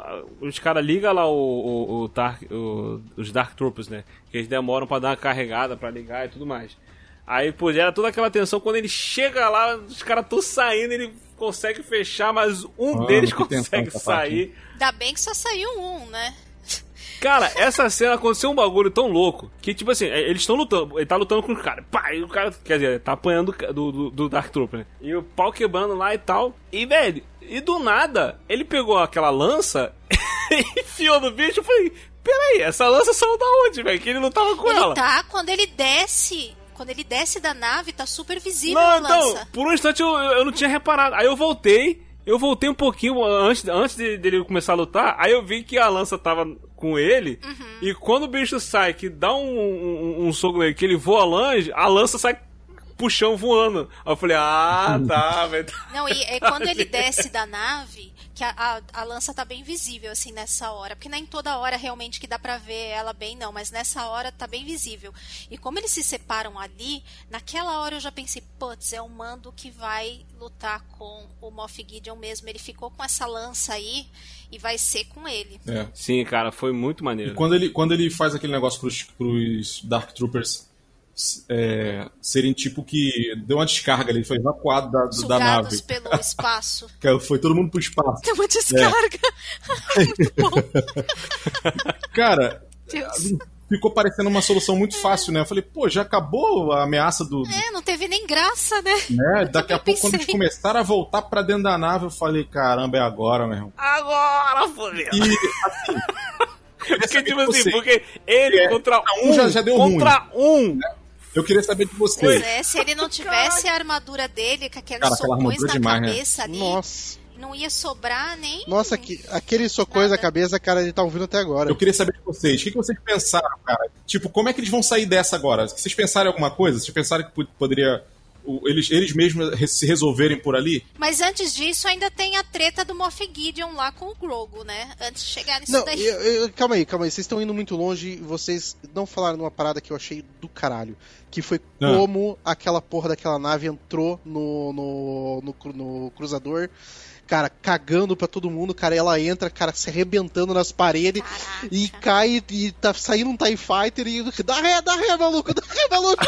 os caras ligam lá o, o, o, Dark, o, os Dark Troopers, né? Que eles demoram pra dar uma carregada, pra ligar e tudo mais. Aí, pô, gera toda aquela tensão. Quando ele chega lá, os caras estão saindo, ele consegue fechar, mas um ah, deles consegue sair. Ainda bem que só saiu um, né? Cara, essa cena aconteceu um bagulho tão louco que, tipo assim, eles estão lutando, ele tá lutando com o cara, pá, e o cara, quer dizer, tá apanhando do, do, do Dark Trooper, né? E o pau quebrando lá e tal. E, velho, e do nada, ele pegou aquela lança e enfiou no bicho. Eu falei, peraí, essa lança saiu da onde, velho? Que ele não tava com ele ela. Tá, quando ele desce. Quando ele desce da nave, tá super visível não, a então, lança. Por um instante eu, eu não tinha reparado. Aí eu voltei. Eu voltei um pouquinho antes, antes de, dele começar a lutar, aí eu vi que a lança tava com ele, uhum. E quando o bicho sai, que dá um, um, um soco nele, que ele voa longe, a lança sai puxão voando. Aí eu falei, ah, tá, velho. Não, e é quando ele desce da nave, que a, a, a lança tá bem visível, assim, nessa hora. Porque não é em toda hora realmente que dá pra ver ela bem, não. Mas nessa hora tá bem visível. E como eles se separam ali, naquela hora eu já pensei, putz, é o Mando que vai lutar com o Moff Gideon mesmo. Ele ficou com essa lança aí e vai ser com ele. É. Sim, cara, foi muito maneiro. E quando ele, quando ele faz aquele negócio pros, pros Dark Troopers É, serem tipo que deu uma descarga ali, foi evacuado da, da nave. Sugados pelo espaço. Foi todo mundo pro espaço. Deu uma descarga. É. Muito bom. Cara, Deus. Ficou parecendo uma solução muito fácil, né? Eu falei, pô, já acabou a ameaça do... É, não teve nem graça, né? né? Daqui a pouco, pensei. Quando eles começaram a voltar pra dentro da nave, eu falei, caramba, é agora, meu irmão. Agora, fodeu. E, assim... Porque, tipo assim, você. porque ele é, contra um, um já, já deu contra ruim. um... Né? Eu queria saber de você. Pois é, se ele não tivesse Caralho. a armadura dele, com aqueles socões na demais, cabeça né? ali, Nossa. não ia sobrar nem... Nossa, que, aqueles socões na cabeça, cara, ele tá ouvindo até agora. Eu queria saber de vocês. O que, que vocês pensaram, cara? Tipo, como é que eles vão sair dessa agora? Vocês pensaram em alguma coisa? Vocês pensaram que poderia o, eles, eles mesmos se resolverem por ali. Mas antes disso, ainda tem a treta do Moff Gideon lá com o Grogu, né? Antes de chegar nisso não, daí. Eu, eu, calma aí, calma aí. Vocês estão indo muito longe. Vocês não falaram numa parada que eu achei do caralho. Que foi ah. como aquela porra daquela nave entrou no, no, no, no cruzador. Cara, cagando pra todo mundo, cara, ela entra, cara, se arrebentando nas paredes. Caraca. E cai e tá saindo um TIE Fighter e dá ré, dá ré, maluco, dá ré, maluco.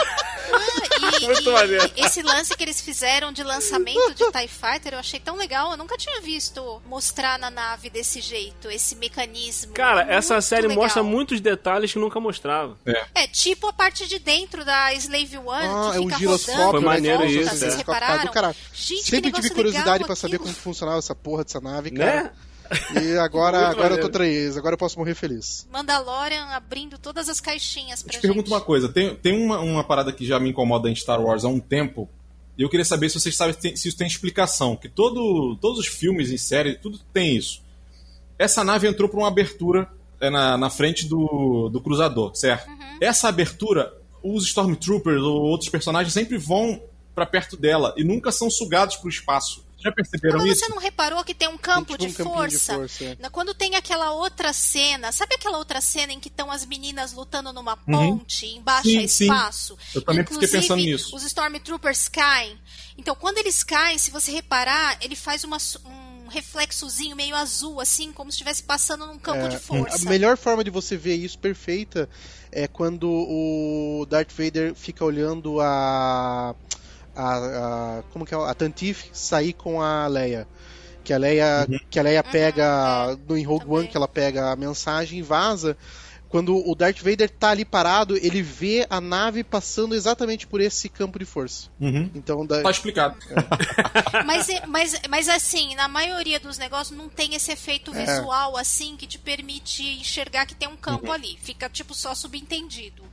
Ah, e, e esse lance que eles fizeram de lançamento de TIE Fighter, eu achei tão legal, eu nunca tinha visto mostrar na nave desse jeito, esse mecanismo. Cara, essa série legal. Mostra muitos detalhes que nunca mostrava. É, é tipo a parte de dentro da Slave One, ah, que é fica um giroscópio, rodando, foi maneiro volta, isso, vocês é. repararam? Cara, Gente, sempre tive curiosidade pra saber aquilo. como funcionava essa porra dessa nave, cara. Né? E agora, agora eu tô três, agora eu posso morrer feliz. Mandalorian abrindo todas as caixinhas pra eu te gente. pergunto uma coisa, tem, tem uma, uma parada que já me incomoda em Star Wars há um tempo, e eu queria saber se vocês sabem se isso tem explicação, que todo, todos os filmes em série, tudo tem isso. Essa nave entrou por uma abertura é, na, na frente do, do cruzador, certo? Uhum. Essa abertura, os Stormtroopers ou outros personagens sempre vão pra perto dela e nunca são sugados pro espaço. Já perceberam Mas isso? você não reparou que tem um campo tem, tipo, de, um força? de força? É. Quando tem aquela outra cena, sabe aquela outra cena em que estão as meninas lutando numa ponte, uhum. embaixo sim, é espaço? Sim. Eu também Inclusive, fiquei pensando nisso. Os Stormtroopers caem. Então, quando eles caem, se você reparar, ele faz uma, um reflexozinho meio azul, assim, como se estivesse passando num campo é, de força. A melhor forma de você ver isso perfeita é quando o Darth Vader fica olhando a... A, a, como que é? A Tantive sair com a Leia. Que a Leia, uhum. que a Leia pega uhum, é. no, em Rogue Também. One, que ela pega a mensagem e vaza. Quando o Darth Vader tá ali parado, ele vê a nave passando exatamente por esse campo de força. Uhum. Então, da... Tá explicado. É. mas, mas, mas assim, na maioria dos negócios não tem esse efeito é. visual assim que te permite enxergar que tem um campo uhum. ali. Fica tipo só subentendido.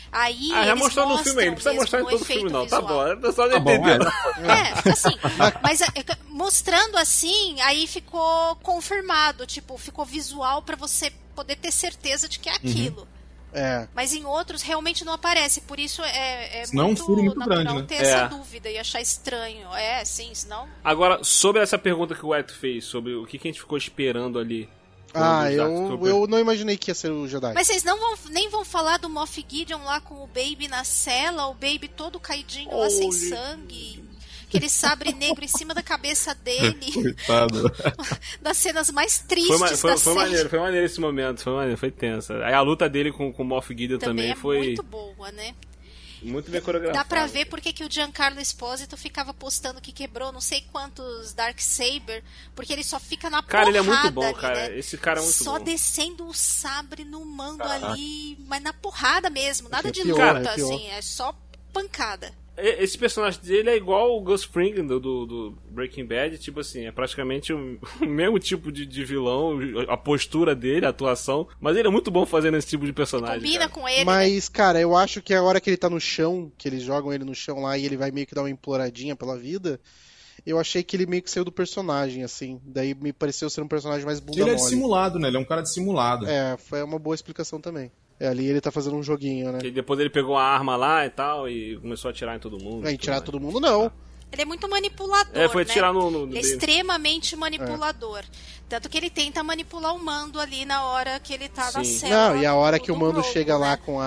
Aí ah, já mostrou no filme aí, não precisa mostrar em todo o filme não, visual. Tá bom, o pessoal não tá entendeu. Bom, é, é fica assim, mas mostrando assim, aí ficou confirmado, tipo, ficou visual pra você poder ter certeza de que é aquilo. Uhum. É. Mas em outros realmente não aparece, por isso é, é senão muito, um furo muito natural grande, né? ter é. essa dúvida e achar estranho. É, sim, senão... Agora, sobre essa pergunta que o Eto fez, sobre o que, que a gente ficou esperando ali. Ah, eu, eu não imaginei que ia ser o Jedi. Mas vocês não vão, nem vão falar do Moff Gideon lá com o Baby na cela, o Baby todo caidinho oh, lá sem li... sangue, aquele sabre negro em cima da cabeça dele. Coitado. Das cenas mais tristes foi, foi, da foi série. Maneiro, foi maneiro esse momento, foi maneiro, foi tensa. Aí a luta dele com, com o Moff Gideon também, também é foi... muito boa, né? Muito bem coreografado. Dá pra ver porque que o Giancarlo Esposito ficava postando que quebrou não sei quantos Darksaber, porque ele só fica na cara, porrada. Cara, ele é muito bom, ali, cara. Né? Esse cara é muito só bom. Só descendo o sabre no mando Caraca. ali, mas na porrada mesmo. Nada de pior, luta, é assim. É só pancada. Esse personagem dele é igual o Gus Fring do, do, do Breaking Bad, tipo assim, é praticamente o, o mesmo tipo de, de vilão, a postura dele, a atuação, mas ele é muito bom fazendo esse tipo de personagem. Combina cara. com ele. Mas, né? cara, eu acho que a hora que ele tá no chão, que eles jogam ele no chão lá e ele vai meio que dar uma imploradinha pela vida, eu achei que ele meio que saiu do personagem, assim. Daí me pareceu ser um personagem mais bunda Ele é mole. dissimulado, né? Ele é um cara dissimulado. É, foi uma boa explicação também. É, ali ele tá fazendo um joguinho, né? Que depois ele pegou a arma lá e tal e começou a atirar em todo mundo. É, em tirar todo mundo não. Ele é muito manipulador, É, foi né? tirar no... no ele é extremamente manipulador. É. Tanto que ele tenta manipular o Mando ali na hora que ele tá Sim. na cela. Não, e a hora do, que o do Mando Grogu, chega né? lá com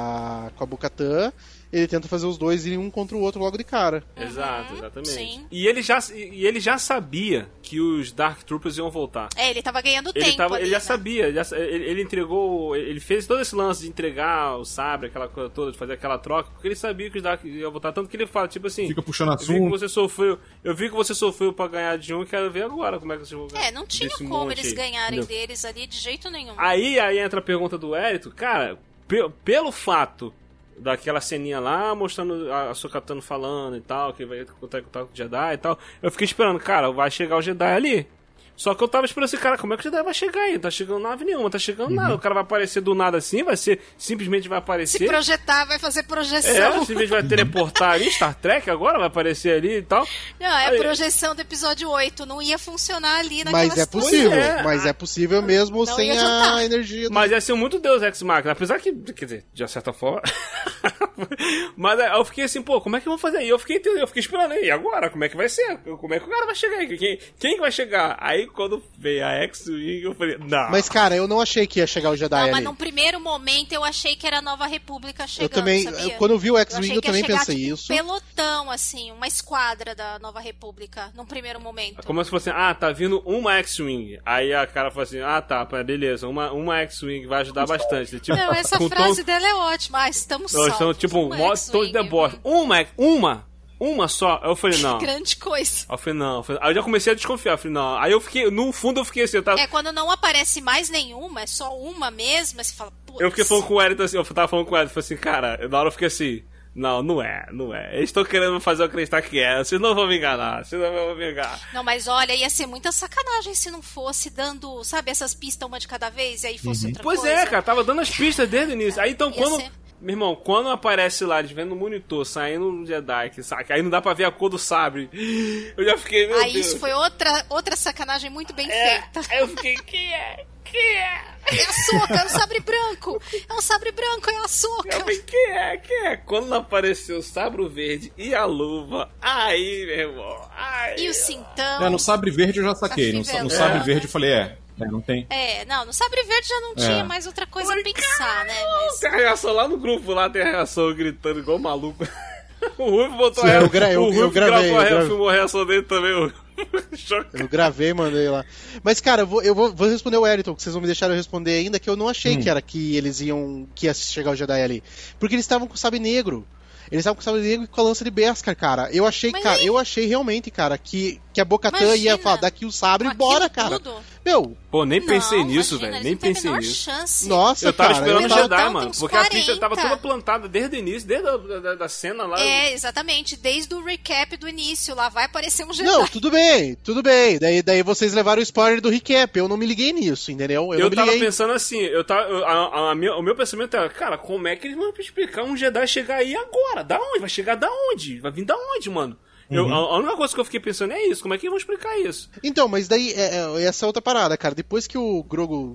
a com a Bo-Katan, ele tenta fazer os dois irem um contra o outro logo de cara. Uhum, Exato, exatamente. Sim. E ele, já, e ele já sabia que os Dark Troopers iam voltar. É, ele tava ganhando ele tempo tava, ali, Ele já né? sabia, ele, já, ele, ele entregou, ele fez todo esse lance de entregar o sabre, aquela coisa toda, de fazer aquela troca, porque ele sabia que os Dark iam voltar, tanto que ele fala, tipo assim... Fica puxando eu vi que assunto. você sofreu, eu vi que você sofreu pra ganhar de um, quero ver agora como é que você vai ganhar. É, não tinha como eles aí, ganharem entendeu? Deles ali de jeito nenhum. Aí, aí entra a pergunta do Hérito, cara, pe- pelo fato daquela ceninha lá, mostrando a, a Sokatano falando e tal, que vai contar em contato com o Jedi e tal, eu fiquei esperando, cara, vai chegar o Jedi ali. Só que eu tava esperando assim, cara, como é que o Jedi vai chegar aí? Não tá chegando nave nenhuma, não tá chegando uhum. nada. O cara vai aparecer do nada assim, vai ser, simplesmente vai aparecer. Se projetar, vai fazer projeção. É, simplesmente vai teleportar ali, Star Trek agora, vai aparecer ali e tal. Não, é aí, a projeção do episódio oito, não ia funcionar ali naquela Mas é situação. possível, é. mas é possível mesmo não sem a energia do... Mas ia ser muito Deus Ex Machina, apesar que, quer dizer, de certa forma... Mas aí eu fiquei assim, pô, como é que eu vou fazer? E eu fiquei, eu fiquei esperando aí, e agora? Como é que vai ser? Como é que o cara vai chegar aí? Quem, quem que vai chegar? Aí quando veio a X-Wing, eu falei, não. Mas, cara, eu não achei que ia chegar o Jedi não, ali. Mas num primeiro momento eu achei que era a Nova República chegando, eu também, sabia? Quando eu vi o X-Wing, eu, eu também chegar, pensei tipo, isso. Um pelotão, assim, uma esquadra da Nova República, num primeiro momento. Como se fosse, ah, tá vindo uma X-Wing. Aí a cara falou assim, ah, tá, beleza, uma, uma X-Wing vai ajudar bastante. Tipo, não, essa frase tom... dela é ótima. Ah, estamos salvos. Estamos, tipo, um modo tom de deboche. Uma, uma, uma só. Aí eu falei, não. Grande coisa. Aí eu falei, não. Aí eu já comecei a desconfiar. Eu falei, não. Aí eu fiquei, no fundo eu fiquei assim, eu tava... É, quando não aparece mais nenhuma, é só uma mesmo, você fala, putz. Eu fiquei falando com o Elton assim, eu tava falando com o Elton, falei assim, cara, na hora eu fiquei assim, não, não é, não é. Eles estão querendo fazer eu acreditar que é. Vocês não vão me enganar, vocês não vão me enganar. Não, mas olha, ia ser muita sacanagem se não fosse dando, sabe, essas pistas uma de cada vez e aí fosse uhum. outra pois coisa. Pois é, cara, tava dando as pistas desde o início. Aí então ia quando... Ser... Meu irmão, quando aparece lá, eles vendo no monitor, saindo um Jedi, que saca, aí não dá pra ver a cor do sabre. Eu já fiquei, meu aí Deus. Isso foi outra, outra sacanagem muito bem é, feita. Aí eu fiquei, quem é? Quem é? É a Soca, é um sabre branco. É um sabre branco, é a Soca. Eu falei, quem é? Quem é? Quando não apareceu o sabre verde e a luva, aí, meu irmão, aí... E o cintão. É, no sabre verde eu já saquei. No, no sabre é. verde eu falei, é... É, não tem. É, não, no Sabre Verde já não tinha é. mais outra coisa a pensar, né? Mas... Tem a reação lá no grupo, lá tem a reação gritando igual maluco. O Rufo botou Sim, a eu, gra eu, o Rufo eu gravei, gravou a eu filmou a reação dele também. Eu gravei e mandei lá. Mas, cara, eu vou, eu vou, vou responder o Wellington, que vocês vão me deixar eu responder ainda, que eu não achei hum. que era que eles iam, que ia chegar o Jedi ali. Porque eles estavam com o sabre negro. Eles estavam com o sabre negro e com a lança de Beskar, cara. Eu achei, Mas cara, aí... eu achei realmente, cara, que, que a Bo-Katan ia falar, daqui o sabre e bora, cara. Tudo? Meu... Pô, nem pensei não, nisso, imagina, velho. Nem pensei nisso. Chance. Nossa, eu tava cara, esperando eu o tava... Jedi, então, mano. Porque quarenta. A pista tava toda plantada desde o início, desde a da, da cena lá. É, exatamente. Desde o recap do início. Lá vai aparecer um Jedi. Não, tudo bem, tudo bem. Daí, daí vocês levaram o spoiler do recap. Eu não me liguei nisso, entendeu? Eu, eu não me tava liguei... pensando assim, eu tava, a, a, a minha, o meu pensamento era, cara, como é que eles vão explicar um Jedi chegar aí agora? Da onde? Vai chegar da onde? Vai vir da onde, mano? Eu, uhum. a, a única coisa que eu fiquei pensando é isso, como é que eles vão explicar isso? Então, mas daí, é, é, essa é outra parada, cara. Depois que o Grogu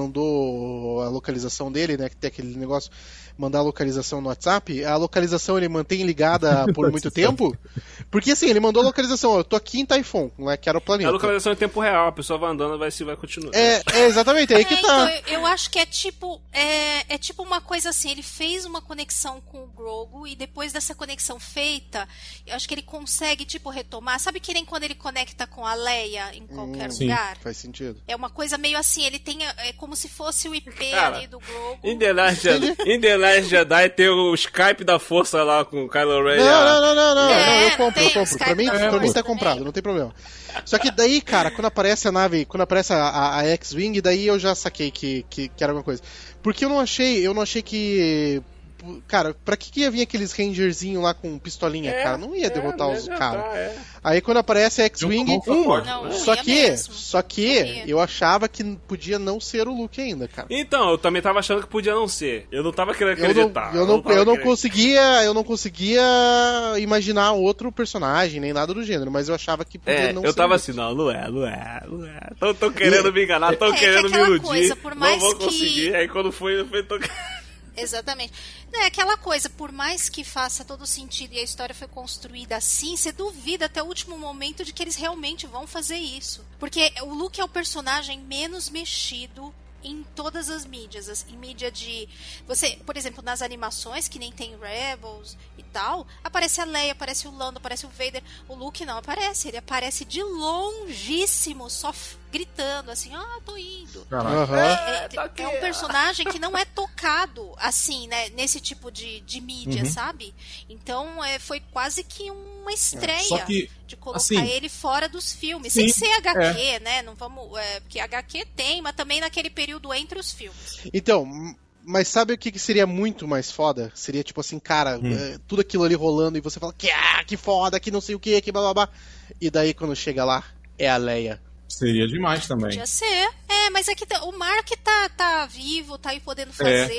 mandou a localização dele, né, que tem aquele negócio, mandar a localização no WhatsApp, a localização ele mantém ligada por muito tempo, porque assim, ele mandou a localização, ó, eu tô aqui em Typhon, né, que era o planeta. A localização é em tempo real, a pessoa vai andando, vai, vai continuar. É, é exatamente, é aí que é, tá. Então, eu, eu acho que é tipo, é, é tipo uma coisa assim, ele fez uma conexão com o Grogu e depois dessa conexão feita, eu acho que ele consegue consegue, tipo, retomar. Sabe que nem quando ele conecta com a Leia em qualquer hum, lugar? Sim, faz sentido. É uma coisa meio assim, ele tem... É como se fosse o I P Cara, ali do Grogu. Em The Last Jedi, in The Last Jedi tem o Skype da força lá com o Kylo Ren. Não, não, não, não, não, é, não, eu compro, eu compro. Pra mim, pra mim tá também. comprado, não tem problema. Só que daí, cara, quando aparece a nave, quando aparece a, a, a X-Wing, daí eu já saquei que, que, que era alguma coisa. Porque eu não achei, eu não achei que... Cara, pra que, que ia vir aqueles rangerzinhos lá com pistolinha, é, cara? Não ia derrotar é, os caras. É. Aí quando aparece a X-Wing, uma. Não, só que, mesmo. só que eu achava que podia não ser o Luke ainda, cara. Então, eu também tava achando que podia não ser. Eu não tava querendo acreditar. Eu não, eu não, eu não querendo... conseguia, eu não conseguia imaginar outro personagem, nem nada do gênero, mas eu achava que podia é, não eu ser. Eu tava assim, não, não é, não é, não é. Tão, tão querendo e... me enganar, tão é, querendo que me iludir. Coisa, por mais não vou que... conseguir. Aí quando foi, eu fui tô... Exatamente. Não, é aquela coisa, por mais que faça todo sentido e a história foi construída assim, você duvida até o último momento de que eles realmente vão fazer isso. Porque o Luke é o personagem menos mexido em todas as mídias, em mídia de... Você, por exemplo, nas animações, que nem tem Rebels e tal, aparece a Leia, aparece o Lando, aparece o Vader. O Luke não aparece, ele aparece de longíssimo, só gritando assim, ah, tô indo. Uhum. É, é, é um personagem que não é tocado assim, né, nesse tipo de, de mídia, uhum. sabe? Então é, foi quase que uma estreia é, que, de colocar assim, ele fora dos filmes, sim, sem ser H Q, é. né? Não vamos, é, porque H Q tem, mas também naquele período entre os filmes. Então, mas sabe o que, que seria muito mais foda? Seria tipo assim, cara, hum. é, tudo aquilo ali rolando e você fala que ah, que foda, que não sei o que, que blá blá blá. E daí quando chega lá, é a Leia. Seria demais também. Podia ser. É, mas é que o Mark tá, tá vivo, tá aí podendo fazer. É.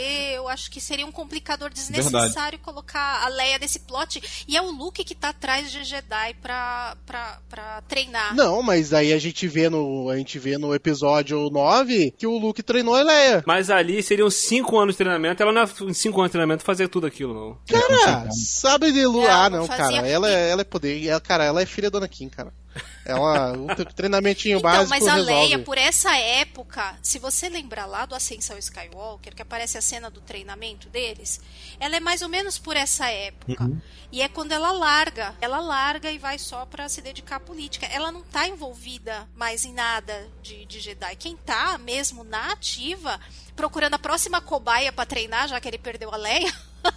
eu acho que seria um complicador desnecessário Verdade. colocar a Leia nesse plot. E é o Luke que tá atrás de Jedi pra, pra, pra treinar. Não, mas aí a gente vê no, a gente vê no episódio nove que o Luke treinou a Leia. Mas ali seriam cinco anos de treinamento. Ela não é em cinco anos de treinamento fazer tudo aquilo, não. Cara, sabe de Lu... Ah, não, cara. Ela é, ela é poder. Ela, cara, ela é filha da Anakin, cara. Ela, um treinamentinho então, básico mas a resolve. Leia, por essa época, se você lembrar lá do Ascensão Skywalker, que aparece a cena do treinamento deles, ela é mais ou menos por essa época. Uhum. E é quando ela larga. Ela larga e vai só pra se dedicar à política. Ela não tá envolvida mais em nada de, de Jedi. Quem tá mesmo na ativa, procurando a próxima cobaia pra treinar, já que ele perdeu a Leia...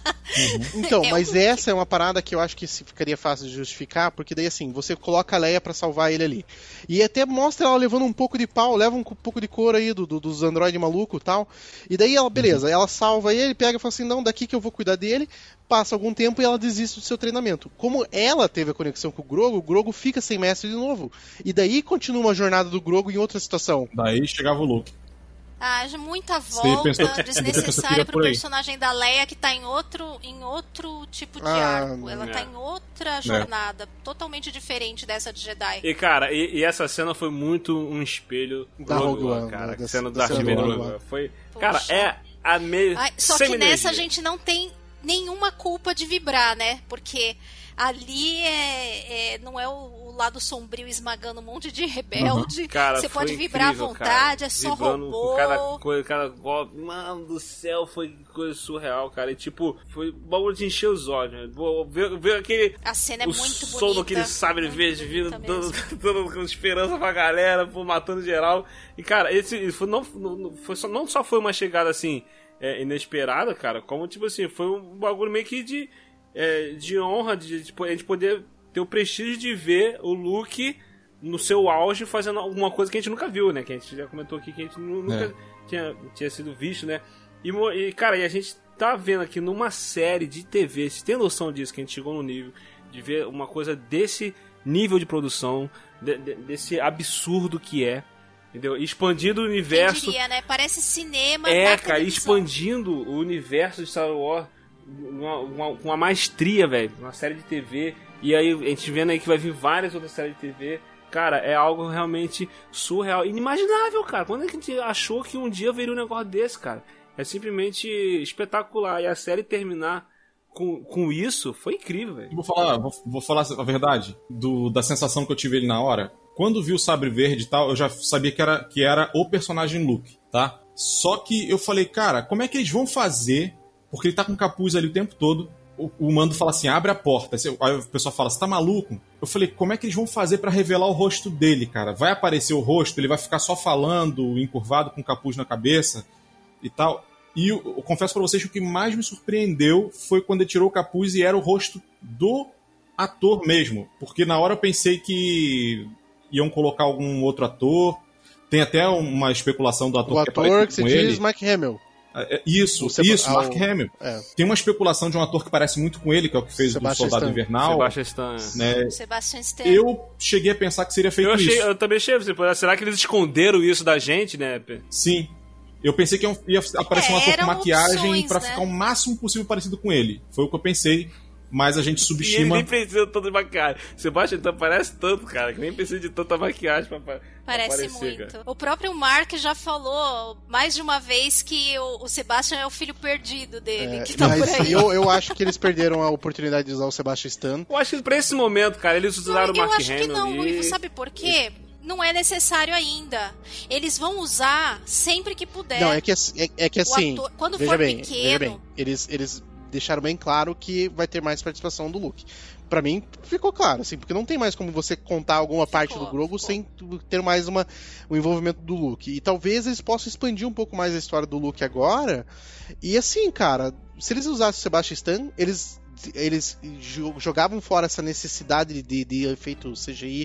Uhum. Então, é mas um... essa é uma parada que eu acho que ficaria fácil de justificar, porque daí assim, você coloca a Leia pra salvar ele ali. E até mostra ela levando um pouco de pau, leva um pouco de couro aí do, do, dos androides malucos e tal. E daí ela, beleza, uhum. ela salva ele, pega e fala assim, não, daqui que eu vou cuidar dele. Passa algum tempo e ela desiste do seu treinamento. Como ela teve a conexão com o Grogu, o Grogu fica sem mestre de novo. E daí continua uma jornada do Grogu em outra situação. Daí chegava o Luke. Ah, muita volta pensou, desnecessária pro personagem da Leia que tá em outro, em outro tipo de ah, arco. Ela é. tá em outra jornada, é. totalmente diferente dessa de Jedi. E, cara, e, e essa cena foi muito um espelho da Rogue One, cara. Da, cena do Darth Vader. Foi, cara, é a mesma. Só que nessa a gente não tem nenhuma culpa de vibrar, né? Porque ali é, é, não é o, o lado sombrio esmagando um monte de rebelde. Uhum. Cara, você pode vibrar incrível, à vontade, cara. É só Vibrando robô. Cada coisa, cada golpe. Mano do céu, foi coisa surreal, cara. E tipo, foi bagulho de encher os olhos. Né? Ver, ver aquele. A cena é o muito bonita. O som daquele sabre verde vindo, dando, dando com esperança pra galera, pô, matando geral. E cara, esse foi, não, não, foi só, não só foi uma chegada assim, é, inesperada, cara, como tipo assim, foi um bagulho meio que de. É, de honra, de, de, de a gente poder ter o prestígio de ver o Luke no seu auge fazendo alguma coisa que a gente nunca viu, né? Que a gente já comentou aqui que a gente nunca é. tinha, tinha sido visto, né? E, e, cara, e a gente tá vendo aqui numa série de T V, você tem noção disso, que a gente chegou no nível de ver uma coisa desse nível de produção, de, de, desse absurdo que é, entendeu? Expandindo o universo. Quem diria, né? Parece cinema. É, cara, expandindo o universo de Star Wars. Uma, uma, uma maestria, velho, uma série de T V, e aí a gente vendo aí que vai vir várias outras séries de T V, cara, é algo realmente surreal, inimaginável, cara. Quando a gente achou que um dia veria um negócio desse, cara? É simplesmente espetacular, e a série terminar com, com isso foi incrível, velho. Vou falar, vou, vou falar a verdade do, da sensação que eu tive ali na hora. Quando vi o sabre verde e tal, eu já sabia que era, que era o personagem Luke, tá? Só que eu falei, cara, como é que eles vão fazer? Porque ele tá com capuz ali o tempo todo. O, o Mando fala assim, abre a porta. Aí o pessoal fala, você tá maluco? Eu falei, como é que eles vão fazer pra revelar o rosto dele, cara? Vai aparecer o rosto, ele vai ficar só falando, encurvado, com capuz na cabeça e tal. E eu, eu confesso pra vocês que o que mais me surpreendeu foi quando ele tirou o capuz e era o rosto do ator mesmo. Porque na hora eu pensei que iam colocar algum outro ator. Tem até uma especulação do ator o que ator aparece que se com diz ele. Mark Hamill. Isso, Seba- isso, ah, Mark o... Hamill. É. Tem uma especulação de um ator que parece muito com ele, que é o que fez Sebastian o Soldado Stan. Invernal. Sebastian Stan. Né? Sebastian Stan. Eu cheguei a pensar que seria feito eu achei, isso. Eu também achei. Será que eles esconderam isso da gente, né? Sim. Eu pensei que ia aparecer é, um ator com maquiagem opções, pra né? ficar o máximo possível parecido com ele. Foi o que eu pensei. Mas a gente subestima. E ele nem precisa de tanta maquiagem. Sebastian então parece tanto, cara, que nem precisa de tanta maquiagem pra, pra Parece aparecer, muito. Cara. O próprio Mark já falou mais de uma vez que o, o Sebastian é o filho perdido dele, É, que tá mas por aí. Eu, eu acho que eles perderam a oportunidade de usar o Sebastian Stan. Eu acho que pra esse momento, cara, eles usaram não, o Mark Eu acho Hamill que não, ali. Luivo, sabe por quê? Não é necessário ainda. Eles vão usar sempre que puder. Não, é que, é, é que assim, ator, quando veja for bem, pequeno... veja bem, eles, eles deixaram bem claro que vai ter mais participação do Luke. Pra mim, ficou claro, assim, porque não tem mais como você contar alguma ficou, parte do Grogu ficou. sem ter mais uma, um envolvimento do Luke. E talvez eles possam expandir um pouco mais a história do Luke agora. E assim, cara, se eles usassem o Sebastian Stan, eles, eles jogavam fora essa necessidade de, de efeito C G I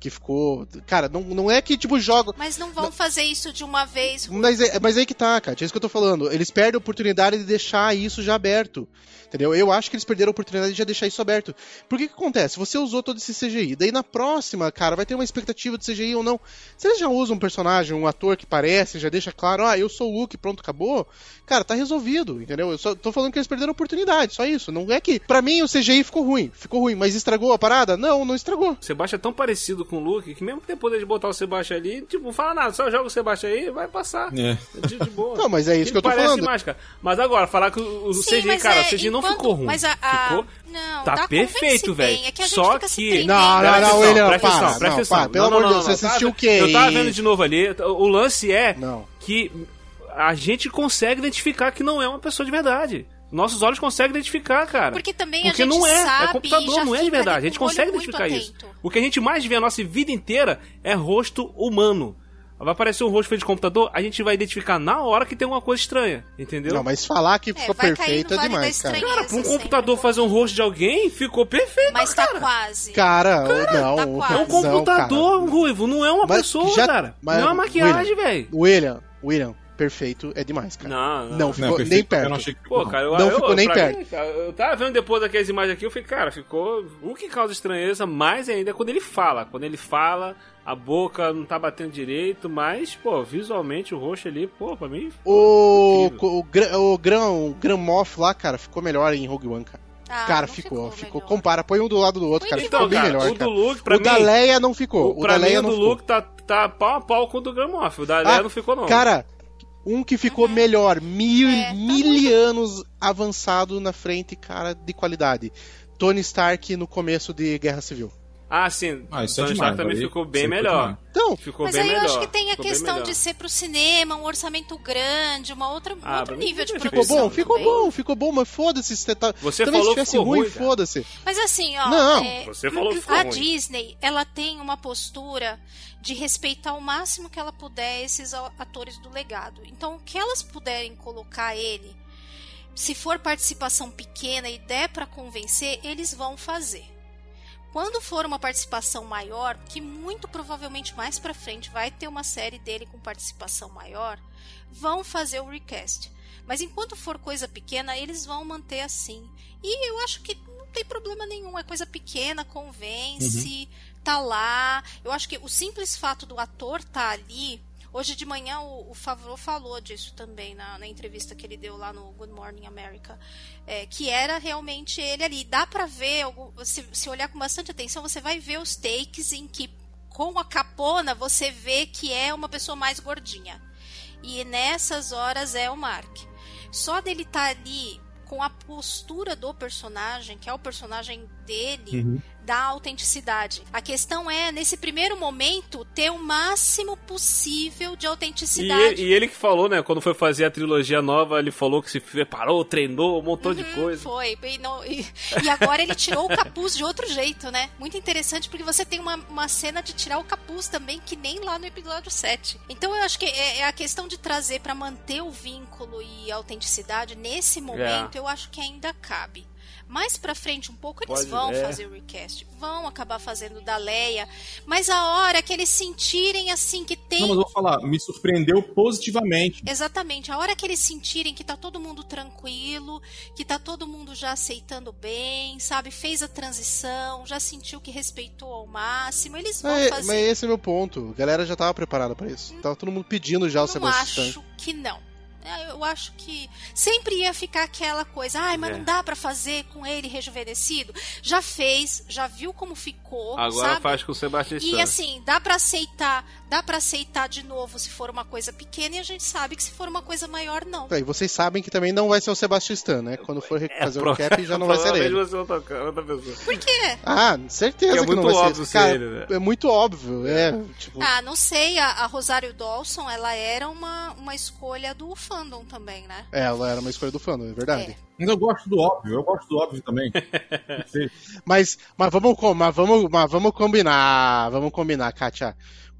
que ficou... Cara, não, não é que, tipo, joga... Mas não vão não... fazer isso de uma vez. Mas é, mas é aí que tá, Kátia, é isso que eu tô falando. Eles perdem a oportunidade de deixar isso já aberto. Entendeu? Eu acho que eles perderam a oportunidade de já deixar isso aberto. Por que que acontece? Você usou todo esse C G I, daí na próxima, cara, vai ter uma expectativa de C G I ou não. Se eles já usam um personagem, um ator que parece, já deixa claro, ah, eu sou o Luke, pronto, acabou, cara, tá resolvido, entendeu? Eu só tô falando que eles perderam a oportunidade, só isso. Não é que, pra mim, o C G I ficou ruim, ficou ruim, mas estragou a parada? Não, não estragou. O Sebastião é tão parecido com o Luke, que mesmo que depois de botar o Sebastião ali, tipo, não fala nada, só joga o Sebastião aí, vai passar. É. De, de boa. Não, mas é isso ele que eu tô parece falando. Mais, cara. Mas agora, falar que o, o Sim, C G I, cara, é, o C G I não enquanto, ficou ruim. Mas a, a... Ficou... Não, tá perfeito, velho. É que só que... Não, não, não, William, presta para, atenção, presta atenção. Pelo amor de Deus, você assistiu o quê? Eu tava vendo de novo ali, o lance é não. que a gente consegue identificar que não é uma pessoa de verdade. Nossos olhos conseguem identificar, cara. Porque também Porque a gente não é, sabe, é computador, não é de verdade. A gente consegue identificar atento. isso. O que a gente mais vê a nossa vida inteira é rosto humano. Vai aparecer um rosto feito de computador, a gente vai identificar na hora que tem alguma coisa estranha, entendeu? Não, mas falar que ficou é, perfeito é demais, cara. Cara, pra um computador fazer um rosto de alguém, ficou perfeito, mas cara. tá quase. Cara, cara não. Tá é um computador, cara. Ruivo, não é uma mas pessoa, já, cara. Não é uma maquiagem, velho. William, William, perfeito é demais, cara. Não, não. Não ficou não, nem perto. Eu não achei que Pô, cara, eu, não eu, ficou eu, nem perto. Mim, cara, eu tava vendo depois daquelas imagens aqui, eu falei, cara, ficou... O que causa estranheza mais ainda é quando ele fala. Quando ele fala, a boca não tá batendo direito, mas, pô, visualmente o rosto ali, pô, pra mim... O, o, o, o, Gran, o Gran Moff lá, cara, ficou melhor em Rogue One, cara. Ah, cara, ficou, ficou. ficou. Compara, põe um do lado do outro, cara. Então, ficou bem cara, melhor. O cara. do Luke, pra o mim. O da Leia não ficou. O, pra o da Leia mim, o não do ficou. Luke tá, tá pau a pau com o do Gran Moff. O da Leia ah, não ficou, não. Cara, um que ficou uhum. melhor, mil, é, tá mil muito... anos avançado na frente, cara, de qualidade. Tony Stark no começo de Guerra Civil. Ah, sim. Ah, isso é Tony demais, Stark também aí, ficou bem sempre melhor. Então, ficou mas bem aí eu melhor. acho que tem a ficou questão de ser pro cinema, um orçamento grande, uma outra, ah, outro nível de ficou produção. Bom, ficou também. bom, ficou bom, mas foda-se. Se tá... Você também falou se tivesse ficou ruim, ruim, foda-se. Mas assim, ó, não, é, você falou que ficou a ruim. Disney, ela tem uma postura de respeitar o máximo que ela puder esses atores do legado. Então, o que elas puderem colocar ele, se for participação pequena e der pra convencer, eles vão fazer. Quando for uma participação maior, que muito provavelmente mais pra frente vai ter uma série dele com participação maior, vão fazer o recast. Mas enquanto for coisa pequena, eles vão manter assim. E eu acho que não tem problema nenhum, é coisa pequena, convence, uhum. tá lá. Eu acho que o simples fato do ator tá ali... Hoje de manhã o, o Favreau falou disso também na, na entrevista que ele deu lá no Good Morning America, é, que era realmente ele ali. Dá pra ver, se, se olhar com bastante atenção, você vai ver os takes em que com a capona você vê que é uma pessoa mais gordinha. E nessas horas é o Mark. Só dele estar ali com a postura do personagem, que é o personagem dele, uhum. dá autenticidade. A questão é, nesse primeiro momento, ter o máximo possível de autenticidade. E ele, e ele que falou, né, quando foi fazer a trilogia nova, ele falou que se preparou, treinou, um montão uhum, de coisa. Foi, e, não, e, e agora ele tirou o capuz de outro jeito, né? Muito interessante, porque você tem uma, uma cena de tirar o capuz também, que nem lá no episódio sete. Então eu acho que é, é a questão de trazer pra manter o vínculo e a autenticidade, nesse momento, é. eu acho que ainda cabe. Mais pra frente um pouco eles Pode, vão é. fazer o recast, vão acabar fazendo da Leia, mas a hora que eles sentirem assim que tem... Não, mas eu vou falar, me surpreendeu positivamente. Exatamente, a hora que eles sentirem que tá todo mundo tranquilo, que tá todo mundo já aceitando bem, sabe, fez a transição, já sentiu que respeitou ao máximo, eles vão é, fazer. Mas esse é o meu ponto, a galera já tava preparada pra isso, hum, tava todo mundo pedindo já o Sebastião. Eu acho que não. Eu acho que sempre ia ficar aquela coisa, ai, mas é. não dá pra fazer com ele rejuvenescido. Já fez, já viu como ficou, agora sabe? faz com o Sebastião. E assim, dá pra aceitar, dá pra aceitar de novo se for uma coisa pequena, e a gente sabe que se for uma coisa maior, não. É, e vocês sabem que também não vai ser o Sebastião Stan, né? Quando for fazer é, o recap, já não vai ser ele. Vai ser outra, outra pessoa. Por quê? Ah, certeza que, é que não vai óbvio ser. Cara, ele, né? é muito óbvio, é. Tipo... Ah, não sei, a, a Rosário Dawson, ela era uma, uma escolha do fandom também, né? É, ela era uma escolha do fandom, é verdade. É. Mas eu gosto do óbvio, eu gosto do óbvio também. mas, mas, vamos, mas, vamos, mas vamos combinar, vamos combinar, Kátia.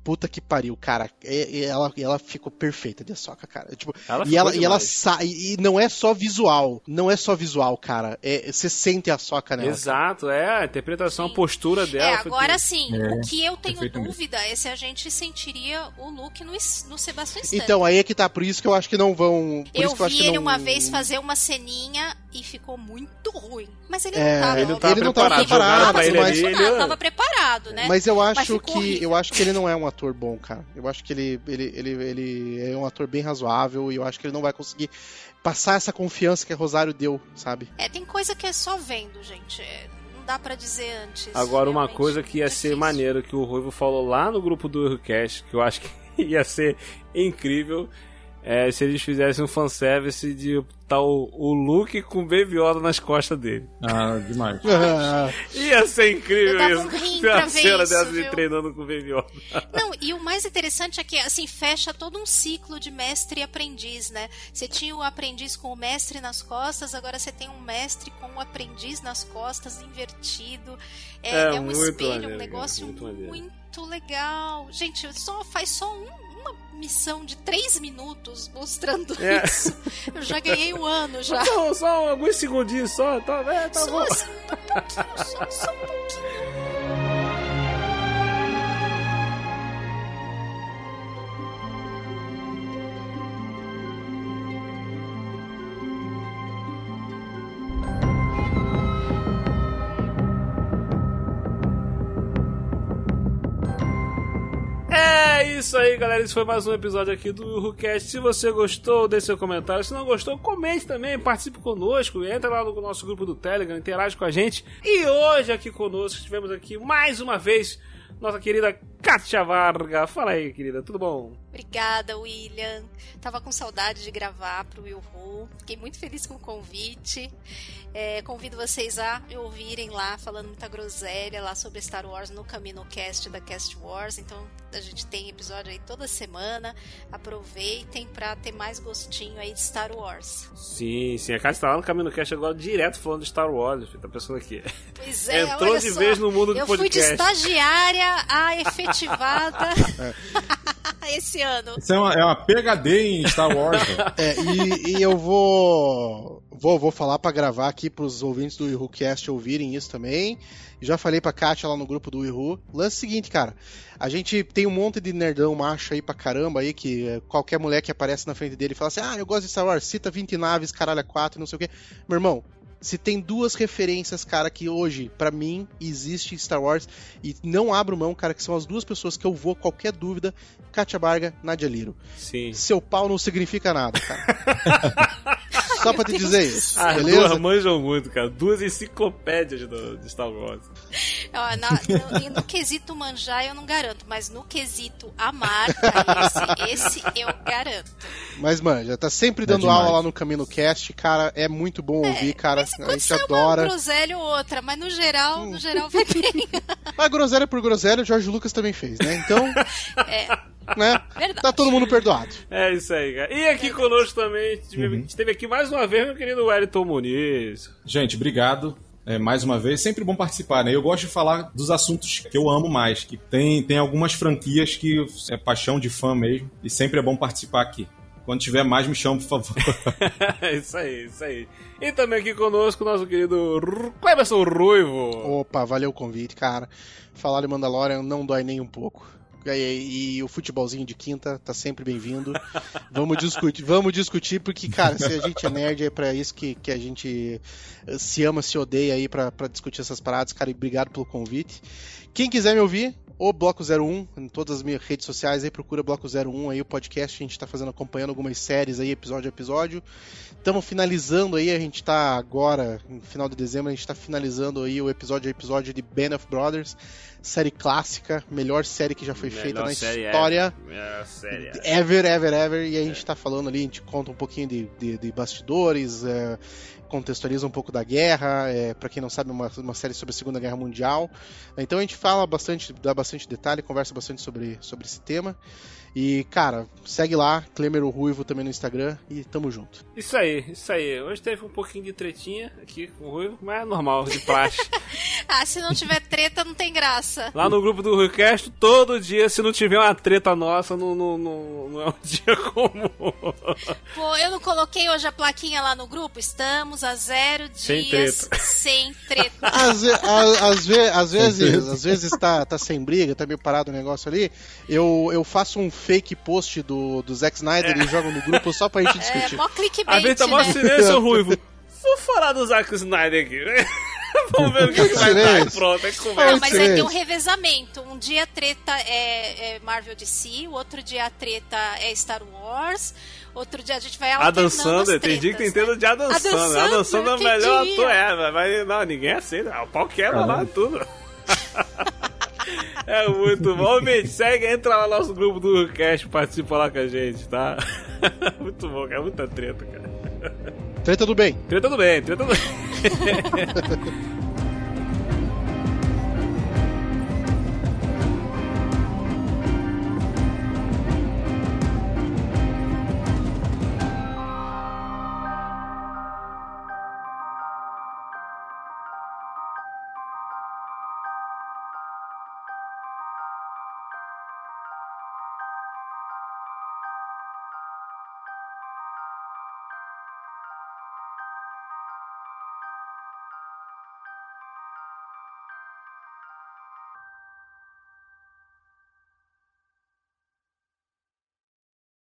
puta que pariu, cara. E, e ela, ela ficou perfeita de Ahsoka, cara. Tipo, ela e, ela, e ela sai. E não é só visual. Não é só visual, cara. É, você sente a Ahsoka nela. Exato, é. A interpretação, sim. A postura dela. É, agora sim, é, o que eu tenho dúvida é se a gente sentiria o Luke no, no Sebastian Stan. Então, aí é que tá. Por isso que eu acho que não vão. Por eu isso que eu vi acho que ele não... uma vez fazer uma ceninha e ficou muito ruim. Mas ele é, não tava, ele não tava, ele não tava preparado. preparado mas, ele mas... ele não tava preparado, né? Mas eu acho mas que horrível. eu acho que ele não é um ator bom, cara. Eu acho que ele, ele, ele, ele é um ator bem razoável e eu acho que ele não vai conseguir passar essa confiança que a Rosário deu, sabe? É, tem coisa que é só vendo, gente. É, não dá pra dizer antes. Agora, uma coisa que ia difícil. ser maneiro, que o Ruivo falou lá no grupo do Eurocast, que eu acho que ia ser incrível, é se eles fizessem um fanservice de tal o Luke com Baby Yoda nas costas dele. Ah, demais. Ia ser incrível eu isso. Um rim pra a cena isso, dessa viu? de treinando com o Baby Yoda. Não, e o mais interessante é que assim fecha todo um ciclo de mestre e aprendiz, né? Você tinha o aprendiz com o mestre nas costas, agora você tem um mestre com o aprendiz nas costas, invertido. É, é, é um espelho, maneiro, um negócio muito, muito legal. Gente, só faz só um uma missão de três minutos mostrando é. isso. Eu já ganhei um ano já. Só, só alguns segundinhos só, tá, é, tá só bom. Assim, um pouquinho, só, só um pouquinho. É isso aí, galera. Esse foi mais um episódio aqui do Eurocast. Se você gostou, deixe seu comentário. Se não gostou, comente também, participe conosco. Entra lá no nosso grupo do Telegram, interage com a gente. E hoje aqui conosco, estivemos aqui mais uma vez nossa querida Kátia Varga. Fala aí, querida, tudo bom? Obrigada, William. Tava com saudade de gravar pro Will Who. Fiquei muito feliz com o convite. É, convido vocês a me ouvirem lá, falando muita groselha lá sobre Star Wars no CaminoCast da Cast Wars. Então, a gente tem episódio aí toda semana. Aproveitem pra ter mais gostinho aí de Star Wars. Sim, sim. A Kátia tá lá no CaminoCast agora direto falando de Star Wars. Tá pensando aqui. Pois é, entrou de só, vez no mundo do eu podcast. Eu fui de estagiária a efetivada esse ano. Isso é uma, é uma P H D em Star Wars. É, e, e eu vou, vou vou falar pra gravar aqui pros ouvintes do Eurocast ouvirem isso também. Já falei pra Kátia lá no grupo do Euro. Lance seguinte, cara. A gente tem um monte de nerdão macho aí pra caramba aí, que qualquer mulher que aparece na frente dele fala assim, ah, eu gosto de Star Wars, cita vinte naves, caralho, é quatro, não sei o quê. Meu irmão, se tem duas referências, cara, que hoje, pra mim, existe Star Wars, e não abro mão, cara, que são as duas pessoas que eu vou, qualquer dúvida, Kátia Varga, Nadia Liro. Sim. Seu pau não significa nada, cara. Só pra te dizer isso, As beleza? duas manjam muito, cara. Duas enciclopédias do, de Star Wars. Ó, na, no, no quesito manjar eu não garanto, mas no quesito amar, esse, esse eu garanto. Mas, mano, já tá sempre dando é aula lá no CaminoCast, cara, é muito bom ouvir, é, cara, a gente adora. Uma groselha ou outra, mas no geral, no geral vai bem. A groselha por groselha, o Jorge Lucas também fez, né? Então, é. né? Verdade. Tá todo mundo perdoado. É isso aí, cara. E aqui conosco também, uhum. esteve aqui mais uma vez meu querido Wellington Muniz. Gente, obrigado. É, mais uma vez, sempre bom participar, né? Eu gosto de falar dos assuntos que eu amo mais, que tem, tem algumas franquias que é paixão de fã mesmo, e sempre é bom participar aqui. Quando tiver mais, me chama, por favor. Isso aí, isso aí. E também aqui conosco, nosso querido Cleberson Ruivo. Opa, valeu o convite, cara. Falar de Mandalorian não dói nem um pouco. E, e o futebolzinho de quinta tá sempre bem-vindo. Vamos discutir, vamos discutir, porque, cara, se a gente é nerd, é pra isso que, que a gente se ama, se odeia aí pra, pra discutir essas paradas, cara, e obrigado pelo convite. Quem quiser me ouvir, o Bloco zero um, em todas as minhas redes sociais, aí procura Bloco zero um, aí o podcast, a gente tá fazendo, acompanhando algumas séries aí, episódio a episódio. Estamos finalizando aí, a gente tá agora, no final de dezembro, a gente tá finalizando aí o episódio a episódio de Band of Brothers, série clássica, melhor série que já foi melhor feita na história. Ever. Melhor série ever. ever, ever, ever. E a gente tá falando ali, a gente conta um pouquinho de, de, de bastidores, é, contextualiza um pouco da guerra, é, pra quem não sabe, uma, uma série sobre a Segunda Guerra Mundial. Então a gente fala bastante, dá bastante detalhe, conversa bastante sobre, sobre esse tema. E, cara, segue lá, Clemer o Ruivo também no Instagram, e tamo junto. Isso aí, isso aí. Hoje teve um pouquinho de tretinha aqui com o Ruivo, mas é normal, de praxe. Ah, se não tiver treta, não tem graça. Nossa. Lá no grupo do Request, todo dia, se não tiver uma treta nossa, não, não, não, não é um dia comum. Pô, eu não coloquei hoje a plaquinha lá no grupo? Estamos a zero sem dias treta. sem treta. Às, ve a- às, ve às vezes, às vezes tá, tá sem briga, tá meio parado o negócio ali. Eu, eu faço um fake post do, do Zack Snyder e jogo no grupo só pra gente É, discutir. mó clickbait, A gente tá mó né? silêncio, Ruivo. Vou falar do Zack Snyder aqui. Vamos ver o que, que vai dar. E pronto, é que Não, conversa. mas aí tem um revezamento. Um dia a treta é, é Marvel D C, o outro dia a treta é Star Wars, outro dia a gente vai alternando Adam as Sandler, tem tretas, dia que tem né? treta de Adam Adam Sandler. Adam Sandler é o que melhor dia? ator, é, mas não, ninguém aceita. O pau quebra lá tudo. É muito bom. Ô, gente, segue, entra lá no nosso grupo do Cast, participa lá com a gente, tá? Muito bom, é muita treta, cara. Treta do bem. Treta do bem, treta do bem.